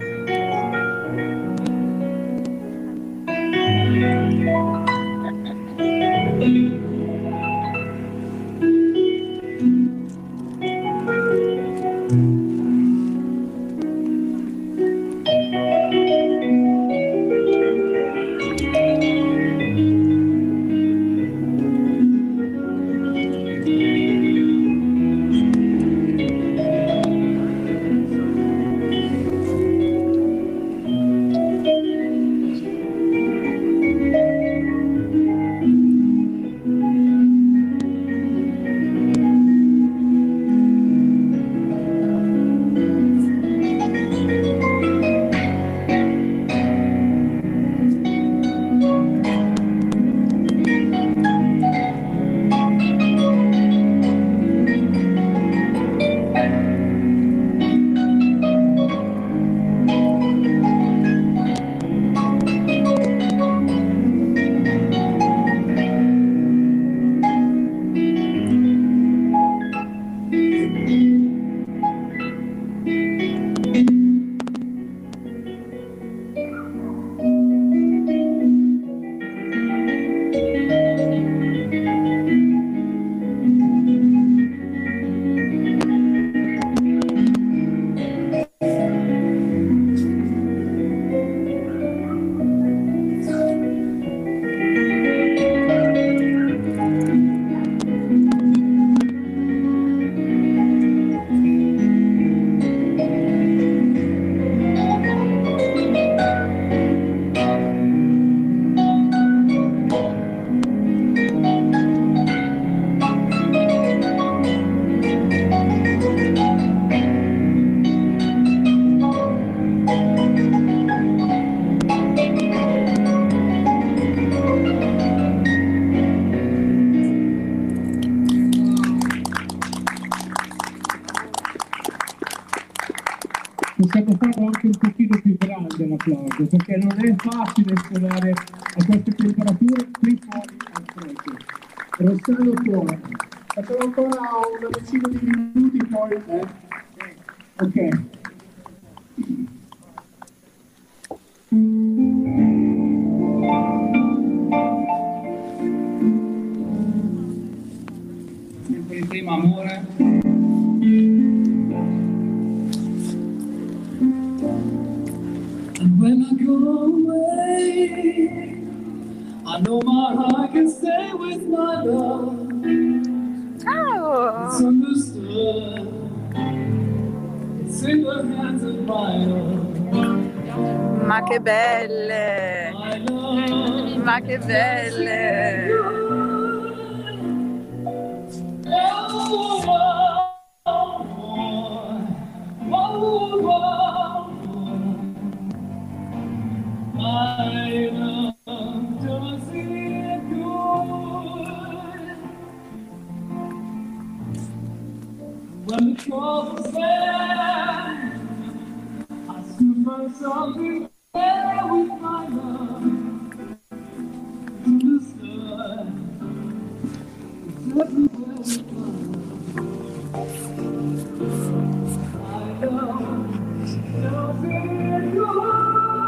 Possiamo farlo anche un pochino più grande l'applauso, perché non è facile suonare a queste temperature qui fuori al freddo. Rossano fuori. Facciamo ancora una decina di minuti, poi... Ok. Sempre il tema amore. And when I go away, I know my heart can stay with my love. It's understood. It's in the hands of my love. Ma che belle! Ma che belle! My love does it good. When the trouble's there, I still find something there with my love. In the sun, it's everywhere we go. My love does it good.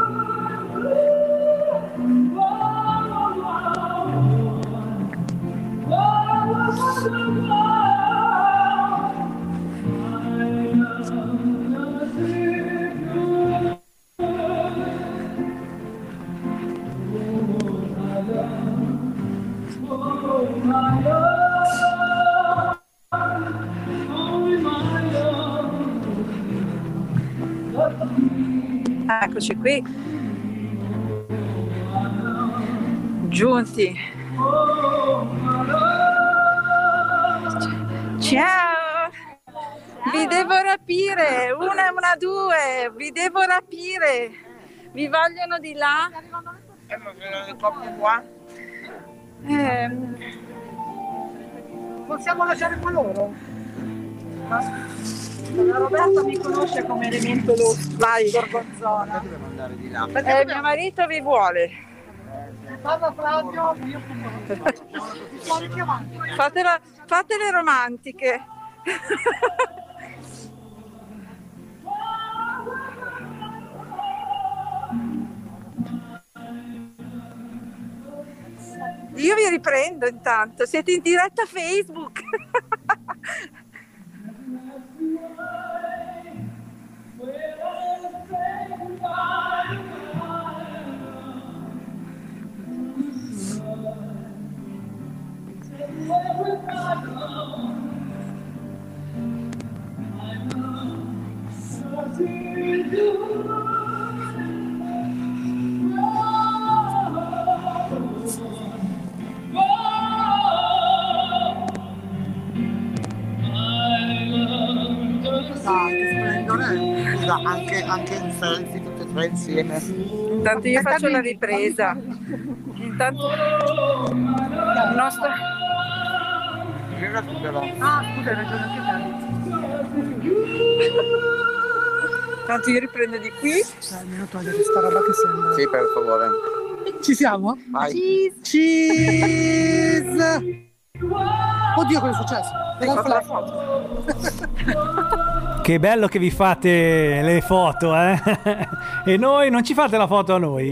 Eccoci qui, giunti. Ciao! Vi devo rapire, una, due, vi devo rapire. Vi vogliono di là? Ma vedono le coppie qua? Possiamo lasciare qua loro? La Roberta mi conosce come elemento Vai. gorgonzola. Dobbiamo andare di là. Mio marito vi vuole. Vado Claudio, io Fatele romantiche. Io vi riprendo intanto, siete in diretta Facebook. Anche in selfie tutte e tre insieme. Intanto io faccio la ripresa. Intanto il nostro... Ah, scusa, hai ragione anche Tanto io riprendo di qui. almeno togliere sta roba che sembra. Sì, per favore. Ci siamo? Vai. Cheese! Oddio, cosa è successo? La foto. Che bello che vi fate le foto, eh? E noi non ci fate la foto a noi?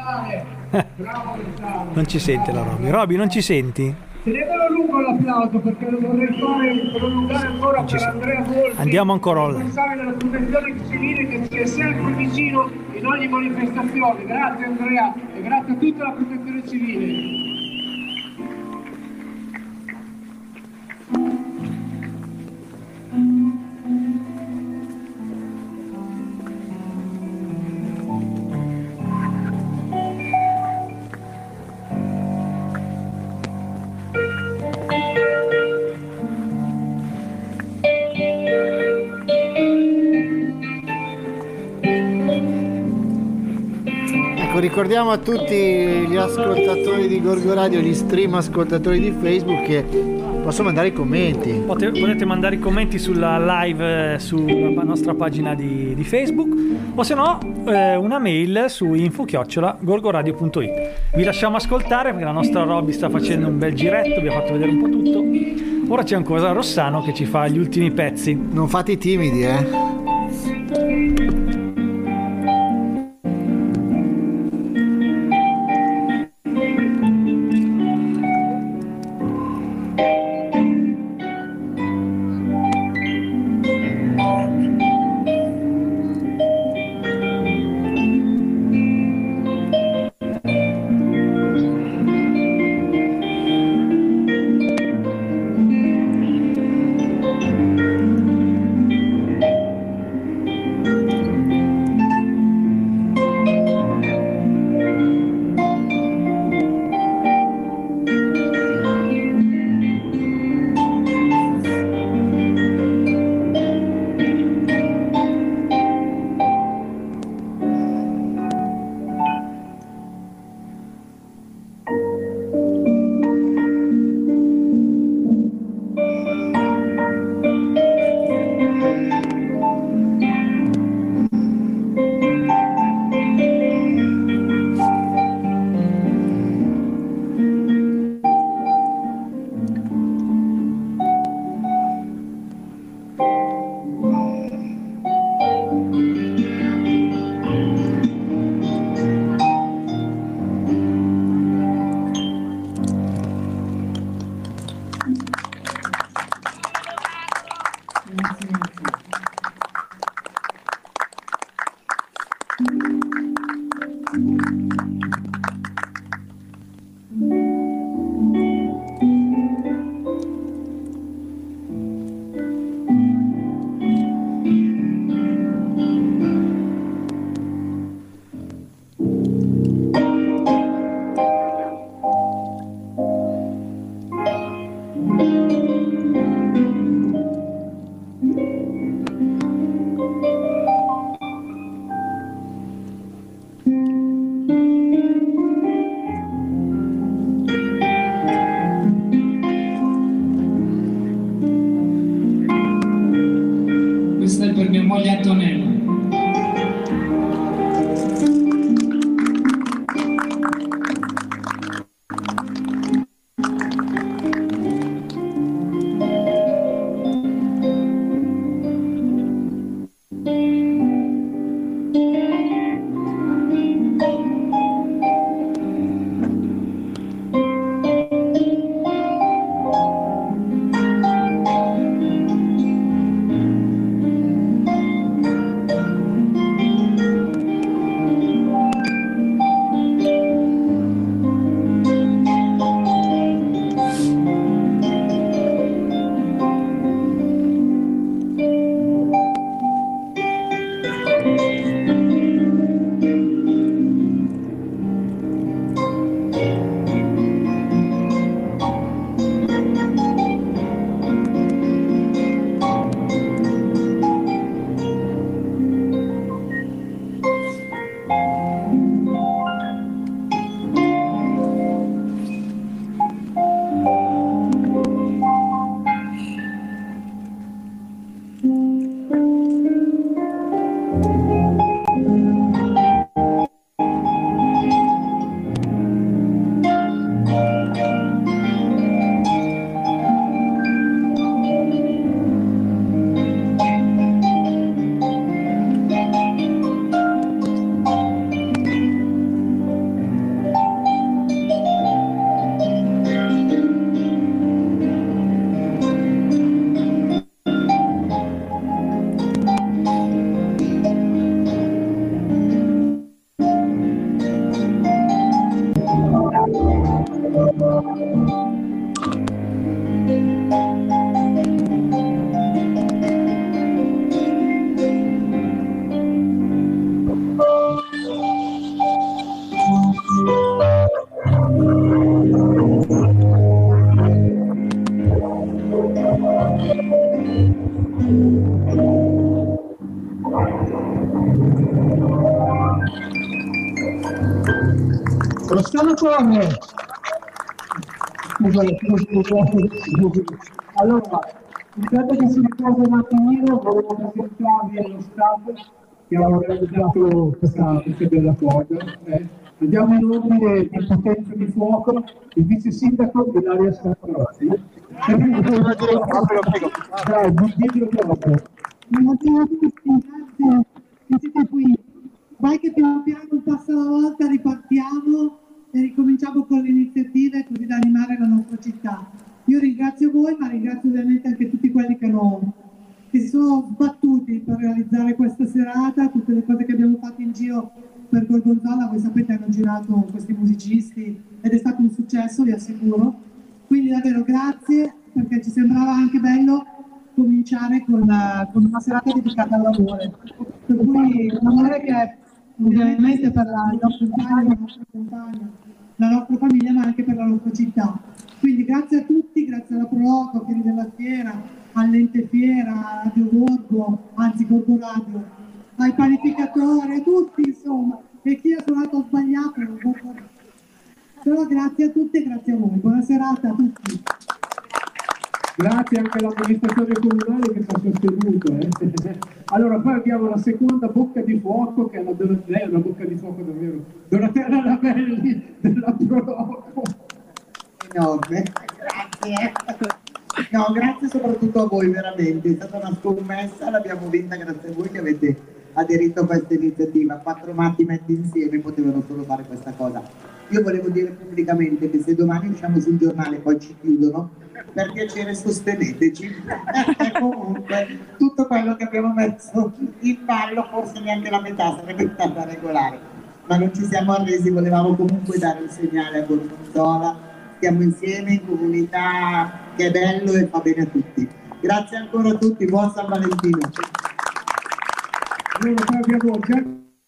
Non ci sente la Roby. Roby, non ci senti? Tenetelo lungo l'applauso perché lo vorrei fare prolungare ancora per Andrea Volpi. Andiamo ancora online. Responsabile della protezione civile che ci è sempre vicino in ogni manifestazione. Grazie Andrea e grazie a tutta la protezione civile. Ricordiamo a tutti gli ascoltatori di Gorgo Radio, gli stream ascoltatori di Facebook che possono mandare i commenti. Potete mandare i commenti sulla live sulla nostra pagina di Facebook o se no una mail su info@gorgoradio.it. Vi lasciamo ascoltare perché la nostra Robby sta facendo un bel giretto, vi ha fatto vedere un po' tutto. Ora c'è ancora Rossano che ci fa gli ultimi pezzi. Non fate i timidi, po' di Antonello. Cristiano Corre. Allora, intanto che si riposa un attimino, volevo presentarvi allo staff che ha organizzato questa bella cosa. Andiamo in ordine di potenza di fuoco, il vice sindaco dell'area Saccarozzi. Prego. Buonasera a tutti, grazie che siete qui. Vai che piano piano, un passo alla volta, ripartiamo e ricominciamo con le iniziative così da animare la nostra città. Io ringrazio voi, ma ringrazio ovviamente anche tutti quelli che si sono sbattuti per realizzare questa serata, tutte le cose che abbiamo fatto in giro per Gorgonzola. Voi sapete, hanno girato questi musicisti ed è stato un successo, vi assicuro. Quindi davvero grazie, perché ci sembrava anche bello cominciare con una serata dedicata al lavoro. Per cui un amore che ovviamente per i nostri compagni, la nostra compagna, la nostra famiglia, ma anche per la nostra città. Quindi grazie a tutti, grazie alla Proloco, a Fieri della Fiera, all'Ente Fiera, a Radio Gorgo, anzi Gorgo Radio, ai panificatori, a tutti insomma, e chi ha suonato sbagliato, però grazie a tutti e grazie a voi. Buona serata a tutti. Grazie anche all'amministrazione comunale che ci ha sostenuto. Allora poi abbiamo la seconda bocca di fuoco, che è lei è una bocca di fuoco davvero, Donatella Lavelli della Proloco. Enorme, grazie. No, grazie soprattutto a voi veramente, è stata una scommessa, l'abbiamo vinta grazie a voi che avete aderito a questa iniziativa. 4 matti messi insieme potevano solo fare questa cosa. Io volevo dire pubblicamente che se domani usciamo sul giornale e poi ci chiudono, per piacere sosteneteci. Comunque tutto quello che abbiamo messo in ballo forse neanche la metà sarebbe stata regolare, ma non ci siamo arresi, volevamo comunque dare un segnale a Gorgonzola, stiamo insieme in comunità, che è bello e fa bene a tutti. Grazie ancora a tutti, buon San Valentino. Allora poi abbiamo già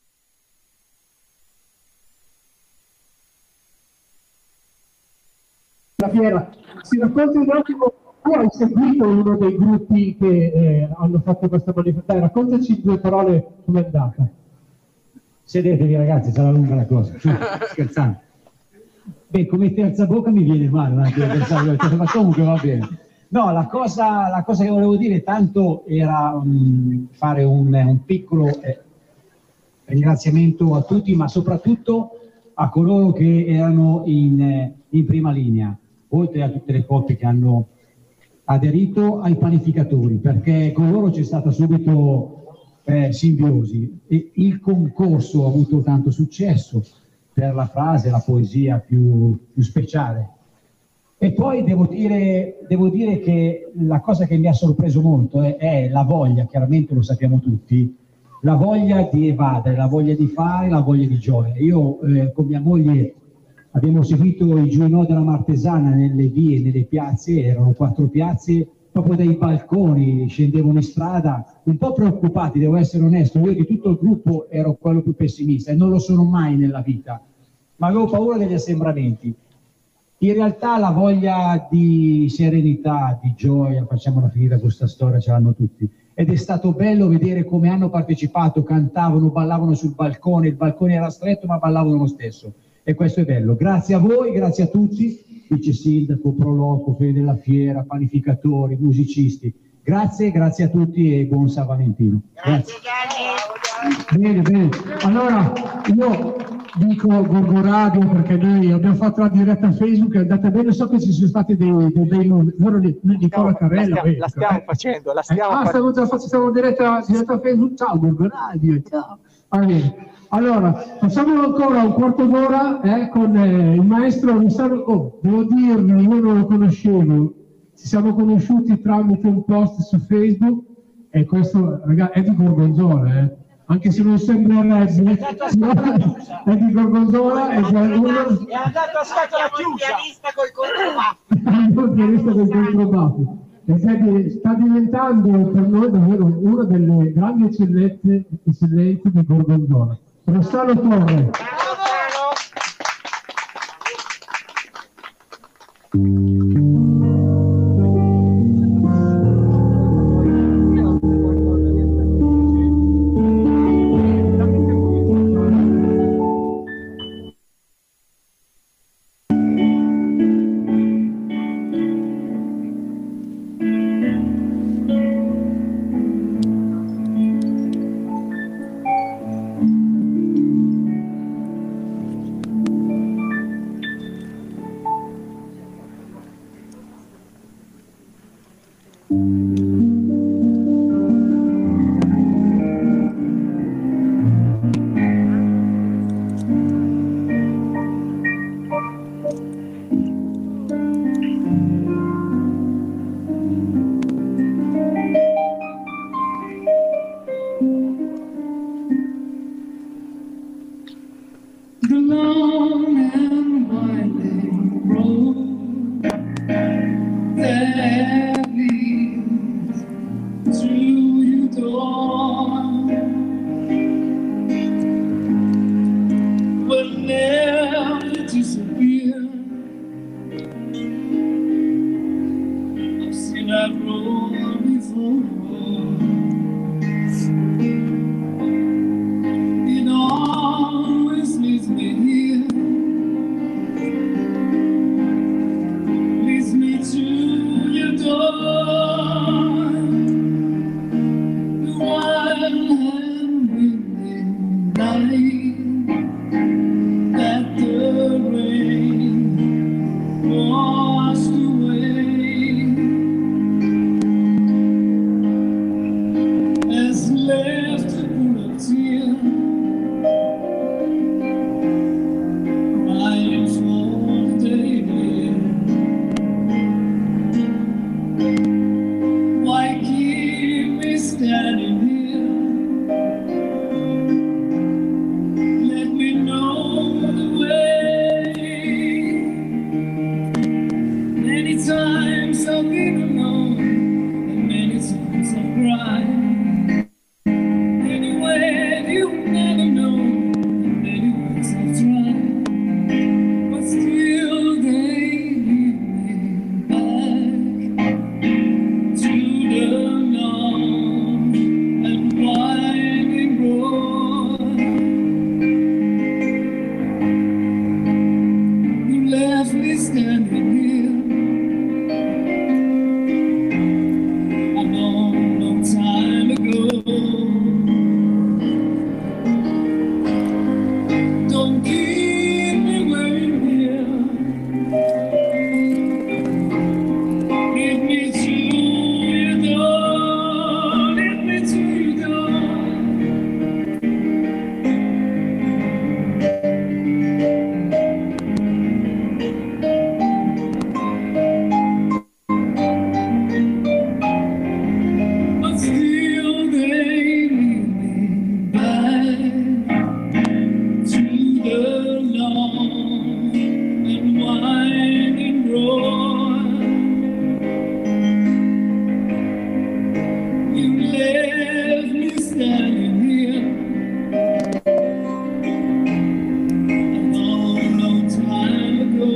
la fiera. Si racconta un attimo, tu hai seguito uno dei gruppi che hanno fatto questa manifestazione, raccontaci in 2 parole com'è andata. Sedetevi ragazzi, sarà lunga la cosa, scherzando. Beh, come terza bocca mi viene male, ma comunque va bene. No, la cosa che volevo dire tanto era fare un piccolo ringraziamento a tutti, ma soprattutto a coloro che erano in prima linea, oltre a tutte le coppie che hanno aderito, ai panificatori, perché con loro c'è stata subito simbiosi e il concorso ha avuto tanto successo per la frase, la poesia più speciale. E poi devo dire che la cosa che mi ha sorpreso molto è la voglia, chiaramente lo sappiamo tutti, la voglia di evadere, la voglia di fare, la voglia di gioia. Io con mia moglie abbiamo seguito i Giurinò della Martesana nelle vie, nelle piazze, erano 4 piazze, proprio dai balconi scendevano in strada, un po' preoccupati, devo essere onesto, io di tutto il gruppo ero quello più pessimista e non lo sono mai nella vita, ma avevo paura degli assembramenti. In realtà la voglia di serenità, di gioia, facciamola finita questa storia, ce l'hanno tutti. Ed è stato bello vedere come hanno partecipato, cantavano, ballavano sul balcone, il balcone era stretto ma ballavano lo stesso. E questo è bello. Grazie a voi, grazie a tutti, vice sindaco, proloco, Fede della Fiera, panificatori, musicisti. Grazie a tutti e buon San Valentino. Grazie. Bene, bene. Allora, io dico Gorgo Radio perché noi abbiamo fatto la diretta Facebook, è andata bene, so che ci sono stati dei numeri, Nicola Carrella. La stiamo facendo, stiamo diretta Facebook, ciao Gorgo Radio, ciao. Allora, facciamo ancora un quarto d'ora con il maestro Rossano. Devo dirlo, io non lo conoscevo, ci siamo conosciuti tramite un post su Facebook e questo, ragazzi, è di Gorgonzola, anche se non sembrerebbe, è di Gorgonzola, è andato a scatola chiusa, pianista col controbaffi. Sta diventando per noi davvero una delle grandi eccellenze di Gorgonzola. Rossano Torre. standing here. A long, long time ago.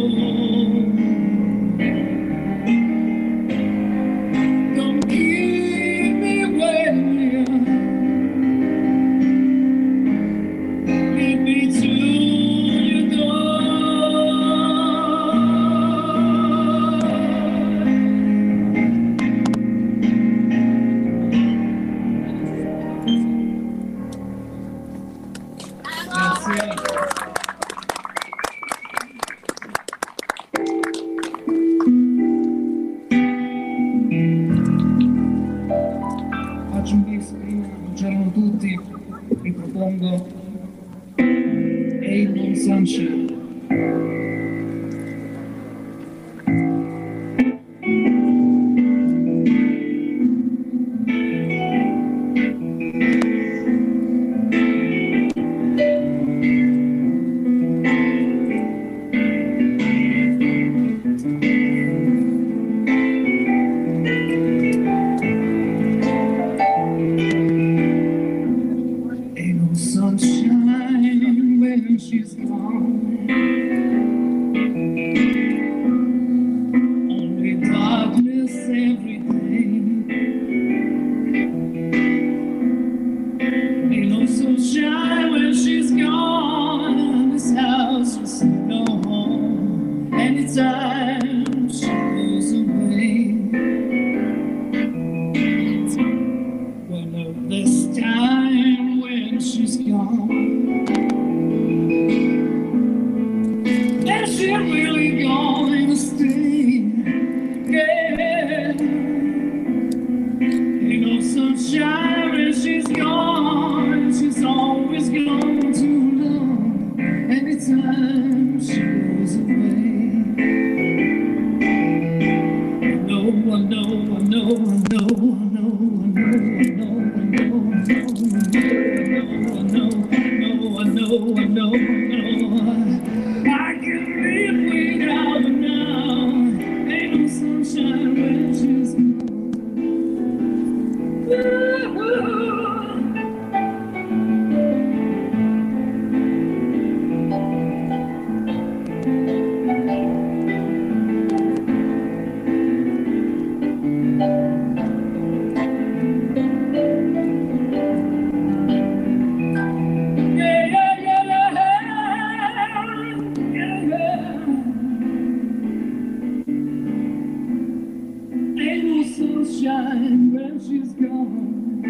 Don't keep me waiting. Lead me to your faccio un bis prima, non c'erano tutti, vi propongo Ain't No Sunshine. Ain't no sunshine when she's gone. Only darkness every day. Ain't no sunshine when she's gone. This house will see no home. Anytime she goes away. Well, this time when she's gone, and she really gonna stay. Yeah, ain't no sunshine when she's gone. She's always gone too long. Anytime she goes away. I know. I can live without her now. Ain't no sunshine when she's Ain't no sunshine when she's gone.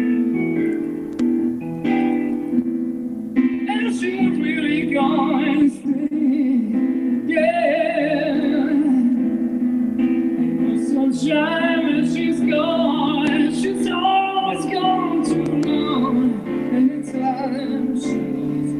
And she's really gonna stay. Yeah. Ain't no sunshine when she's gone. She's always gone too long. Anytime she goes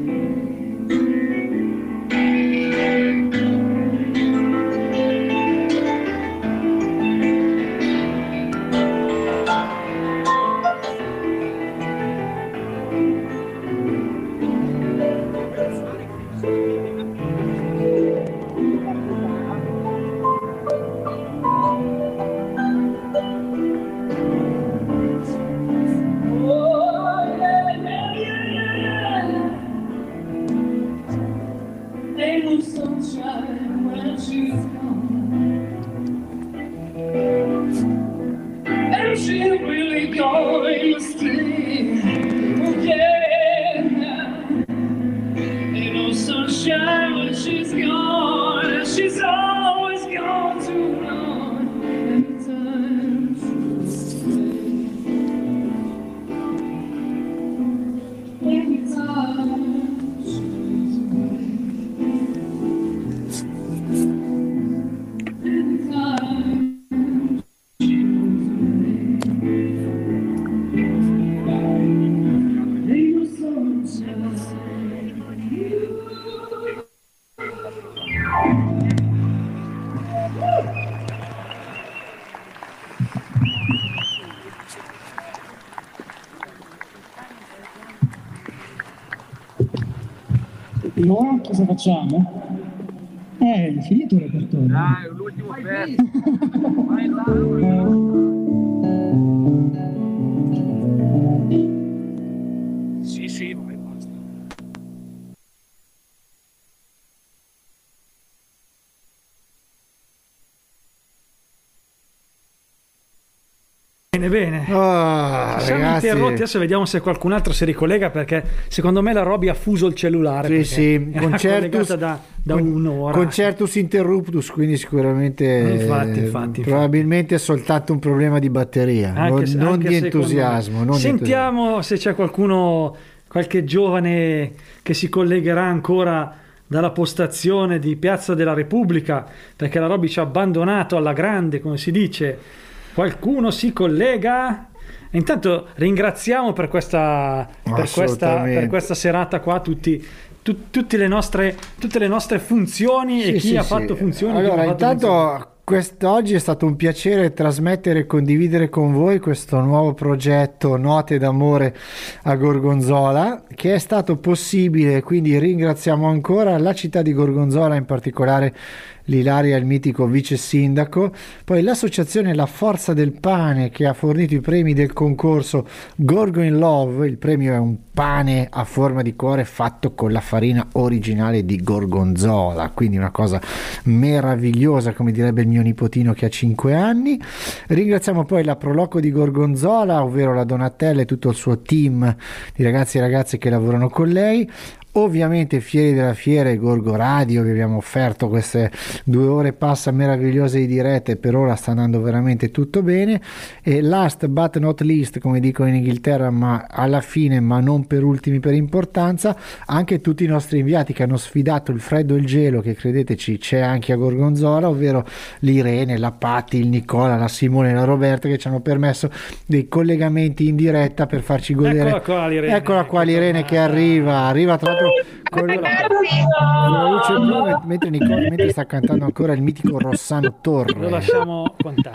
ain't no sunshine when she's gone. And she really going to stay. Yeah. Ain't no sunshine when she's gone. She's always gone too long. Anytime she's away. Anytime she's away. E ora cosa facciamo? È finito il repertorio. Dai, l'ultimo pezzo. Vai là. Bene. Ci siamo ragazzi. interrotti, adesso vediamo se qualcun altro si ricollega, perché secondo me la Roby ha fuso il cellulare. Sì, era collegata da un'ora. Concertus interruptus, quindi sicuramente Infatti. probabilmente è soltanto un problema di batteria, non di entusiasmo. Sentiamo se c'è qualcuno, qualche giovane che si collegherà ancora dalla postazione di Piazza della Repubblica, perché la Roby ci ha abbandonato alla grande, come si dice. Qualcuno si collega? E intanto ringraziamo per questa serata qua tutte le nostre funzioni e chi ha fatto funzioni. Allora, intanto quest'oggi è stato un piacere trasmettere e condividere con voi questo nuovo progetto Note d'amore a Gorgonzola, che è stato possibile, quindi ringraziamo ancora la città di Gorgonzola, in particolare l'Ilaria, il mitico vice sindaco, poi l'associazione La Forza del Pane, che ha fornito i premi del concorso Gorgo in Love. Il premio è un pane a forma di cuore fatto con la farina originale di Gorgonzola, quindi una cosa meravigliosa, come direbbe il mio nipotino che ha 5 anni. Ringraziamo poi la Proloco di Gorgonzola, ovvero la Donatella e tutto il suo team di ragazzi e ragazze che lavorano con lei. Ovviamente Fieri della Fiera e Gorgo Radio, vi abbiamo offerto queste 2 ore passa meravigliose di diretta e per ora sta andando veramente tutto bene. E last but not least, come dicono in Inghilterra, ma alla fine, ma non per ultimi per importanza, anche tutti i nostri inviati che hanno sfidato il freddo e il gelo, che credeteci c'è anche a Gorgonzola, ovvero l'Irene, la Patti, il Nicola, la Simone e la Roberta, che ci hanno permesso dei collegamenti in diretta per farci godere. Eccola qua l'Irene che arriva tra l'altro con la luce blu, mentre sta cantando ancora il mitico Rossano Torre. Lo lasciamo contare.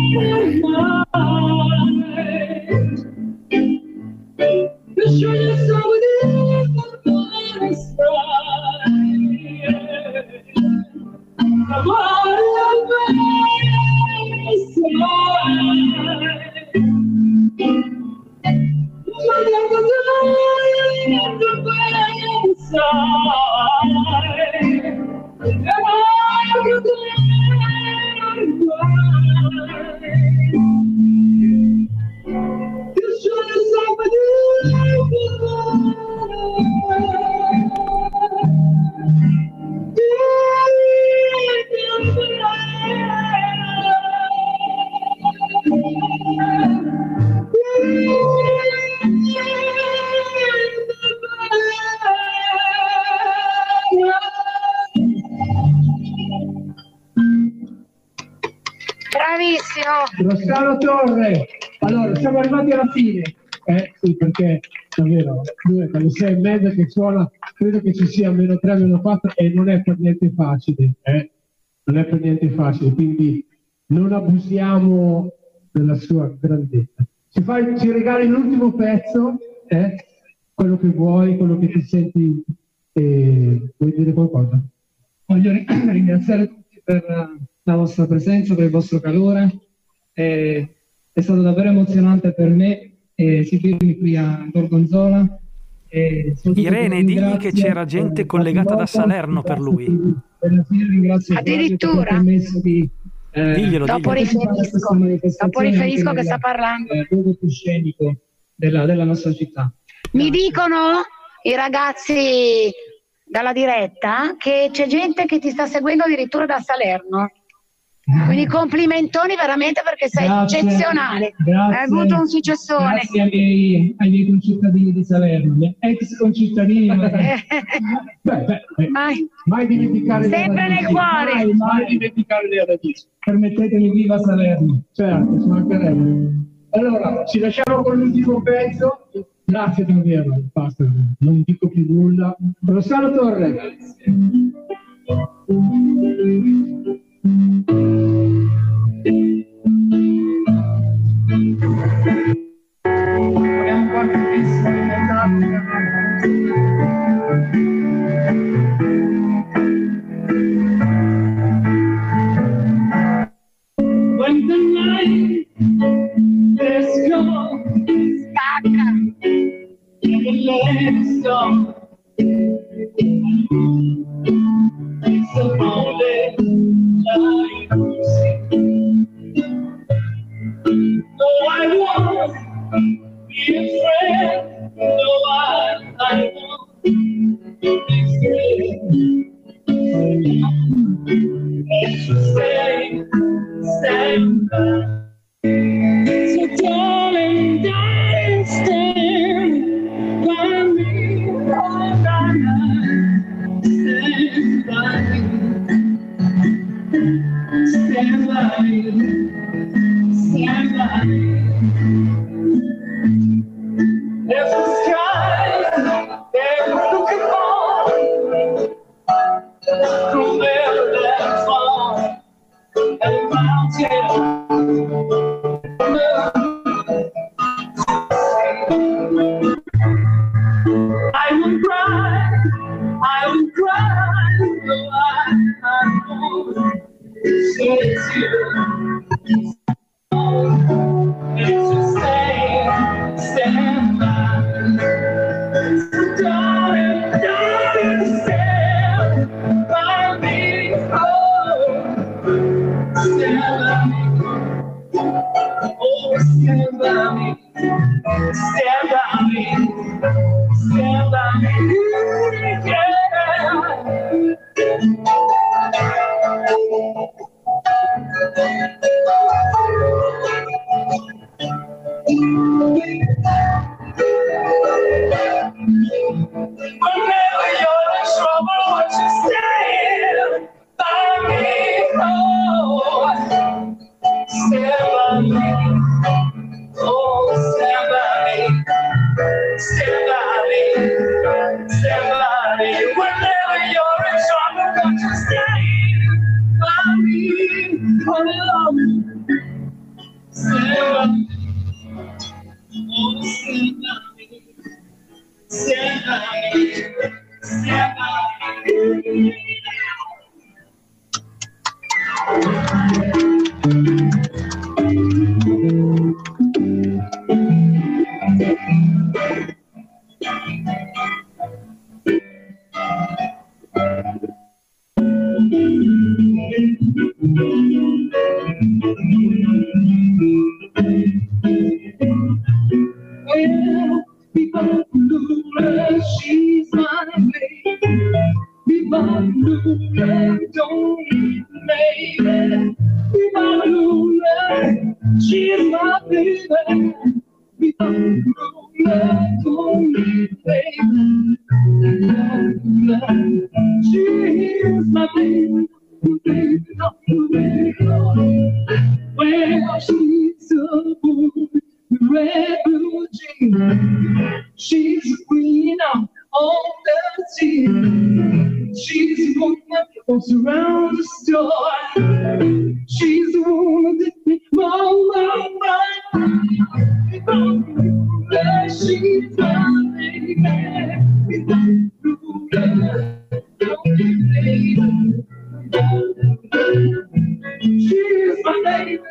Rossano Torre, allora siamo arrivati alla fine, sì, perché davvero dalle 6:30 che suona, credo che ci sia meno 3, meno 4 e non è per niente facile, non è per niente facile, quindi non abusiamo della sua grandezza. Ci regali l'ultimo pezzo, quello che vuoi, quello che ti senti, vuoi dire qualcosa? Voglio ringraziare tutti per la vostra presenza, per il vostro calore. È stato davvero emozionante per me esibirmi qui a Gorgonzola. Irene, digli che c'era gente collegata da Salerno per lui. Addirittura. Diglielo. Dopo riferisco che sta parlando. Il luogo più scenico della nostra città. Mi dicono i ragazzi dalla diretta che c'è gente che ti sta seguendo addirittura da Salerno. Quindi complimentoni veramente, perché sei eccezionale. Grazie, hai avuto un successone. Grazie ai miei concittadini di Salerno, miei ex concittadini. Mai dimenticare sempre nel cuore. Mai dimenticare le radici. Permettetemi, viva Salerno. Certo, ci mancherebbe. Allora, ci lasciamo con l'ultimo pezzo. Grazie davvero, basta, non dico più nulla. Rossano Torre. Vogliamo qualche pezzo When the night is gone, and the lights gone, it's the only light we see. Oh, I be a friend, though I won't be free. Stay by. So darling, darling, stand by me all night. Stand by me. Stand by me. Stand by me. There's the sky they're looking for, from there that far, and mountain. I will cry, though I won't shed a tear. It's to stand by me. So darling, darling, stand by me. Oh, stand by me. Oh, stand by me. Stand by me. Stand by me. Yeah. Whenever you're in trouble, won't you stand by me? Oh, stand by me. Oh, stand by me. Stand by me. Stand by me. Whenever you're in trouble, won't you stand by me? Oh, stand by me. Oh, stand by me. Stand by me. Stand by me. Well, people Lula, she's my baby. People Lula, don't need a baby. People Lula, she's my baby. People Lula, don't need a baby. She's my baby. Baby, not the baby. Well, she's a boy. Red blue jeans. She's a queen on the team. She's the woman that walks around the store. She's the woman that makes she's my baby. She's my baby.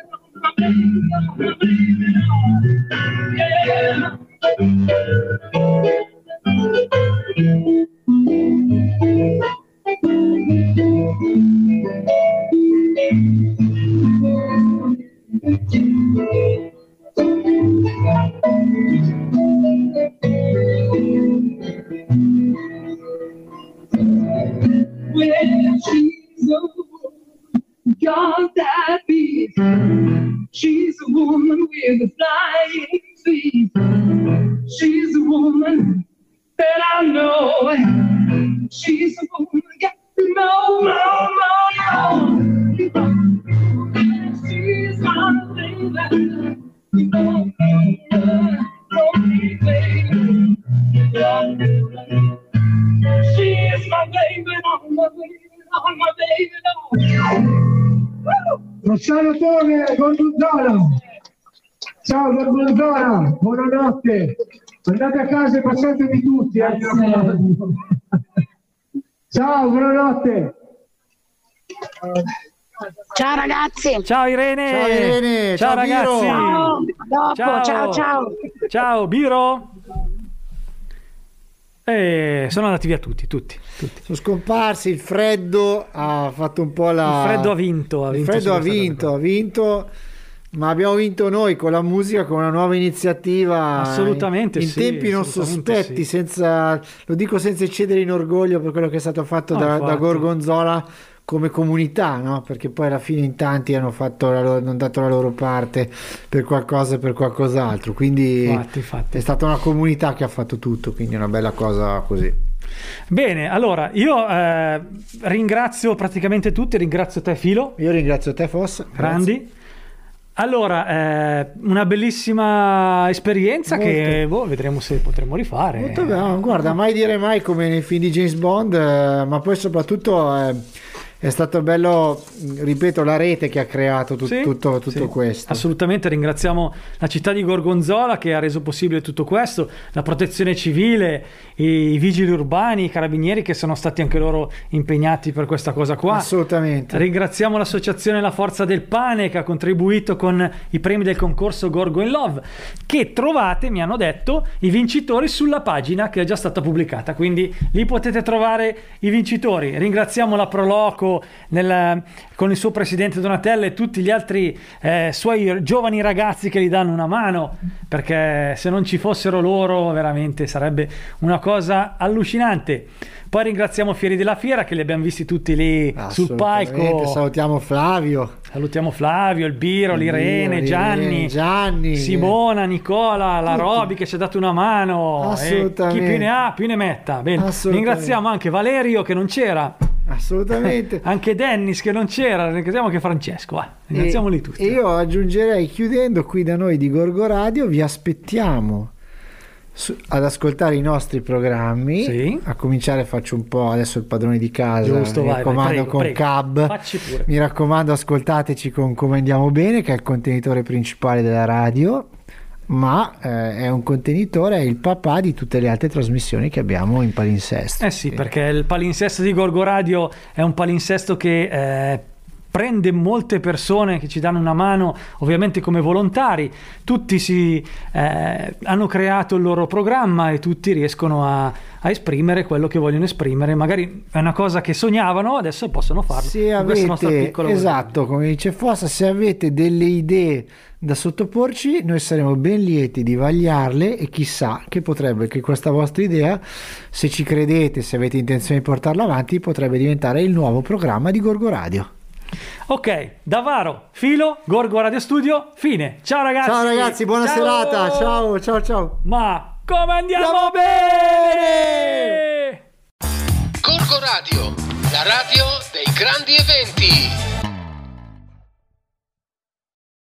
Got that beat. She's a woman with a flying feet. She's a woman that I know. She's a woman that got to know. She's my baby. She's my baby, my baby. Rossano Torre, Gorgonzola. Ciao Gorgonzola, buonanotte. Andate a casa e passatevi tutti. Ciao, buonanotte. Ciao ragazzi. Ciao Irene. Ciao Irene. Ciao ragazzi. Ciao. Dopo, ciao. Ciao Biro. Sono andati via tutti. Sono scomparsi, il freddo ha fatto un po' la... Il freddo ha vinto. Il freddo ha vinto. Ma abbiamo vinto noi con la musica, con una nuova iniziativa. Assolutamente in sì, tempi non assolutamente sospetti, sì. lo dico senza eccedere in orgoglio per quello che è stato fatto da infatti. Gorgonzola come comunità, no? Perché poi alla fine in tanti hanno dato la loro parte per qualcosa e per qualcos'altro, quindi Infatti. è stata una comunità che ha fatto tutto, quindi è una bella cosa così. Bene, allora io ringrazio praticamente tutti, ringrazio te Filo. Io ringrazio te Foss. Grandi. Allora, una bellissima esperienza che vedremo se potremo rifare. Molto bene, guarda, mai dire mai come nei film di James Bond, ma poi soprattutto è stato bello, ripeto, la rete che ha creato tutto questo. Assolutamente, ringraziamo la città di Gorgonzola che ha reso possibile tutto questo, la protezione civile, i vigili urbani, i carabinieri che sono stati anche loro impegnati per questa cosa qua. Assolutamente. Ringraziamo l'associazione La Forza del Pane che ha contribuito con i premi del concorso Gorgo in Love, che trovate, mi hanno detto, i vincitori sulla pagina che è già stata pubblicata, quindi lì potete trovare i vincitori. Ringraziamo la Proloco con il suo presidente Donatello e tutti gli altri suoi giovani ragazzi che gli danno una mano, perché se non ci fossero loro veramente sarebbe una cosa allucinante. Poi ringraziamo Fieri della Fiera che li abbiamo visti tutti lì sul palco. Salutiamo Flavio, il Biro, l'Irene, Gianni, Simona, Nicola, la Roby che ci ha dato una mano. Assolutamente. Chi più ne ha più ne metta. Bene. Ringraziamo anche Valerio che non c'era. Assolutamente. Anche Dennis che non c'era, ringraziamo anche Francesco. Ringraziamoli tutti. E io aggiungerei, chiudendo, qui da noi di Gorgo Radio vi aspettiamo ad ascoltare i nostri programmi, a cominciare faccio un po' adesso il padrone di casa. Giusto, mi raccomando, prego. Cab, facci pure. Mi raccomando, ascoltateci con Come Andiamo Bene, che è il contenitore principale della radio, ma è un contenitore, è il papà di tutte le altre trasmissioni che abbiamo in palinsesto. Perché il palinsesto di Gorgo Radio è un palinsesto che prende molte persone che ci danno una mano, ovviamente come volontari. Tutti hanno creato il loro programma e tutti riescono a esprimere quello che vogliono esprimere. Magari è una cosa che sognavano, adesso possono farlo. Se avete, esatto, come dice Fossa, se avete delle idee da sottoporci, noi saremo ben lieti di vagliarle e chissà che questa vostra idea, se ci credete, se avete intenzione di portarla avanti, potrebbe diventare il nuovo programma di Gorgo Radio. Ok, Davaro, Filo, Gorgo Radio Studio, fine. Ciao ragazzi, buona serata. Ciao. Ma come andiamo bene? Gorgo Radio, la radio dei grandi eventi.